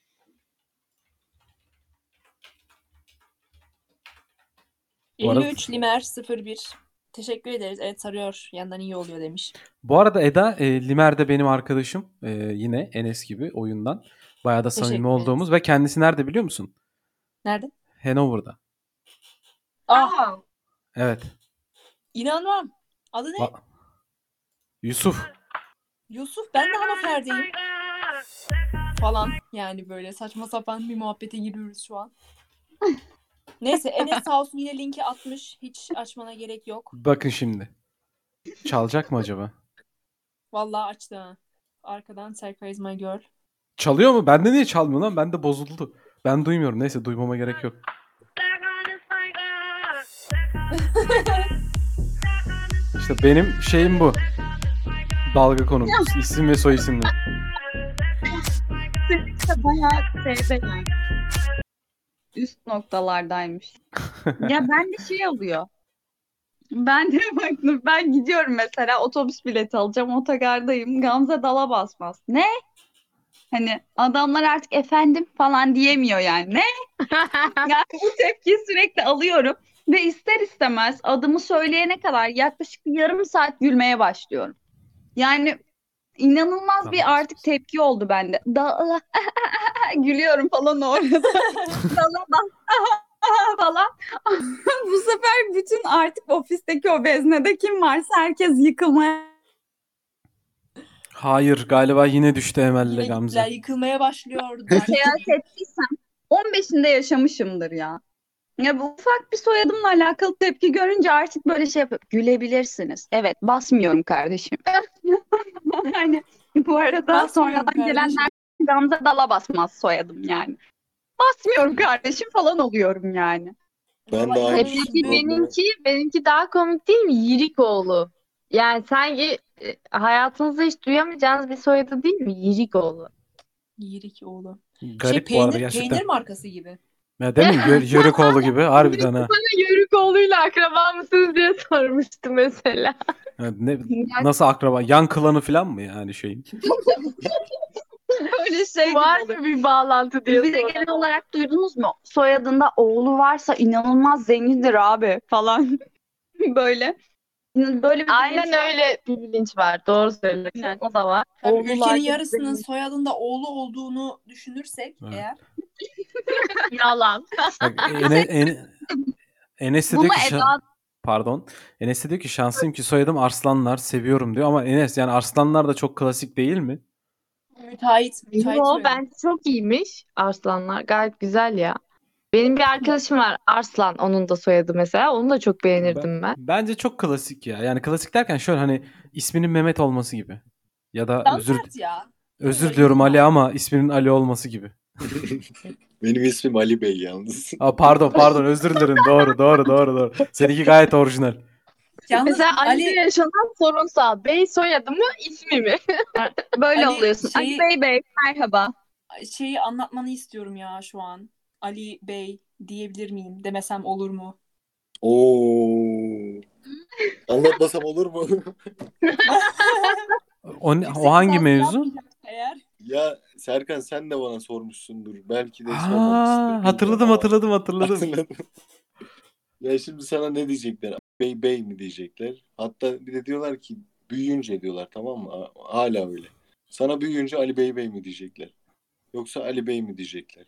Bu arada 53 Limer 01. Teşekkür ederiz. Evet, sarıyor. Yandan iyi oluyor demiş. Bu arada Eda, Limer de benim arkadaşım. Yine Enes gibi oyundan. Bayağı da samimi Teşekkür ederiz. olduğumuz ve kendisi nerede biliyor musun? Nerede? Hanover'da. Ah, Evet. inanmam. Adı ne? Yusuf. Yusuf. Ben de Hannover'deyim. Falan. Yani böyle saçma sapan bir muhabbete giriyoruz şu an. Neyse, Enes sağ olsun yine linki atmış. Hiç açmana gerek yok. Bakın şimdi. Çalacak mı acaba? Vallahi açtı ha. Arkadan Serkay is my girl. Çalıyor mu? Bende niye çalmıyor lan? Bende bozuldu. Ben duymuyorum. Neyse duymama gerek yok. İşte benim şeyim bu. Dalga konum. İsim ve soy isimle. Bayağı şeyde yani. Üst noktalardaymış. Ya ben de şey oluyor. Ben de baktım, ben gidiyorum mesela otobüs bileti alacağım, otogardayım. Gamze dala basmaz. Ne? Hani adamlar artık efendim falan diyemiyor yani. Ne? Yani bu tepkiyi sürekli alıyorum ve ister istemez adımı söyleyene kadar yaklaşık bir yarım saat gülmeye başlıyorum. Yani inanılmaz bir artık tepki oldu bende. Dala gülüyorum falan orada. Dala bas falan. Bu sefer bütün artık ofisteki o veznede kim varsa herkes yıkılmaya Hayır galiba yine düştü Emel'le Yine Gamze. gittiler, yıkılmaya başlıyor. seyahat ettiysem 15'inde yaşamışımdır ya. Ya bu ufak bir soyadımla alakalı tepki görünce artık böyle şey yapıp gülebilirsiniz. Evet, basmıyorum kardeşim. Hani bu arada Basmıyorum sonradan kardeşim. gelenler Gamze dala basmaz soyadım yani. Basmıyorum kardeşim falan oluyorum yani. Ben Valla de aynı inanılmaz Peki bir- benimki daha komik değil mi? Yirikoğlu. Yani sanki hayatınızda hiç duyamayacağınız bir soyadı değil mi? Yirikoğlu. Yiğrik oğlu. Garip bu arada Peynir gerçekten. markası gibi. Ya değil mi? Yörükoğlu gibi harbiden ha. Yörükoğlu'yla akraba mısınız diye sormuştu mesela. Ya nasıl akraba? Yan klanı falan mı yani şeyin? Böyle şey gibi Var oluyor. mı bir bağlantı diye Bir de soran. genel olarak duydunuz mu? Soyadında oğlu varsa inanılmaz zengindir abi falan. Böyle. Böyle bir Aynen bilinç var. öyle bir bilinç var. Doğru söylüyorsun. Aynen. O da var. Tabii Oğlular ülkenin gibi yarısının zengin. soyadında oğlu olduğunu düşünürsek Evet. eğer. Yalan. Bak, Enes de Bunu diyor ki Eda pardon. Enes de diyor ki şanslıyım ki soyadım Arslanlar seviyorum diyor ama Enes yani Arslanlar da çok klasik değil mi? Müteahhit Yo, soyadı. bence çok iyiymiş Arslanlar. Gayet güzel ya. Benim bir arkadaşım var Arslan. Onun da soyadı mesela. Onu da çok beğenirdim ben. Bence çok klasik ya. Yani klasik derken şöyle hani isminin Mehmet olması gibi. Ya da Standart ya. özür Öyle diliyorum değil Ali mi? ama isminin Ali olması gibi. Benim ismim Ali Bey yalnız. Aa, pardon özür dilerim. Doğru. Seninki gayet orijinal. Yalnız Mesela Ali'de Ali yaşanan sorunsal. Bey soyadı mı ismi mi? böyle Ali oluyorsun. şeyi- Ali Bey merhaba. şeyi anlatmanı istiyorum ya şu an. Ali Bey diyebilir miyim? Demesem olur mu? Oo. Anlatmasam olur mu? O hangi lisans mevzu? yapmayacaksa eğer. Ya Serkan sen de bana sormuşsundur. Belki de sormamışsındır. Hatırladım. Hatırladım. Ya şimdi sana ne diyecekler? Bey bey mi diyecekler? Hatta bir de diyorlar ki büyüyünce diyorlar, tamam mı? Hala öyle. Sana büyüyünce Ali Bey bey mi diyecekler? Yoksa Ali Bey mi diyecekler?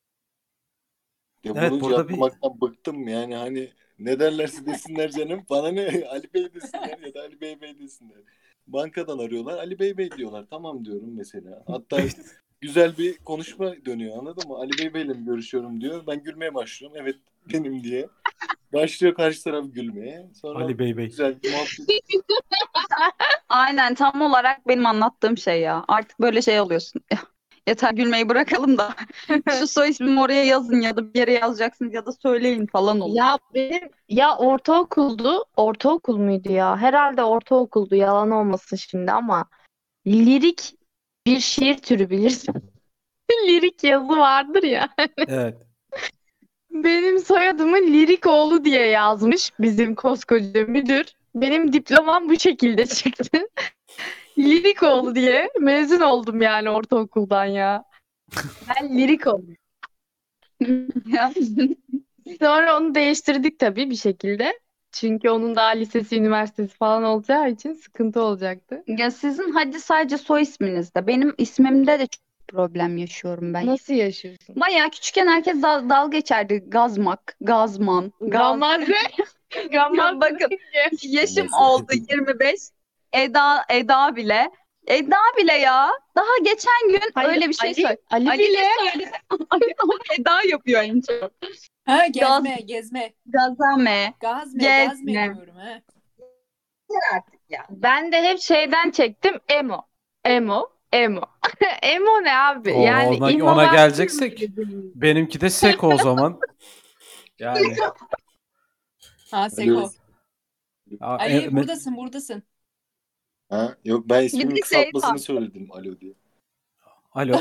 Ya Evet, bunu burada cevaplamaktan bıktım yani, hani ne derlerse desinler canım. Bana ne? Ali Bey desinler ya da Ali Bey bey desinler. Bankadan arıyorlar, Ali Bey bey diyorlar. Tamam diyorum mesela. Hatta güzel bir konuşma dönüyor, anladın mı? Ali Bey beyle mi görüşüyorum diyor. Ben gülmeye başlıyorum. Evet benim diye. Başlıyor karşı taraf gülmeye. Sonra Ali Bey Bey. güzel bir muhabbet. Aynen tam olarak benim anlattığım şey ya. Artık böyle şey oluyorsun. Yeter gülmeyi bırakalım da şu soy ismimi oraya yazın ya da bir yere yazacaksınız ya da söyleyin falan oluyor. Ya benim ortaokul muydu ya? Herhalde ortaokuldu, yalan olmasın şimdi ama lirik bir şiir türü bilirsin. Lirik yazı vardır ya. Evet. Benim soyadımı Lirikoğlu diye yazmış bizim koskoca müdür. Benim diplomam bu şekilde çıktı. Lirikoğlu diye mezun oldum yani ortaokuldan ya. Ben Lirikoğlu. Ya, Sonra onu değiştirdik tabii bir şekilde. Çünkü onun daha lisesi, üniversitesi falan olacağı için sıkıntı olacaktı. ya sizin hadi sadece soy isminizde. Benim ismimde de çok problem yaşıyorum ben. Nasıl yaşıyorsun? Bayağı küçükken herkes dalga geçerdi. Gazmak, Gazman, Gamaze. Ya bakın yaşım Gamaze. oldu 25. Eda bile. Eda bile ya. Daha geçen gün Hayır, öyle bir şey Ali- söyledi. Ali Ali bile. de söyledi. Ama Eda yapıyor en çok. Ha gezme. Gazame. Gazme Gezme. diyorum ha. Ya. Ben de hep şeyden çektim. Emo. Emo. Emo ne abi? Oo, Yani ona emo var geleceksek mı böyle? benimki de Seko o zaman. Yani Ha Seko. Alo. Ali buradasın. Ha? Yok, ben Bir ismimin de şey var. kısaltmasını söyledim alo diye. alo.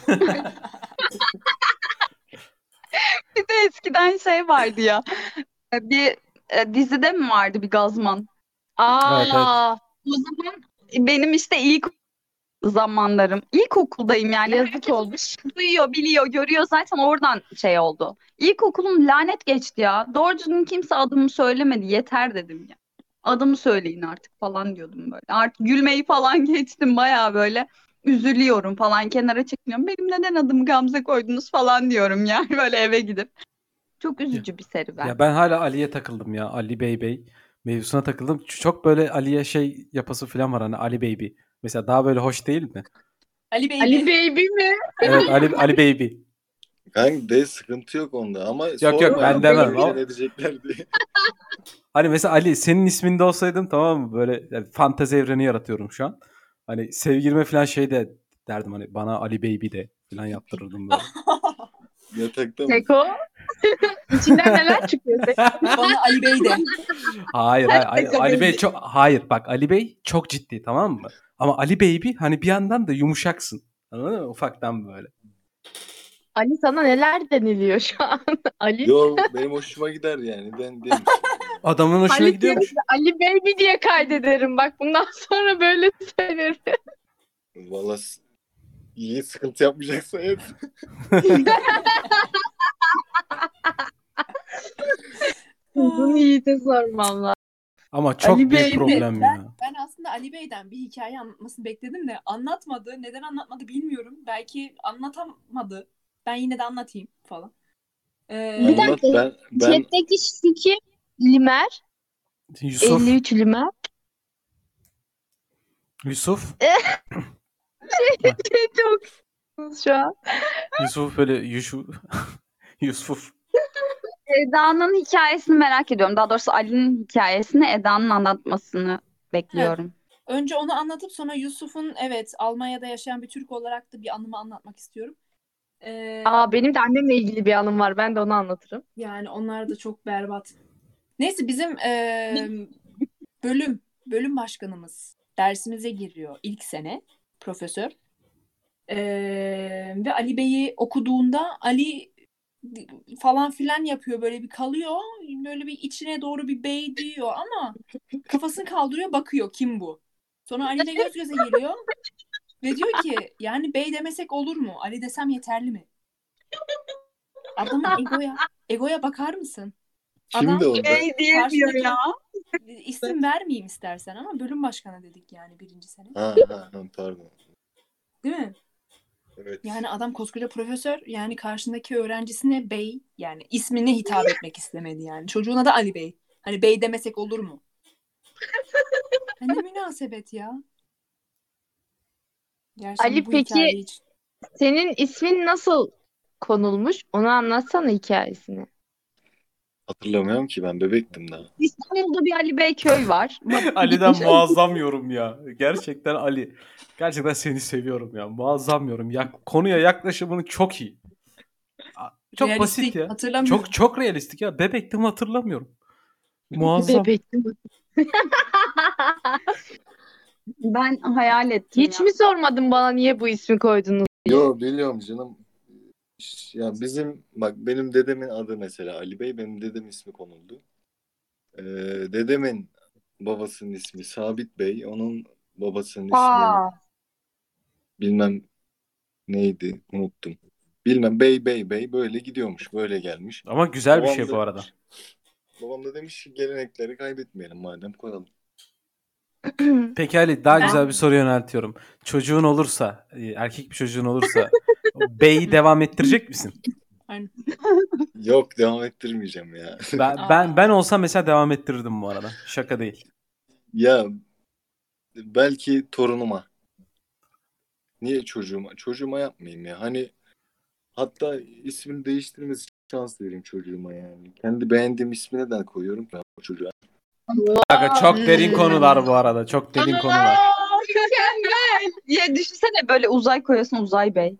Bir de eskiden şey vardı ya. Bir dizide mi vardı bir gazman? Evet, evet. Aa, O zaman benim işte ilk zamanlarım. İlkokuldayım yani. yazık Herkes olmuş. duyuyor, biliyor, görüyor zaten oradan şey oldu. İlkokulum lanet geçti ya. Doğru düzgün kimse adımı söylemedi. Yeter dedim ya. Adımı söyleyin artık falan diyordum böyle. Artık gülmeyi falan geçtim bayağı böyle. Üzülüyorum falan kenara çekiliyorum. Benim neden adımı Gamze koydunuz falan diyorum yani böyle eve gidip. Çok üzücü bir serüven. Ya ben hala Ali'ye takıldım ya. Ali Bey mevzusuna takıldım. Çok böyle Ali'ye şey yapası falan var hani Ali Baby. Mesela daha böyle hoş değil mi? Ali Baby. Ali Baby mi? Evet, Ali Baby. Kanka de sıkıntı yok onda ama Yok, sorma ben yani demem böyle ama ne diyecekler diye. hani mesela Ali senin isminde olsaydım, tamam mı? Böyle yani fantezi evreni yaratıyorum şu an. Hani sevgilime falan şey de derdim, hani bana Ali Baby de falan yaptırırdım böyle. Yatakta mı? Seko. İçinden neler çıkıyor Seko? Bana Ali Bey de. Hayır, Seko Ali Bey Baby. çok, hayır bak, Ali Bey çok ciddi, tamam mı? Ama Ali Baby hani bir yandan da yumuşaksın. Anladın mı? Ufaktan böyle. Ali sana neler deniliyor şu an? Ali. Yo, benim hoşuma gider yani. Ben demiş. Adamın hoşuna Ali diye, gidiyormuş. Ali Baby diye kaydederim. Bak bundan sonra böyle söylerim. Valla iyi, sıkıntı yapmayacaksa hep. Bunu Yiğit'e sormam lazım. Ama çok Ali büyük Bey problem ya. Ben aslında Ali Bey'den bir hikaye anlatmasını bekledim de anlatmadı. Neden anlatmadı bilmiyorum. Belki anlatamadı. Ben yine de anlatayım falan. Bir Anlat, dakika. ben Chat'teki şu kim? Limer. Yusuf, 53 Limer. Yusuf, Çok şu an. Yusuf böyle Yusuf. Eda'nın hikayesini merak ediyorum. Daha doğrusu Ali'nin hikayesini Eda'nın anlatmasını bekliyorum. Önce onu anlatıp sonra Yusuf'un Almanya'da yaşayan bir Türk olarak da bir anımı anlatmak istiyorum. Benim de annemle ilgili bir anım var. Ben de onu anlatırım. Yani onlar da çok berbat. Neyse bizim bölüm başkanımız dersimize giriyor ilk sene profesör. Ve Ali Bey'i okuduğunda Ali falan filan yapıyor, böyle bir kalıyor, böyle bir içine doğru bir bey diyor ama kafasını kaldırıyor, bakıyor kim bu. Sonra Ali ile göz göze geliyor ve diyor ki yani bey demesek olur mu? Ali desem yeterli mi? Adamın egoya bakar mısın? Adam kimdi orada? Diyemiyor ya. isim vermeyeyim istersen ama bölüm başkanı dedik yani birinci sene. Ha, pardon. Değil mi? Evet. Yani adam koskoca profesör, yani karşındaki öğrencisine bey, yani ismine hitap etmek istemedi yani. Çocuğuna da Ali Bey. Hani bey demesek olur mu? Ne münasebet ya. Gerçekten Ali bu peki hikaye için. senin ismin nasıl konulmuş? Onu anlatsana hikayesini. Hatırlamıyorum ki, ben bebektim daha. İstanbul'da bir Ali Bey köy var. Ali'den muazzam yorum ya. Gerçekten Ali. Gerçekten seni seviyorum ya. Muazzam yorum. Konuya yaklaşımın çok iyi. Çok Realistik, basit ya. hatırlamıyorum. Çok realistik ya. Bebektim, hatırlamıyorum. Muazzam. Bebektim. Ben hayal ettim Hiç ya. mi sormadın bana niye bu ismi koydunuz? Yo, biliyorum canım. Ya benim dedemin adı mesela Ali Bey, benim dedemin ismi konuldu. Dedemin babasının ismi Sabit Bey, onun babasının ismi bilmem neydi, unuttum. Bilmem, bey böyle gidiyormuş, böyle gelmiş. Ama güzel bir Babam şey da bu arada. Babam da demiş ki gelenekleri kaybetmeyelim, madem koyalım. Peki Ali, daha Ben- güzel bir soru yöneltiyorum. Çocuğun olursa, erkek bir çocuğun olursa Bey'i devam ettirecek misin? Aynen. Yok, devam ettirmeyeceğim ya. Ben olsam mesela devam ettirirdim bu arada. Şaka değil. Ya belki torunuma. Niye çocuğuma? Çocuğuma yapmayayım ya. Hani hatta ismini değiştirmesi için şans vereyim çocuğuma yani. Kendi beğendiğim ismi neden koyuyorum ki o çocuğa? Kanka çok derin konular bu arada. Çok derin konular. Mükemmel. Ya düşünsene böyle uzay koyuyorsun, Uzay Bey.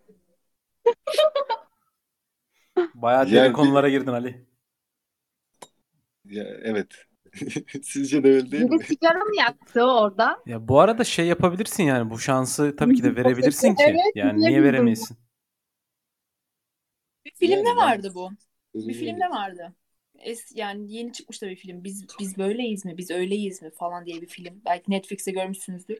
Bayağı derin Yani konulara girdin Ali. ya, evet. Sizce de öyle değil mi? Biri sigara mı yaktı orada? Ya bu arada şey yapabilirsin yani bu şansı tabii ki de Müzik kafesi. verebilirsin ki. Evet, Yani niye niye bildim? veremeysin? Bir filmde Yani ben vardı bu. Bir dediğim filmde gibi. vardı. Yani yeni çıkmış da bir film. Biz böyleyiz mi? Biz öyleyiz mi? Falan diye bir film. Belki Netflix'te görmüşsünüzdür.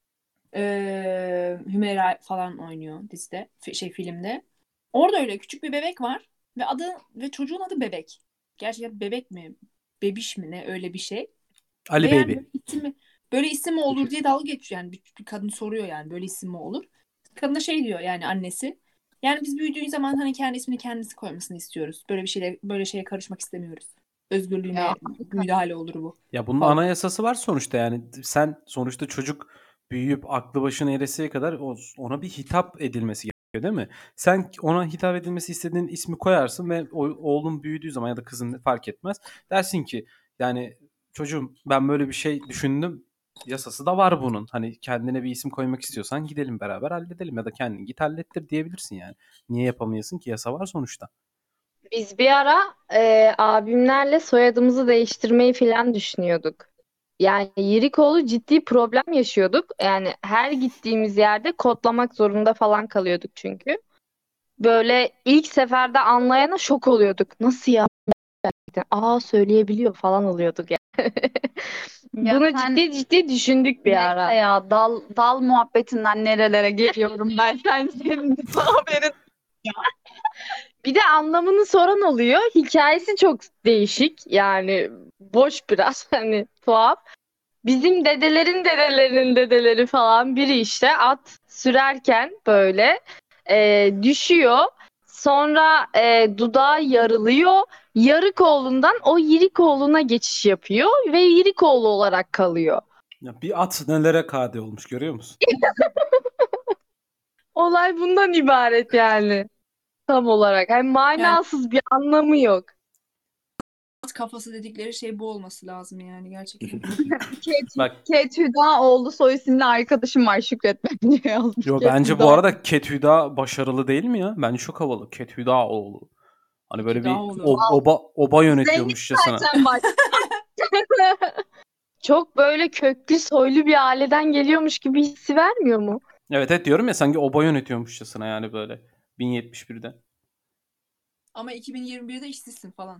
Hümeyra falan oynuyor dizide, filmde. Orada öyle küçük bir bebek var ve çocuğun adı Bebek. Gerçekten bebek mi, bebiş mi ne öyle bir şey. Ali Ve yani Baby. böyle isim mi olur diye dalga geçiyor yani bir kadın soruyor yani böyle isim mi olur? Kadın da şey diyor yani annesi. Yani biz büyüdüğü zaman hani kendi ismini kendisi koymasını istiyoruz. Böyle şeye karışmak istemiyoruz. Özgürlüğüne Ya, müdahale olur bu Ya bunun falan. anayasası var sonuçta yani. Sen sonuçta çocuk büyüyüp aklı başına eresiye kadar ona bir hitap edilmesi gerekiyor değil mi? Sen ona hitap edilmesi istediğin ismi koyarsın ve oğlun büyüdüğü zaman ya da kızın fark etmez. Dersin ki yani çocuğum ben böyle bir şey düşündüm. Yasası da var bunun. Hani kendine bir isim koymak istiyorsan gidelim beraber halledelim ya da kendin git hallettir diyebilirsin yani. Niye yapamayasın ki? Yasa var sonuçta. biz bir ara abimlerle soyadımızı değiştirmeyi falan düşünüyorduk. Yani Yirikoğlu ciddi problem yaşıyorduk. Yani her gittiğimiz yerde kodlamak zorunda falan kalıyorduk çünkü. Böyle ilk seferde anlayana şok oluyorduk. Nasıl ya? Aa, söyleyebiliyor falan oluyorduk yani. Ya Bunu sen ciddi ciddi düşündük bir neyse ara. ya dal muhabbetinden nerelere geliyorum ben senin haberin. Bir de anlamını soran oluyor. Hikayesi çok değişik. Yani boş biraz hani tuhaf. Bizim dedelerin dedelerinin dedeleri falan biri işte at sürerken böyle düşüyor. Sonra dudağı yarılıyor. Yarıkoğlu'ndan o Yirikoğlu'na geçiş yapıyor ve Yirikoğlu olarak kalıyor. Ya bir at nelere kade olmuş görüyor musun? Olay bundan ibaret yani tam olarak. Yani Yani manasız bir anlamı yok. at kafası dedikleri şey bu olması lazım yani gerçekten. Bak Ket Hüdaoğlu soy isimli arkadaşım var Şükretmek diye yazmış. yo Ket bence bu Hüdaoğlu. arada Ketüda başarılı değil mi ya? Bence çok havalı. Ketüdaoğlu. Hani böyle bir Ketüdaoğlu. oba Zengin yönetiyormuşçasına. zaten bak. Çok böyle köklü soylu bir aileden geliyormuş gibi hissi vermiyor mu? Evet evet diyorum ya sanki oba yönetiyormuşçasına yani böyle 1071'de. Ama 2021'de işsizsin falan.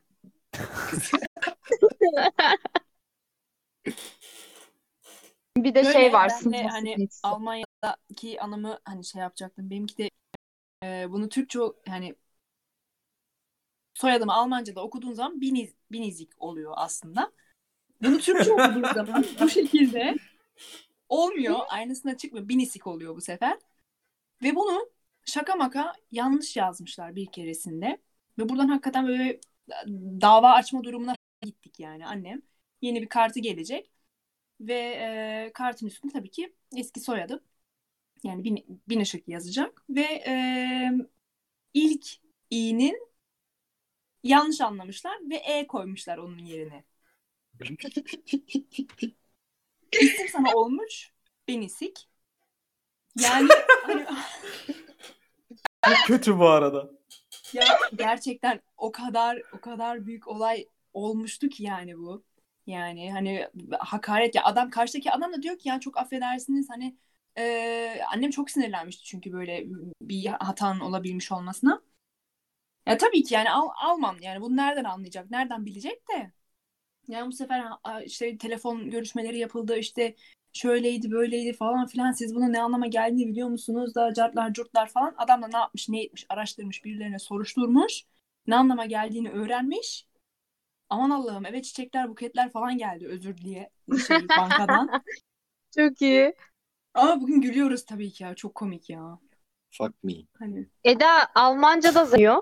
Bir de Şöyle şey var ben de sınıf hani sıkıntısı. Almanya'daki anımı hani şey yapacaktım. Benimki de bunu Türkçe hani soyadımı Almanca'da okuduğun zaman Binizik oluyor aslında. Bunu Türkçe okuduğun zaman bu şekilde olmuyor. Aynısına çıkmıyor. Binisik oluyor bu sefer. Ve bunu şaka maka yanlış yazmışlar bir keresinde. Ve buradan hakikaten böyle dava açma durumuna gittik yani annem. Yeni bir kartı gelecek. Ve kartın üstünde tabii ki eski soyadım. Yani bin ışık yazacak. Ve ilk i'nin yanlış anlamışlar ve e koymuşlar onun yerine. İsim sana olmuş. Benisik. Yani hani Çok kötü bu arada. ya gerçekten o kadar büyük olay olmuştu ki yani bu. Yani hani hakaret ya karşıdaki adam da diyor ki ya çok affedersiniz hani annem çok sinirlenmişti çünkü böyle bir hatanın olabilmiş olmasına. Ya tabii ki yani Alman yani bunu nereden anlayacak, nereden bilecek de. Yani bu sefer işte telefon görüşmeleri yapıldı işte şöyleydi böyleydi falan filan siz bunun ne anlama geldiğini biliyor musunuz da cartlar curtlar falan. Adam da ne yapmış ne etmiş araştırmış birilerine soruşturmuş. Ne anlama geldiğini öğrenmiş. Aman Allah'ım eve çiçekler buketler falan geldi özür diye bankadan. Çok iyi. Ama bugün gülüyoruz tabii ki ya çok komik ya. Fuck me. Hani Eda Almanca'da zıyor.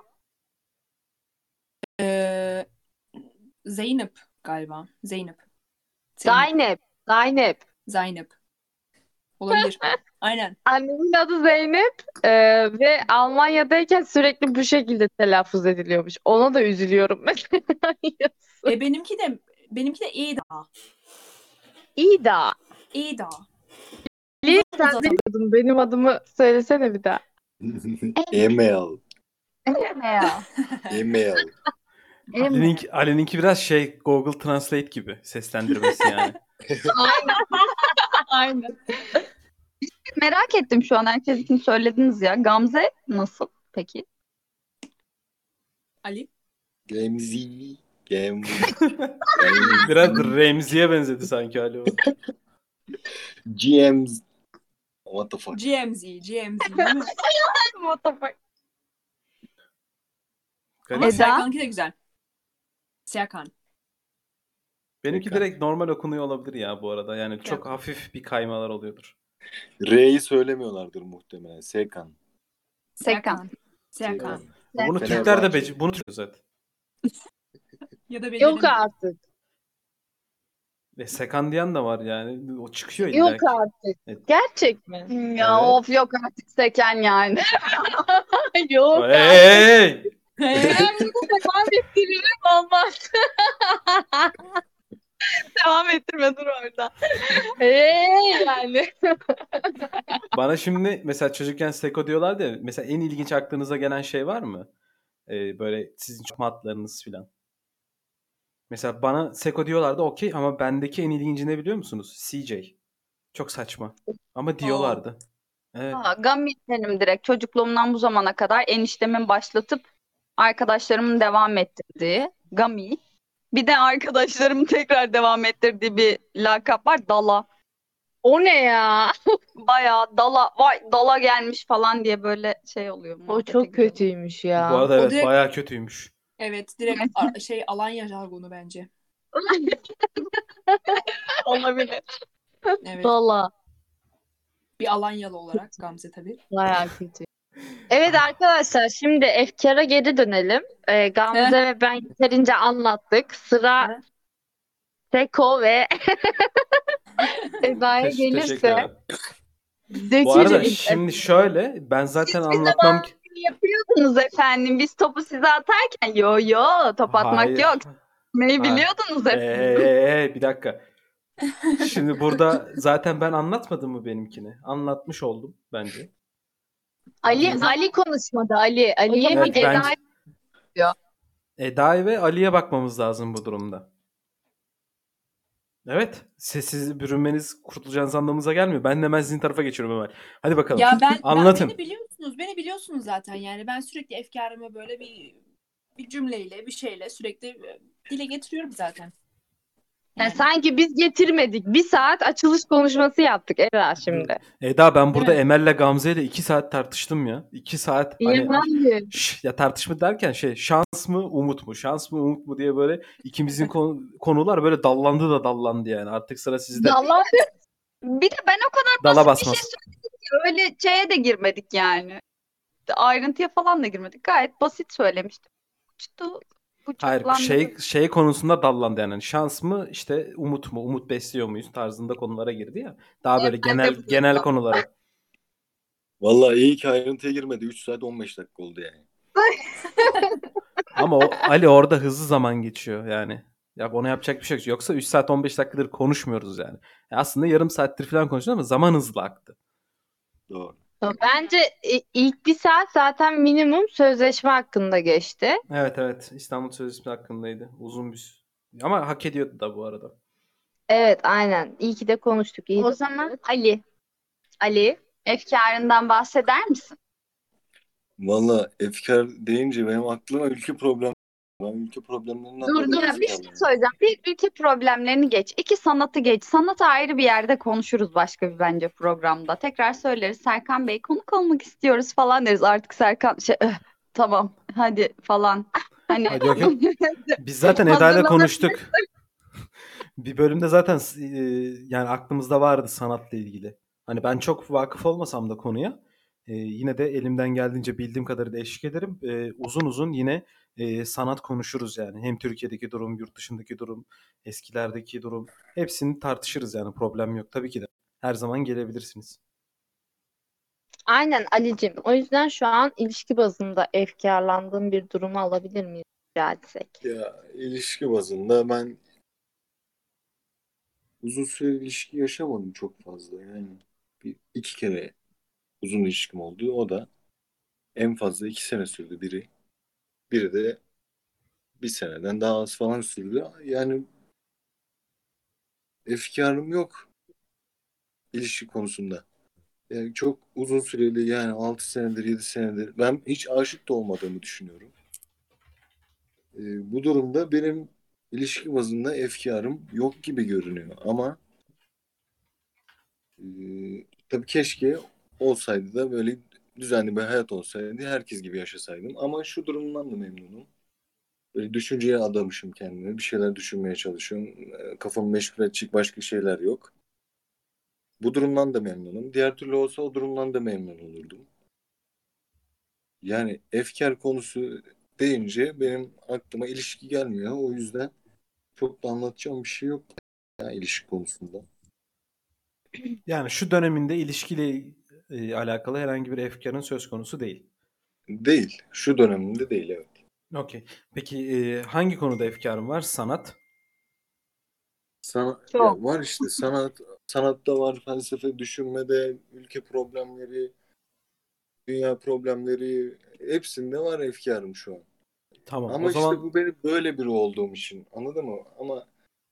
eee, Zeynep galiba. Zeynep. Zeynep. Zeynep. Zeynep. Olabilir. Aynen. Annemin adı Zeynep ve Almanya'dayken sürekli bu şekilde telaffuz ediliyormuş. Ona da üzülüyorum mesela. Benimki de İda. İyi da. İda. Ali sen bilmiyordun. Benim adımı söylesene bir daha. Email. Ne ya? Email. Ali'ninki biraz şey Google Translate gibi seslendirmesi yani. Aynen. Merak ettim şu an, herkes söylediniz ya. Gamze nasıl peki? Ali. Gemzi. Gemzi. Biraz Remzi'ye benzedi sanki Ali o. GMs. What the fuck? GMZ değil mi? What the fuck? Ama Eda? Serkan'ınki de güzel. Serkan. Benimki Serkan. direkt normal okunuyor olabilir ya bu arada. Yani çok Serkan. hafif bir kaymalar oluyordur. R'yi söylemiyorlardır muhtemelen. Sekan. Serkan. Serkan. Bunu Fenerbahçe. Türkler de bunu Türkler zaten. Ya da Yok beceremiyorum. artık. Sekan diyen de var yani. O çıkıyor illa Yok ki. artık. Evet. Gerçek mi? Ya Evet. of, yok artık Seken yani. Yok. Hey! Ben bunu devam ettiririm olmaz. Devam ettirme, dur orada. Yani. Bana şimdi mesela çocukken Seko diyorlardı ya. Mesela en ilginç aklınıza gelen şey var mı? Böyle sizin çok adlarınız filan. Mesela bana Seko diyorlardı okey ama bendeki en ilginci ne biliyor musunuz? CJ. Çok saçma. Ama diyorlardı. Evet. Gami benim direkt çocukluğumdan bu zamana kadar eniştemin başlatıp arkadaşlarımın devam ettirdiği Gami. Bir de arkadaşlarımın tekrar devam ettirdiği bir lakap var, Dala. O ne ya? Bayağı Dala, vay Dala gelmiş falan diye böyle şey oluyor. O muhabbete çok giriyorlar. kötüymüş Bu ya. arada O evet direkt- bayağı kötüymüş. Evet direkt Alanya jargonu bence. Olabilir. Evet. Valla. Bir Alanyalı olarak Gamze tabii. Bayağı kötü. Evet arkadaşlar, şimdi efkara geri dönelim. Gamze ve ben yeterince anlattık. Sıra Hı. Seko ve Eda'ya Teşekkür gelirse ederim. Bu arada dökeriz. şimdi şöyle ben zaten anlatmam ki... Yapıyordunuz efendim. Biz topu size atarken yo top atmak Hayır. yok. Neyi Ha. biliyordunuz efendim. Bir dakika. Şimdi burada zaten ben anlatmadım mı benimkini? Anlatmış oldum bence. Ali konuşmadı. Ali Evet, Eda bence Eda'ya ve Ali'ye bakmamız lazım bu durumda. Evet. Sessiz bürünmeniz kurtulacağınız anlamınıza gelmiyor. Ben de hemen sizin tarafa geçiyorum hemen. Hadi bakalım. Ya Anlatın. beni biliyorsunuz zaten yani ben sürekli efkarımı böyle bir cümleyle bir şeyle sürekli dile getiriyorum zaten. Yani Yani. sanki biz getirmedik. Bir saat açılış konuşması yaptık Eda şimdi. Eda ben burada Değil mi? Emel'le Gamze'yle 2 saat tartıştım ya. 2 saat hani Hayır. ya tartışma derken şans mı umut mu? Şans mı umut mu diye böyle ikimizin konular böyle dallandı yani. Artık sıra sizde. Yalan. Bir de ben o kadar Dala basit bir şey basmaz. söyledim ki öyle şeye de girmedik yani. Ayrıntıya falan da girmedik. Gayet basit söylemiştim. Hayır Buçuklandı. şey konusunda dallandı yani. Hani şans mı işte umut mu? Umut besliyor muyuz tarzında konulara girdi ya. Daha böyle Ben de genel konulara. Vallahi iyi ki ayrıntıya girmedi. 3 saat 15 dakika oldu yani. Ama Ali orada hızlı zaman geçiyor yani. Ya ona yapacak bir şey yok. Yoksa 3 saat 15 dakikadır konuşmuyoruz yani. Aslında yarım saattir falan konuşuyoruz ama zaman hızlı aktı. Doğru. Bence ilk bir saat zaten minimum sözleşme hakkında geçti. Evet. İstanbul Sözleşmesi hakkındaydı. Uzun bir... Ama hak ediyordu da bu arada. Evet, aynen. İyi ki de konuştuk. İyi O de zaman konuştuk. Ali, efkarından bahseder misin? Vallahi efkar deyince benim aklıma ülke problemi. Ben ülke problemlerinden Dur, dolayı Ya bir şey efkarlıyım. söyleyeceğim. Bir ülke problemlerini geç. İki sanatı geç. Sanatı ayrı bir yerde konuşuruz başka bir bence programda. Tekrar söyleriz. Serkan Bey konuk olmak istiyoruz falan deriz. Artık Serkan tamam hadi falan. Hani Hadi yok. Biz zaten Eda'yla Hazırlanır. konuştuk. Bir bölümde zaten yani aklımızda vardı sanatla ilgili. Hani ben çok vakıf olmasam da konuya yine de elimden geldiğince bildiğim kadarıyla eşlik ederim. Uzun uzun yine sanat konuşuruz yani. Hem Türkiye'deki durum, yurt dışındaki durum, eskilerdeki durum. Hepsini tartışırız yani problem yok tabii ki de. Her zaman gelebilirsiniz. Aynen Ali'cim. O yüzden şu an ilişki bazında efkarlandığım bir durumu alabilir miyiz rica etsek? Ya ilişki bazında ben uzun süre ilişki yaşamadım çok fazla yani. iki kere uzun ilişkim oldu. O da en fazla 2 sene sürdü biri. Biri de 1 seneden daha az falan sürdü. Yani efkarım yok ilişki konusunda. Yani çok uzun süreli, yani 6 senedir 7 senedir ben hiç aşık da olmadığımı düşünüyorum. Bu durumda benim ilişki bazında efkarım yok gibi görünüyor. Ama e, tabii keşke olsaydı da böyle düzenli bir hayat olsaydı, herkes gibi yaşasaydım. Ama şu durumdan da memnunum. Böyle düşünceye adamışım kendimi. Bir şeyler düşünmeye çalışıyorum. Kafamı meşgul edecek başka şeyler yok. Bu durumdan da memnunum. Diğer türlü olsa o durumdan da memnun olurdum. Yani efkar konusu deyince benim aklıma ilişki gelmiyor. O yüzden çok da anlatacağım bir şey yok ya ilişki konusunda. Yani şu döneminde ilişkiyle alakalı herhangi bir efkarın söz konusu değil. Değil. Şu döneminde değil, evet. Okey. Peki hangi konuda efkarın var? Sanat. Ya Çok. var işte sanatta var, felsefe, düşünmede, ülke problemleri, dünya problemleri, hepsinde var efkarım şu an. Tamam. O Ama işte zaman bu benim böyle biri olduğum için, anladın mı? Ama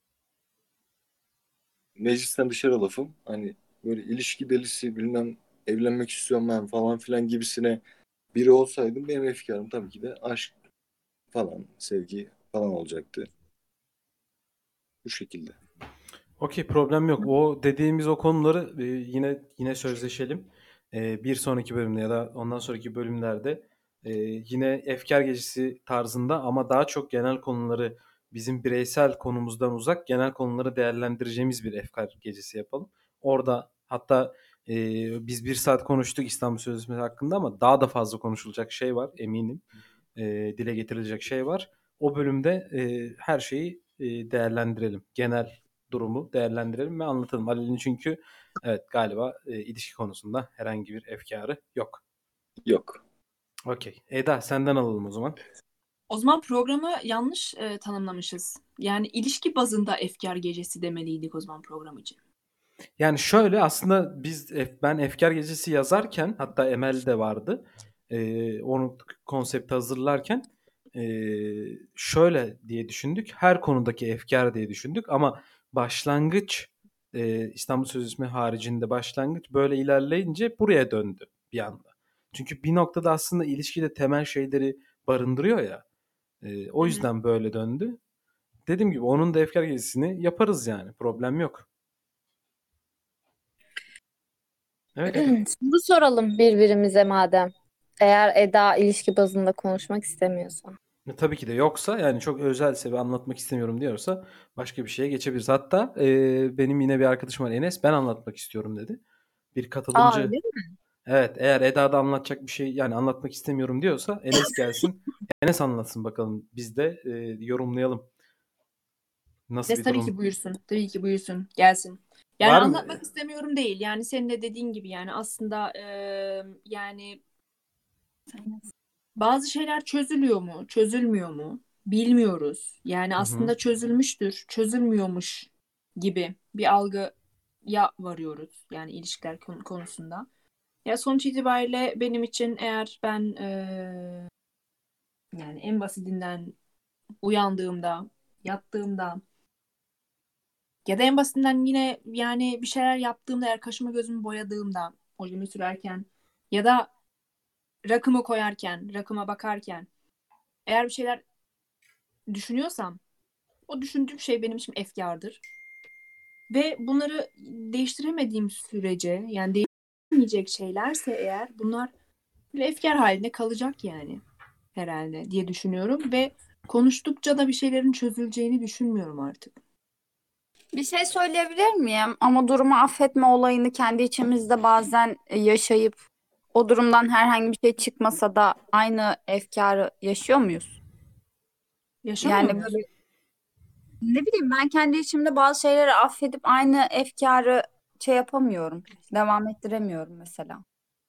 meclisten dışarı lafım, hani böyle ilişki delisi, bilmem evlenmek istiyorum ben falan filan gibisine biri olsaydım, benim efkarım tabii ki de aşk falan, sevgi falan olacaktı. Bu şekilde. okey, problem yok. O dediğimiz o konuları yine sözleşelim. Bir sonraki bölümde ya da ondan sonraki bölümlerde yine efkar gecesi tarzında ama daha çok genel konuları, bizim bireysel konumuzdan uzak genel konuları değerlendireceğimiz bir efkar gecesi yapalım. Orada hatta e, biz 1 saat konuştuk İstanbul Sözleşmesi hakkında ama daha da fazla konuşulacak şey var eminim. Dile getirilecek şey var. O bölümde her şeyi değerlendirelim. Genel durumu değerlendirelim ve anlatalım. Halil'in çünkü evet galiba ilişki konusunda herhangi bir efkarı yok. Yok. Okey. Eda senden alalım o zaman. O zaman programı yanlış tanımlamışız. Yani ilişki bazında efkar gecesi demeliydik o zaman program için. Yani şöyle aslında ben Efkar Gecesi yazarken hatta Emel de vardı. Onu konsepti hazırlarken şöyle diye düşündük. Her konudaki efkar diye düşündük ama başlangıç İstanbul Sözleşmesi haricinde başlangıç böyle ilerleyince buraya döndü bir anda. Çünkü bir noktada aslında ilişkide temel şeyleri barındırıyor ya. O Hı hı. yüzden böyle döndü. Dediğim gibi onun da Efkar Gecesi'ni yaparız yani. Problem yok. Evet Eda. Soru soralım birbirimize madem. Eğer Eda ilişki bazında konuşmak istemiyorsa. Tabii ki de yoksa yani çok özelse ve anlatmak istemiyorum diyorsa başka bir şeye geçebiliriz. Hatta benim yine bir arkadaşım var Enes, ben anlatmak istiyorum dedi. Bir Aa katılımcı. öyle mi? Evet, eğer Eda da anlatacak bir şey yani anlatmak istemiyorum diyorsa Enes gelsin. Enes anlatsın bakalım, biz de yorumlayalım. Nasıl Des bir tabii ki durum buyursun. Tabii ki buyursun. Gelsin. Yani var mı? anlatmak istemiyorum değil. Yani senin de dediğin gibi yani aslında yani bazı şeyler çözülüyor mu, çözülmüyor mu bilmiyoruz. Yani Hı hı. aslında çözülmüştür, çözülmüyormuş gibi bir algıya varıyoruz. Yani ilişkiler konusunda. Ya sonuç itibariyle benim için eğer ben yani en basitinden uyandığımda, yattığımda ya da en basitinden yine yani bir şeyler yaptığımda eğer kaşımı gözümü boyadığımda, ojemi sürerken ya da rakımı koyarken, rakıma bakarken eğer bir şeyler düşünüyorsam o düşündüğüm şey benim için efkardır. Ve bunları değiştiremediğim sürece yani değiştiremeyecek şeylerse eğer bunlar bir efkar halinde kalacak yani herhalde diye düşünüyorum ve konuştukça da bir şeylerin çözüleceğini düşünmüyorum artık. Bir şey söyleyebilir miyim? Ama durumu affetme olayını kendi içimizde bazen yaşayıp o durumdan herhangi bir şey çıkmasa da aynı efkarı yaşıyor muyuz? Yaşamıyor Yani muyuz? böyle ne bileyim ben kendi içimde bazı şeyleri affedip aynı efkarı şey yapamıyorum. Devam ettiremiyorum mesela.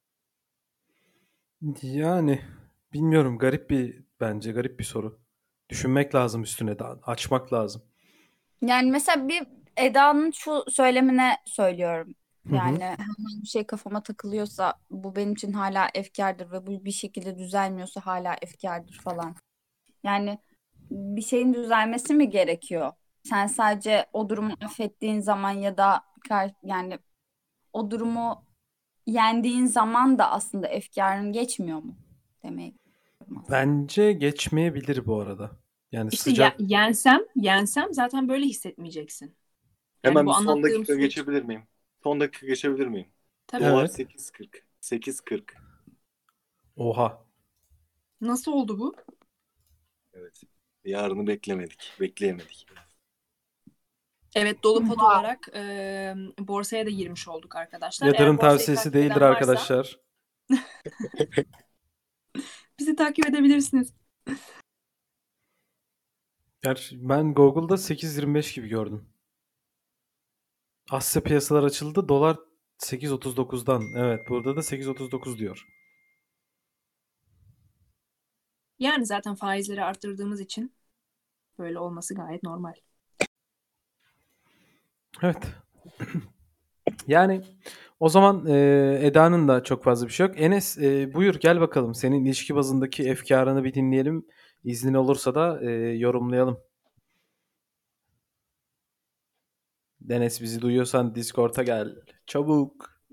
Yani bilmiyorum, bence garip bir soru. Düşünmek lazım, üstüne de açmak lazım. Yani mesela bir Eda'nın şu söylemine söylüyorum. Hı hı. Yani herhangi bir şey kafama takılıyorsa bu benim için hala efkardır ve bu bir şekilde düzelmiyorsa hala efkardır falan. Yani bir şeyin düzelmesi mi gerekiyor? Sen sadece o durumu affettiğin zaman ya da yani o durumu yendiğin zaman da aslında efkarın geçmiyor mu demek. Bence geçmeyebilir bu arada. Yani İşte sıcak. yensem zaten böyle hissetmeyeceksin. Yani Hemen bu bir son anlattığım dakika süreç. geçebilir miyim? Son dakika geçebilir miyim? Tabii. Dolar Evet. 8.40. 8.40. Oha. Nasıl oldu bu? Evet. Yarını bekleyemedik. Evet, dolu pot olarak borsaya da girmiş olduk arkadaşlar. Eğer Yatırım borsayı tavsiyesi takip değildir eden varsa arkadaşlar. bizi takip edebilirsiniz. Gerçi ben Google'da 8.25 gibi gördüm. Asya piyasalar açıldı. Dolar 8.39'dan. Evet, burada da 8.39 diyor. Yani zaten faizleri arttırdığımız için böyle olması gayet normal. Evet. Yani o zaman Eda'nın da çok fazla bir şey yok. Enes, buyur gel bakalım. Senin ilişki bazındaki efkarını bir dinleyelim. İznin olursa da yorumlayalım. Enes, bizi duyuyorsan Discord'a gel. Çabuk.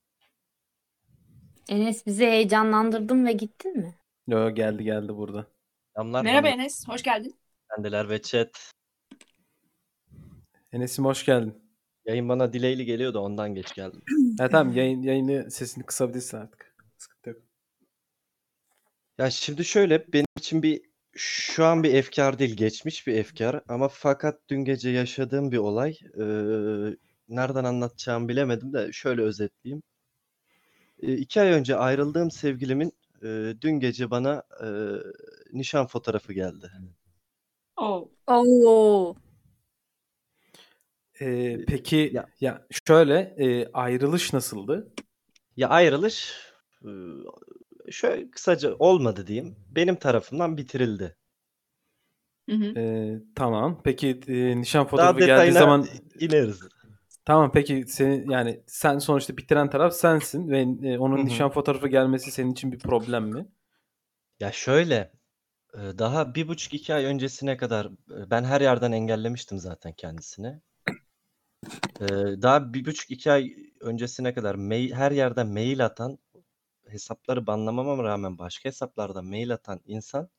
Enes, bizi heyecanlandırdın ve gittin mi? Yo, geldi burada. Selamlar Merhaba Enes, hoş geldin. hanımefendiler ve chat. Enes'im hoş geldin. Yayın bana delay'li geliyor da ondan geç geldim. Ha, tamam, yayını sesini kısabilirsin artık. Sıkıntı yok. Ya şimdi şöyle benim için şu an bir efkar değil, geçmiş bir efkar ama fakat dün gece yaşadığım bir olay. Nereden anlatacağımı bilemedim de şöyle özetleyeyim. 2 ay önce ayrıldığım sevgilimin dün gece bana nişan fotoğrafı geldi. Oo. Oo. Peki Ya, ya şöyle ayrılış nasıldı? ya ayrılış şöyle kısaca olmadı diyeyim. Benim tarafımdan bitirildi. Hı hı. Tamam. Peki nişan Daha fotoğrafı geldiği detayına zaman ineriz. tamam, peki yani sen sonuçta bitiren taraf sensin ve Hı onun hı. nişan fotoğrafı gelmesi senin için bir problem mi? Ya şöyle, daha 1,5-2 ay öncesine kadar ben her yerden engellemiştim zaten kendisini. Daha 1,5-2 ay öncesine kadar her yerden mail atan, hesapları banlamama rağmen başka hesaplardan mail atan insan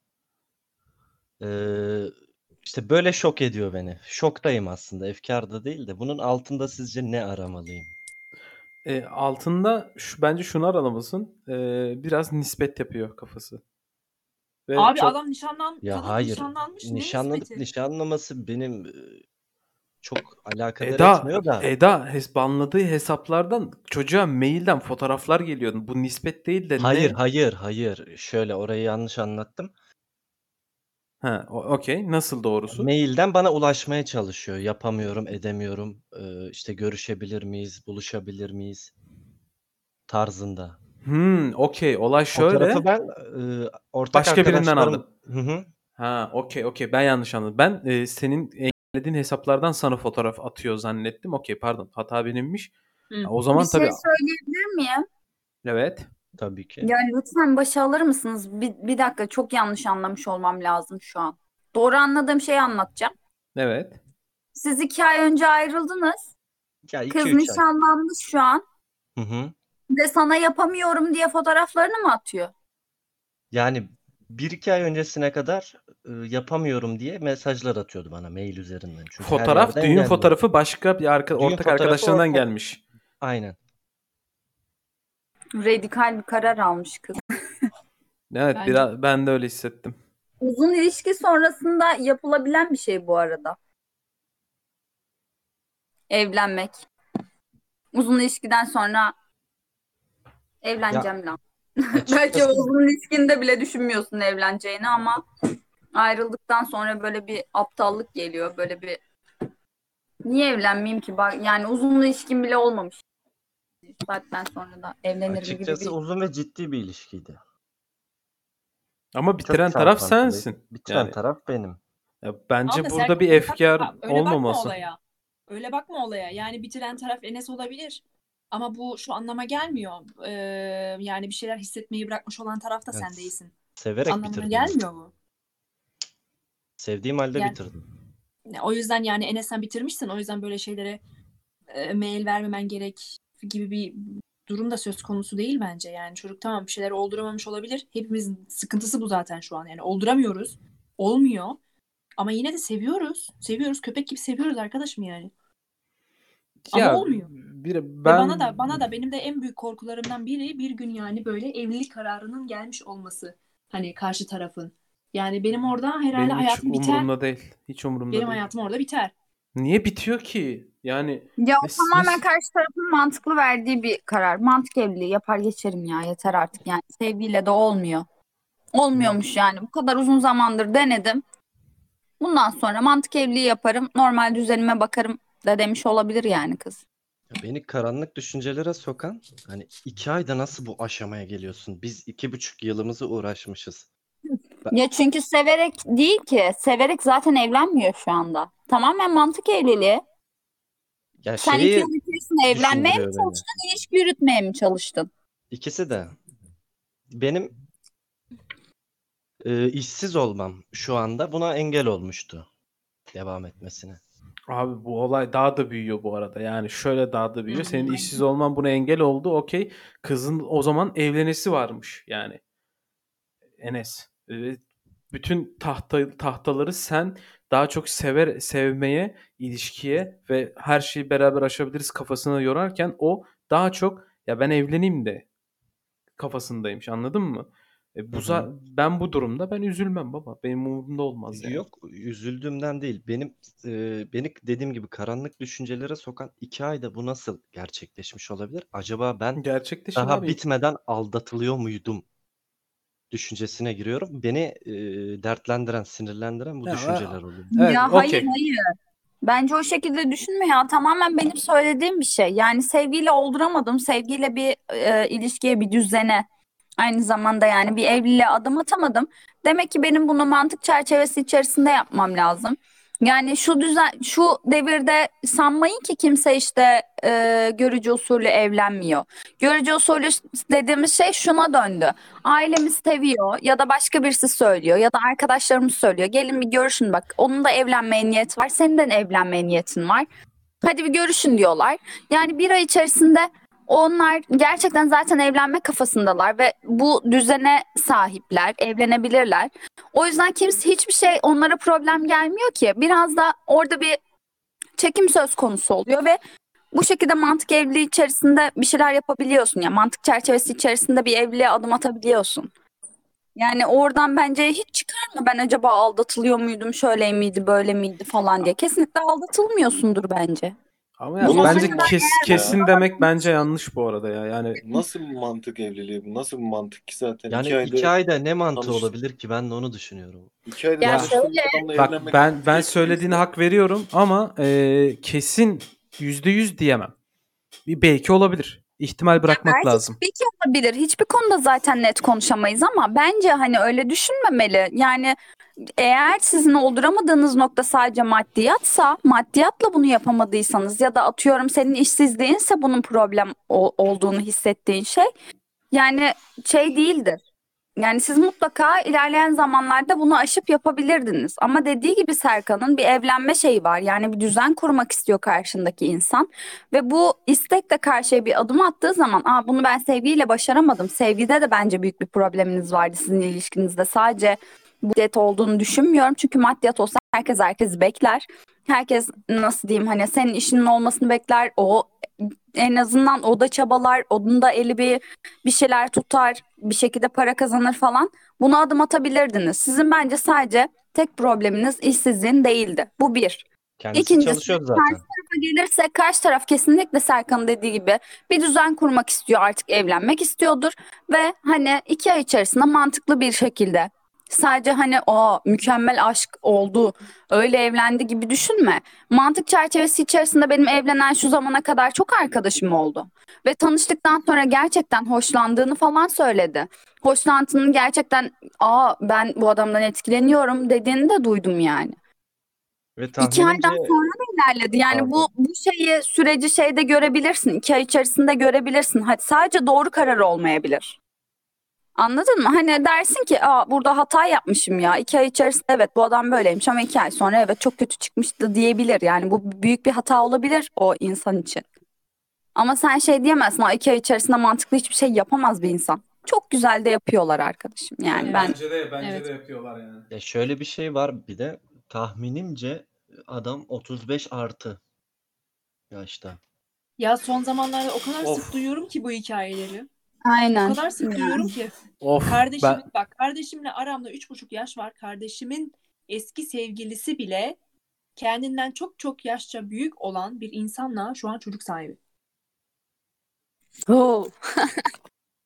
işte böyle şok ediyor beni. Şoktayım aslında. Efkarda değil de. Bunun altında sizce ne aramalıyım? Altında bence şunu aramalısın. Biraz nispet yapıyor kafası. Ve Abi çok adam Ya kadın hayır. nişanlanmış, ne Nişanlanıp nispeti? nişanlaması benim çok alakadar etmiyor da. Eda banladığı hesaplardan çocuğa mailden fotoğraflar geliyordu. Bu nispet değil de Hayır, ne? hayır. Şöyle orayı yanlış anlattım. Ha, okey. Nasıl doğrusu? Mailden bana ulaşmaya çalışıyor. Yapamıyorum, edemiyorum. İşte görüşebilir miyiz, buluşabilir miyiz tarzında. Okey. Olay Fotoğrafı şöyle. ben ortak Başka birinden arkadaşlarım. aldın. Hı hı. Ha, okey. Ben yanlış anladım. Ben senin engellediğin hesaplardan sana fotoğraf atıyor zannettim. Okey, pardon. Hata benimmiş. Hı. Ha, o Bir zaman tabii şey söyleyebilir miyim? evet. Tabii ki. Ya lütfen başa alır mısınız? Bir dakika, çok yanlış anlamış olmam lazım şu an. Doğru anladığım şeyi anlatacağım. Evet. Siz 2 ay önce ayrıldınız. Ya Kız 2-3 ay. nişanlanmış şu an. Hı hı. Ve sana yapamıyorum diye fotoğraflarını mı atıyor? Yani 1-2 ay öncesine kadar yapamıyorum diye mesajlar atıyordu bana mail üzerinden. Çünkü her Fotoğraf, yerde düğün engelliyor. fotoğrafı başka bir Düğün ortak fotoğrafı arkadaşlarından gelmiş. aynen. Radikal bir karar almış kız. Evet, Bence. ben de öyle hissettim. Uzun ilişki sonrasında yapılabilen bir şey bu arada. Evlenmek. Uzun ilişkiden sonra Ya evleneceğim lan. Belki o açıkçası uzun ilişkinde bile düşünmüyorsun evleneceğini ama ayrıldıktan sonra böyle bir aptallık geliyor. Böyle bir niye evlenmeyeyim ki? Yani uzun ilişkim bile olmamış. Saatten sonra da evlenirim gibi bir uzun ve ciddi bir ilişkiydi. Ama Çok bitiren taraf çalkantılıydı. sensin. Bitiren Yani taraf benim. bence Ama burada Serkan bir öyle efkar bakma olmaması. olaya. Öyle bakma olaya. Yani bitiren taraf Enes olabilir. Ama bu şu anlama gelmiyor. Yani bir şeyler hissetmeyi bırakmış olan taraf da sen Evet. değilsin. Severek Anlamına bitirdim. gelmiyor bu. Sevdiğim halde Yani- bitirdim. O yüzden yani Enes sen bitirmişsin. O yüzden böyle şeylere mail vermemen gerek gibi bir durum da söz konusu değil bence. Yani çocuk tamam bir şeyler olduramamış olabilir. Hepimizin sıkıntısı bu zaten şu an. Yani olduramıyoruz. Olmuyor. Ama yine de seviyoruz. Seviyoruz. Köpek gibi seviyoruz arkadaşım yani. Ama olmuyor. Ve bana da benim de en büyük korkularımdan biri bir gün yani böyle evlilik kararının gelmiş olması. Hani karşı tarafın. Yani benim orada herhalde Benim hiç hayatım biter. umurumda değil. Hiç umurumda Benim değil. hayatım orada biter. Niye bitiyor ki? Yani Ya o ne- tamamen ne- karşı tarafın mantıklı verdiği bir karar. Mantık evliliği yapar geçerim ya yeter artık yani sevgiyle de olmuyor. Olmuyormuş yani bu kadar uzun zamandır denedim. Bundan sonra mantık evliliği yaparım normal düzenime bakarım da demiş olabilir yani kız. Ya beni karanlık düşüncelere sokan hani 2 ayda nasıl bu aşamaya geliyorsun? Biz 2,5 yılımızı uğraşmışız. Ya çünkü severek değil ki severek zaten evlenmiyor şu anda. Tamamen mantık evliliği. Ya Sen 2 şeyi yıl içerisinde evlenmeye mi düşündürüyor beni. çalıştın ilişki yürütmeye mi çalıştın? İkisi de. Benim işsiz olmam şu anda buna engel olmuştu devam etmesine. Abi bu olay daha da büyüyor bu arada. Yani şöyle daha da büyüyor. Senin işsiz olman buna engel oldu. Okey. Kızın o zaman evlenesi varmış yani. Enes. Bütün tahtaları sen daha çok sevmeye, ilişkiye ve her şeyi beraber aşabiliriz kafasına yorarken o daha çok ya ben evleneyim de kafasındaymış. Anladın mı? Ben bu durumda ben üzülmem baba. Benim umurumda olmaz yani. Yok üzüldüğümden değil. Beni dediğim gibi karanlık düşüncelere sokan 2 ayda bu nasıl gerçekleşmiş olabilir? Acaba ben Gerçekleşir daha abi. bitmeden aldatılıyor muydum düşüncesine giriyorum. Beni dertlendiren, sinirlendiren bu Ya, düşünceler oluyor. Evet, Ya hayır okey. hayır. Bence o şekilde düşünme ya. Tamamen benim söylediğim bir şey. Yani sevgiyle olduramadım. Sevgiyle bir ilişkiye, bir düzene. Aynı zamanda yani bir evliliğe adım atamadım. Demek ki benim bunu mantık çerçevesi içerisinde yapmam lazım. Yani şu devirde sanmayın ki kimse işte görücü usulü evlenmiyor. Görücü usulü dediğimiz şey şuna döndü. Ailemiz seviyor ya da başka birisi söylüyor ya da arkadaşlarımız söylüyor. Gelin bir görüşün bak. Onun da evlenmeye niyeti var. Senin de evlenmeye niyetin var. Hadi bir görüşün diyorlar. Yani bir ay içerisinde onlar gerçekten zaten evlenme kafasındalar ve bu düzene sahipler, evlenebilirler. O yüzden kimse hiçbir şey onlara problem gelmiyor ki. Biraz da orada bir çekim söz konusu oluyor ve bu şekilde mantık evliliği içerisinde bir şeyler yapabiliyorsun. Ya mantık çerçevesi içerisinde bir evliliğe adım atabiliyorsun. Yani oradan bence hiç çıkarma ben acaba aldatılıyor muydum, şöyle miydi, böyle miydi falan diye. Kesinlikle aldatılmıyorsundur bence. Ama Bu ya nasıl bence mantık kesin ya? demek bence yanlış bu arada ya. Yani Nasıl bir mantık evliliği bu? Nasıl bir mantık ki zaten Yani 2 2 ayda ayda ne mantığı tanış olabilir ki ben de onu düşünüyorum. 2 ayda Ya Ya tanıştığın şöyle bir adamla bak evlenmek ben zevkli bir söylediğine şey. hak veriyorum ama kesin %100 diyemem. Bir belki olabilir. İhtimal bırakmak belki lazım. tabii ki olabilir. Hiçbir konuda zaten net konuşamayız ama bence hani öyle düşünmemeli. Yani eğer sizin olduramadığınız nokta sadece maddiyatsa, maddiyatla bunu yapamadıysanız ya da atıyorum senin işsizliğinse bunun problem olduğunu hissettiğin şey yani şey değildir. Yani siz mutlaka ilerleyen zamanlarda bunu aşıp yapabilirdiniz. Ama dediği gibi Serkan'ın bir evlenme şeyi var. Yani bir düzen kurmak istiyor karşındaki insan. Ve bu istekle karşıya bir adım attığı zaman bunu ben sevgiyle başaramadım. Sevgide de bence büyük bir probleminiz vardı sizin ilişkinizde. Sadece maddiyat olduğunu düşünmüyorum. Çünkü maddiyat olsa herkes bekler. Herkes nasıl diyeyim hani senin işinin olmasını bekler. O en azından o da çabalar. Onun da eli bir şeyler tutar. Bir şekilde para kazanır falan. Buna adım atabilirdiniz. Sizin bence sadece tek probleminiz işsizliğin değildi. Bu bir. Kendisi İkincisi çalışıyordu karşı zaten. tarafa gelirse karşı taraf kesinlikle Serkan'ın dediği gibi bir düzen kurmak istiyor artık evlenmek istiyordur ve hani 2 ay içerisinde mantıklı bir şekilde sadece hani o mükemmel aşk oldu öyle evlendi gibi düşünme. Mantık çerçevesi içerisinde benim evlenen şu zamana kadar çok arkadaşım oldu ve tanıştıktan sonra gerçekten hoşlandığını falan söyledi. Hoşlantının gerçekten ben bu adamdan etkileniyorum dediğini de duydum yani. Ve 2 aydan tahminimce sonra da ilerledi. Yani bu süreci şeyde görebilirsin. 2 ay içerisinde görebilirsin. Hadi sadece doğru karar olmayabilir. Anladın mı? Hani dersin ki burada hata yapmışım ya. 2 ay içerisinde evet bu adam böyleymiş ama 2 ay sonra evet çok kötü çıkmıştı diyebilir. Yani bu büyük bir hata olabilir o insan için. Ama sen şey diyemezsin. 2 ay içerisinde mantıklı hiçbir şey yapamaz bir insan. Çok güzel de yapıyorlar arkadaşım. Yani ben Bence de Evet. yapıyorlar yani. Ya şöyle bir şey var bir de tahminimce adam 35 artı yaşta. Ya son zamanlarda o kadar Of. sık duyuyorum ki bu hikayeleri. O aynen. kadar sık duyuyorum ki. Of Kardeşimle aramda 3,5 yaş var. Kardeşimin eski sevgilisi bile kendinden çok çok yaşça büyük olan bir insanla şu an çocuk sahibi. Oo.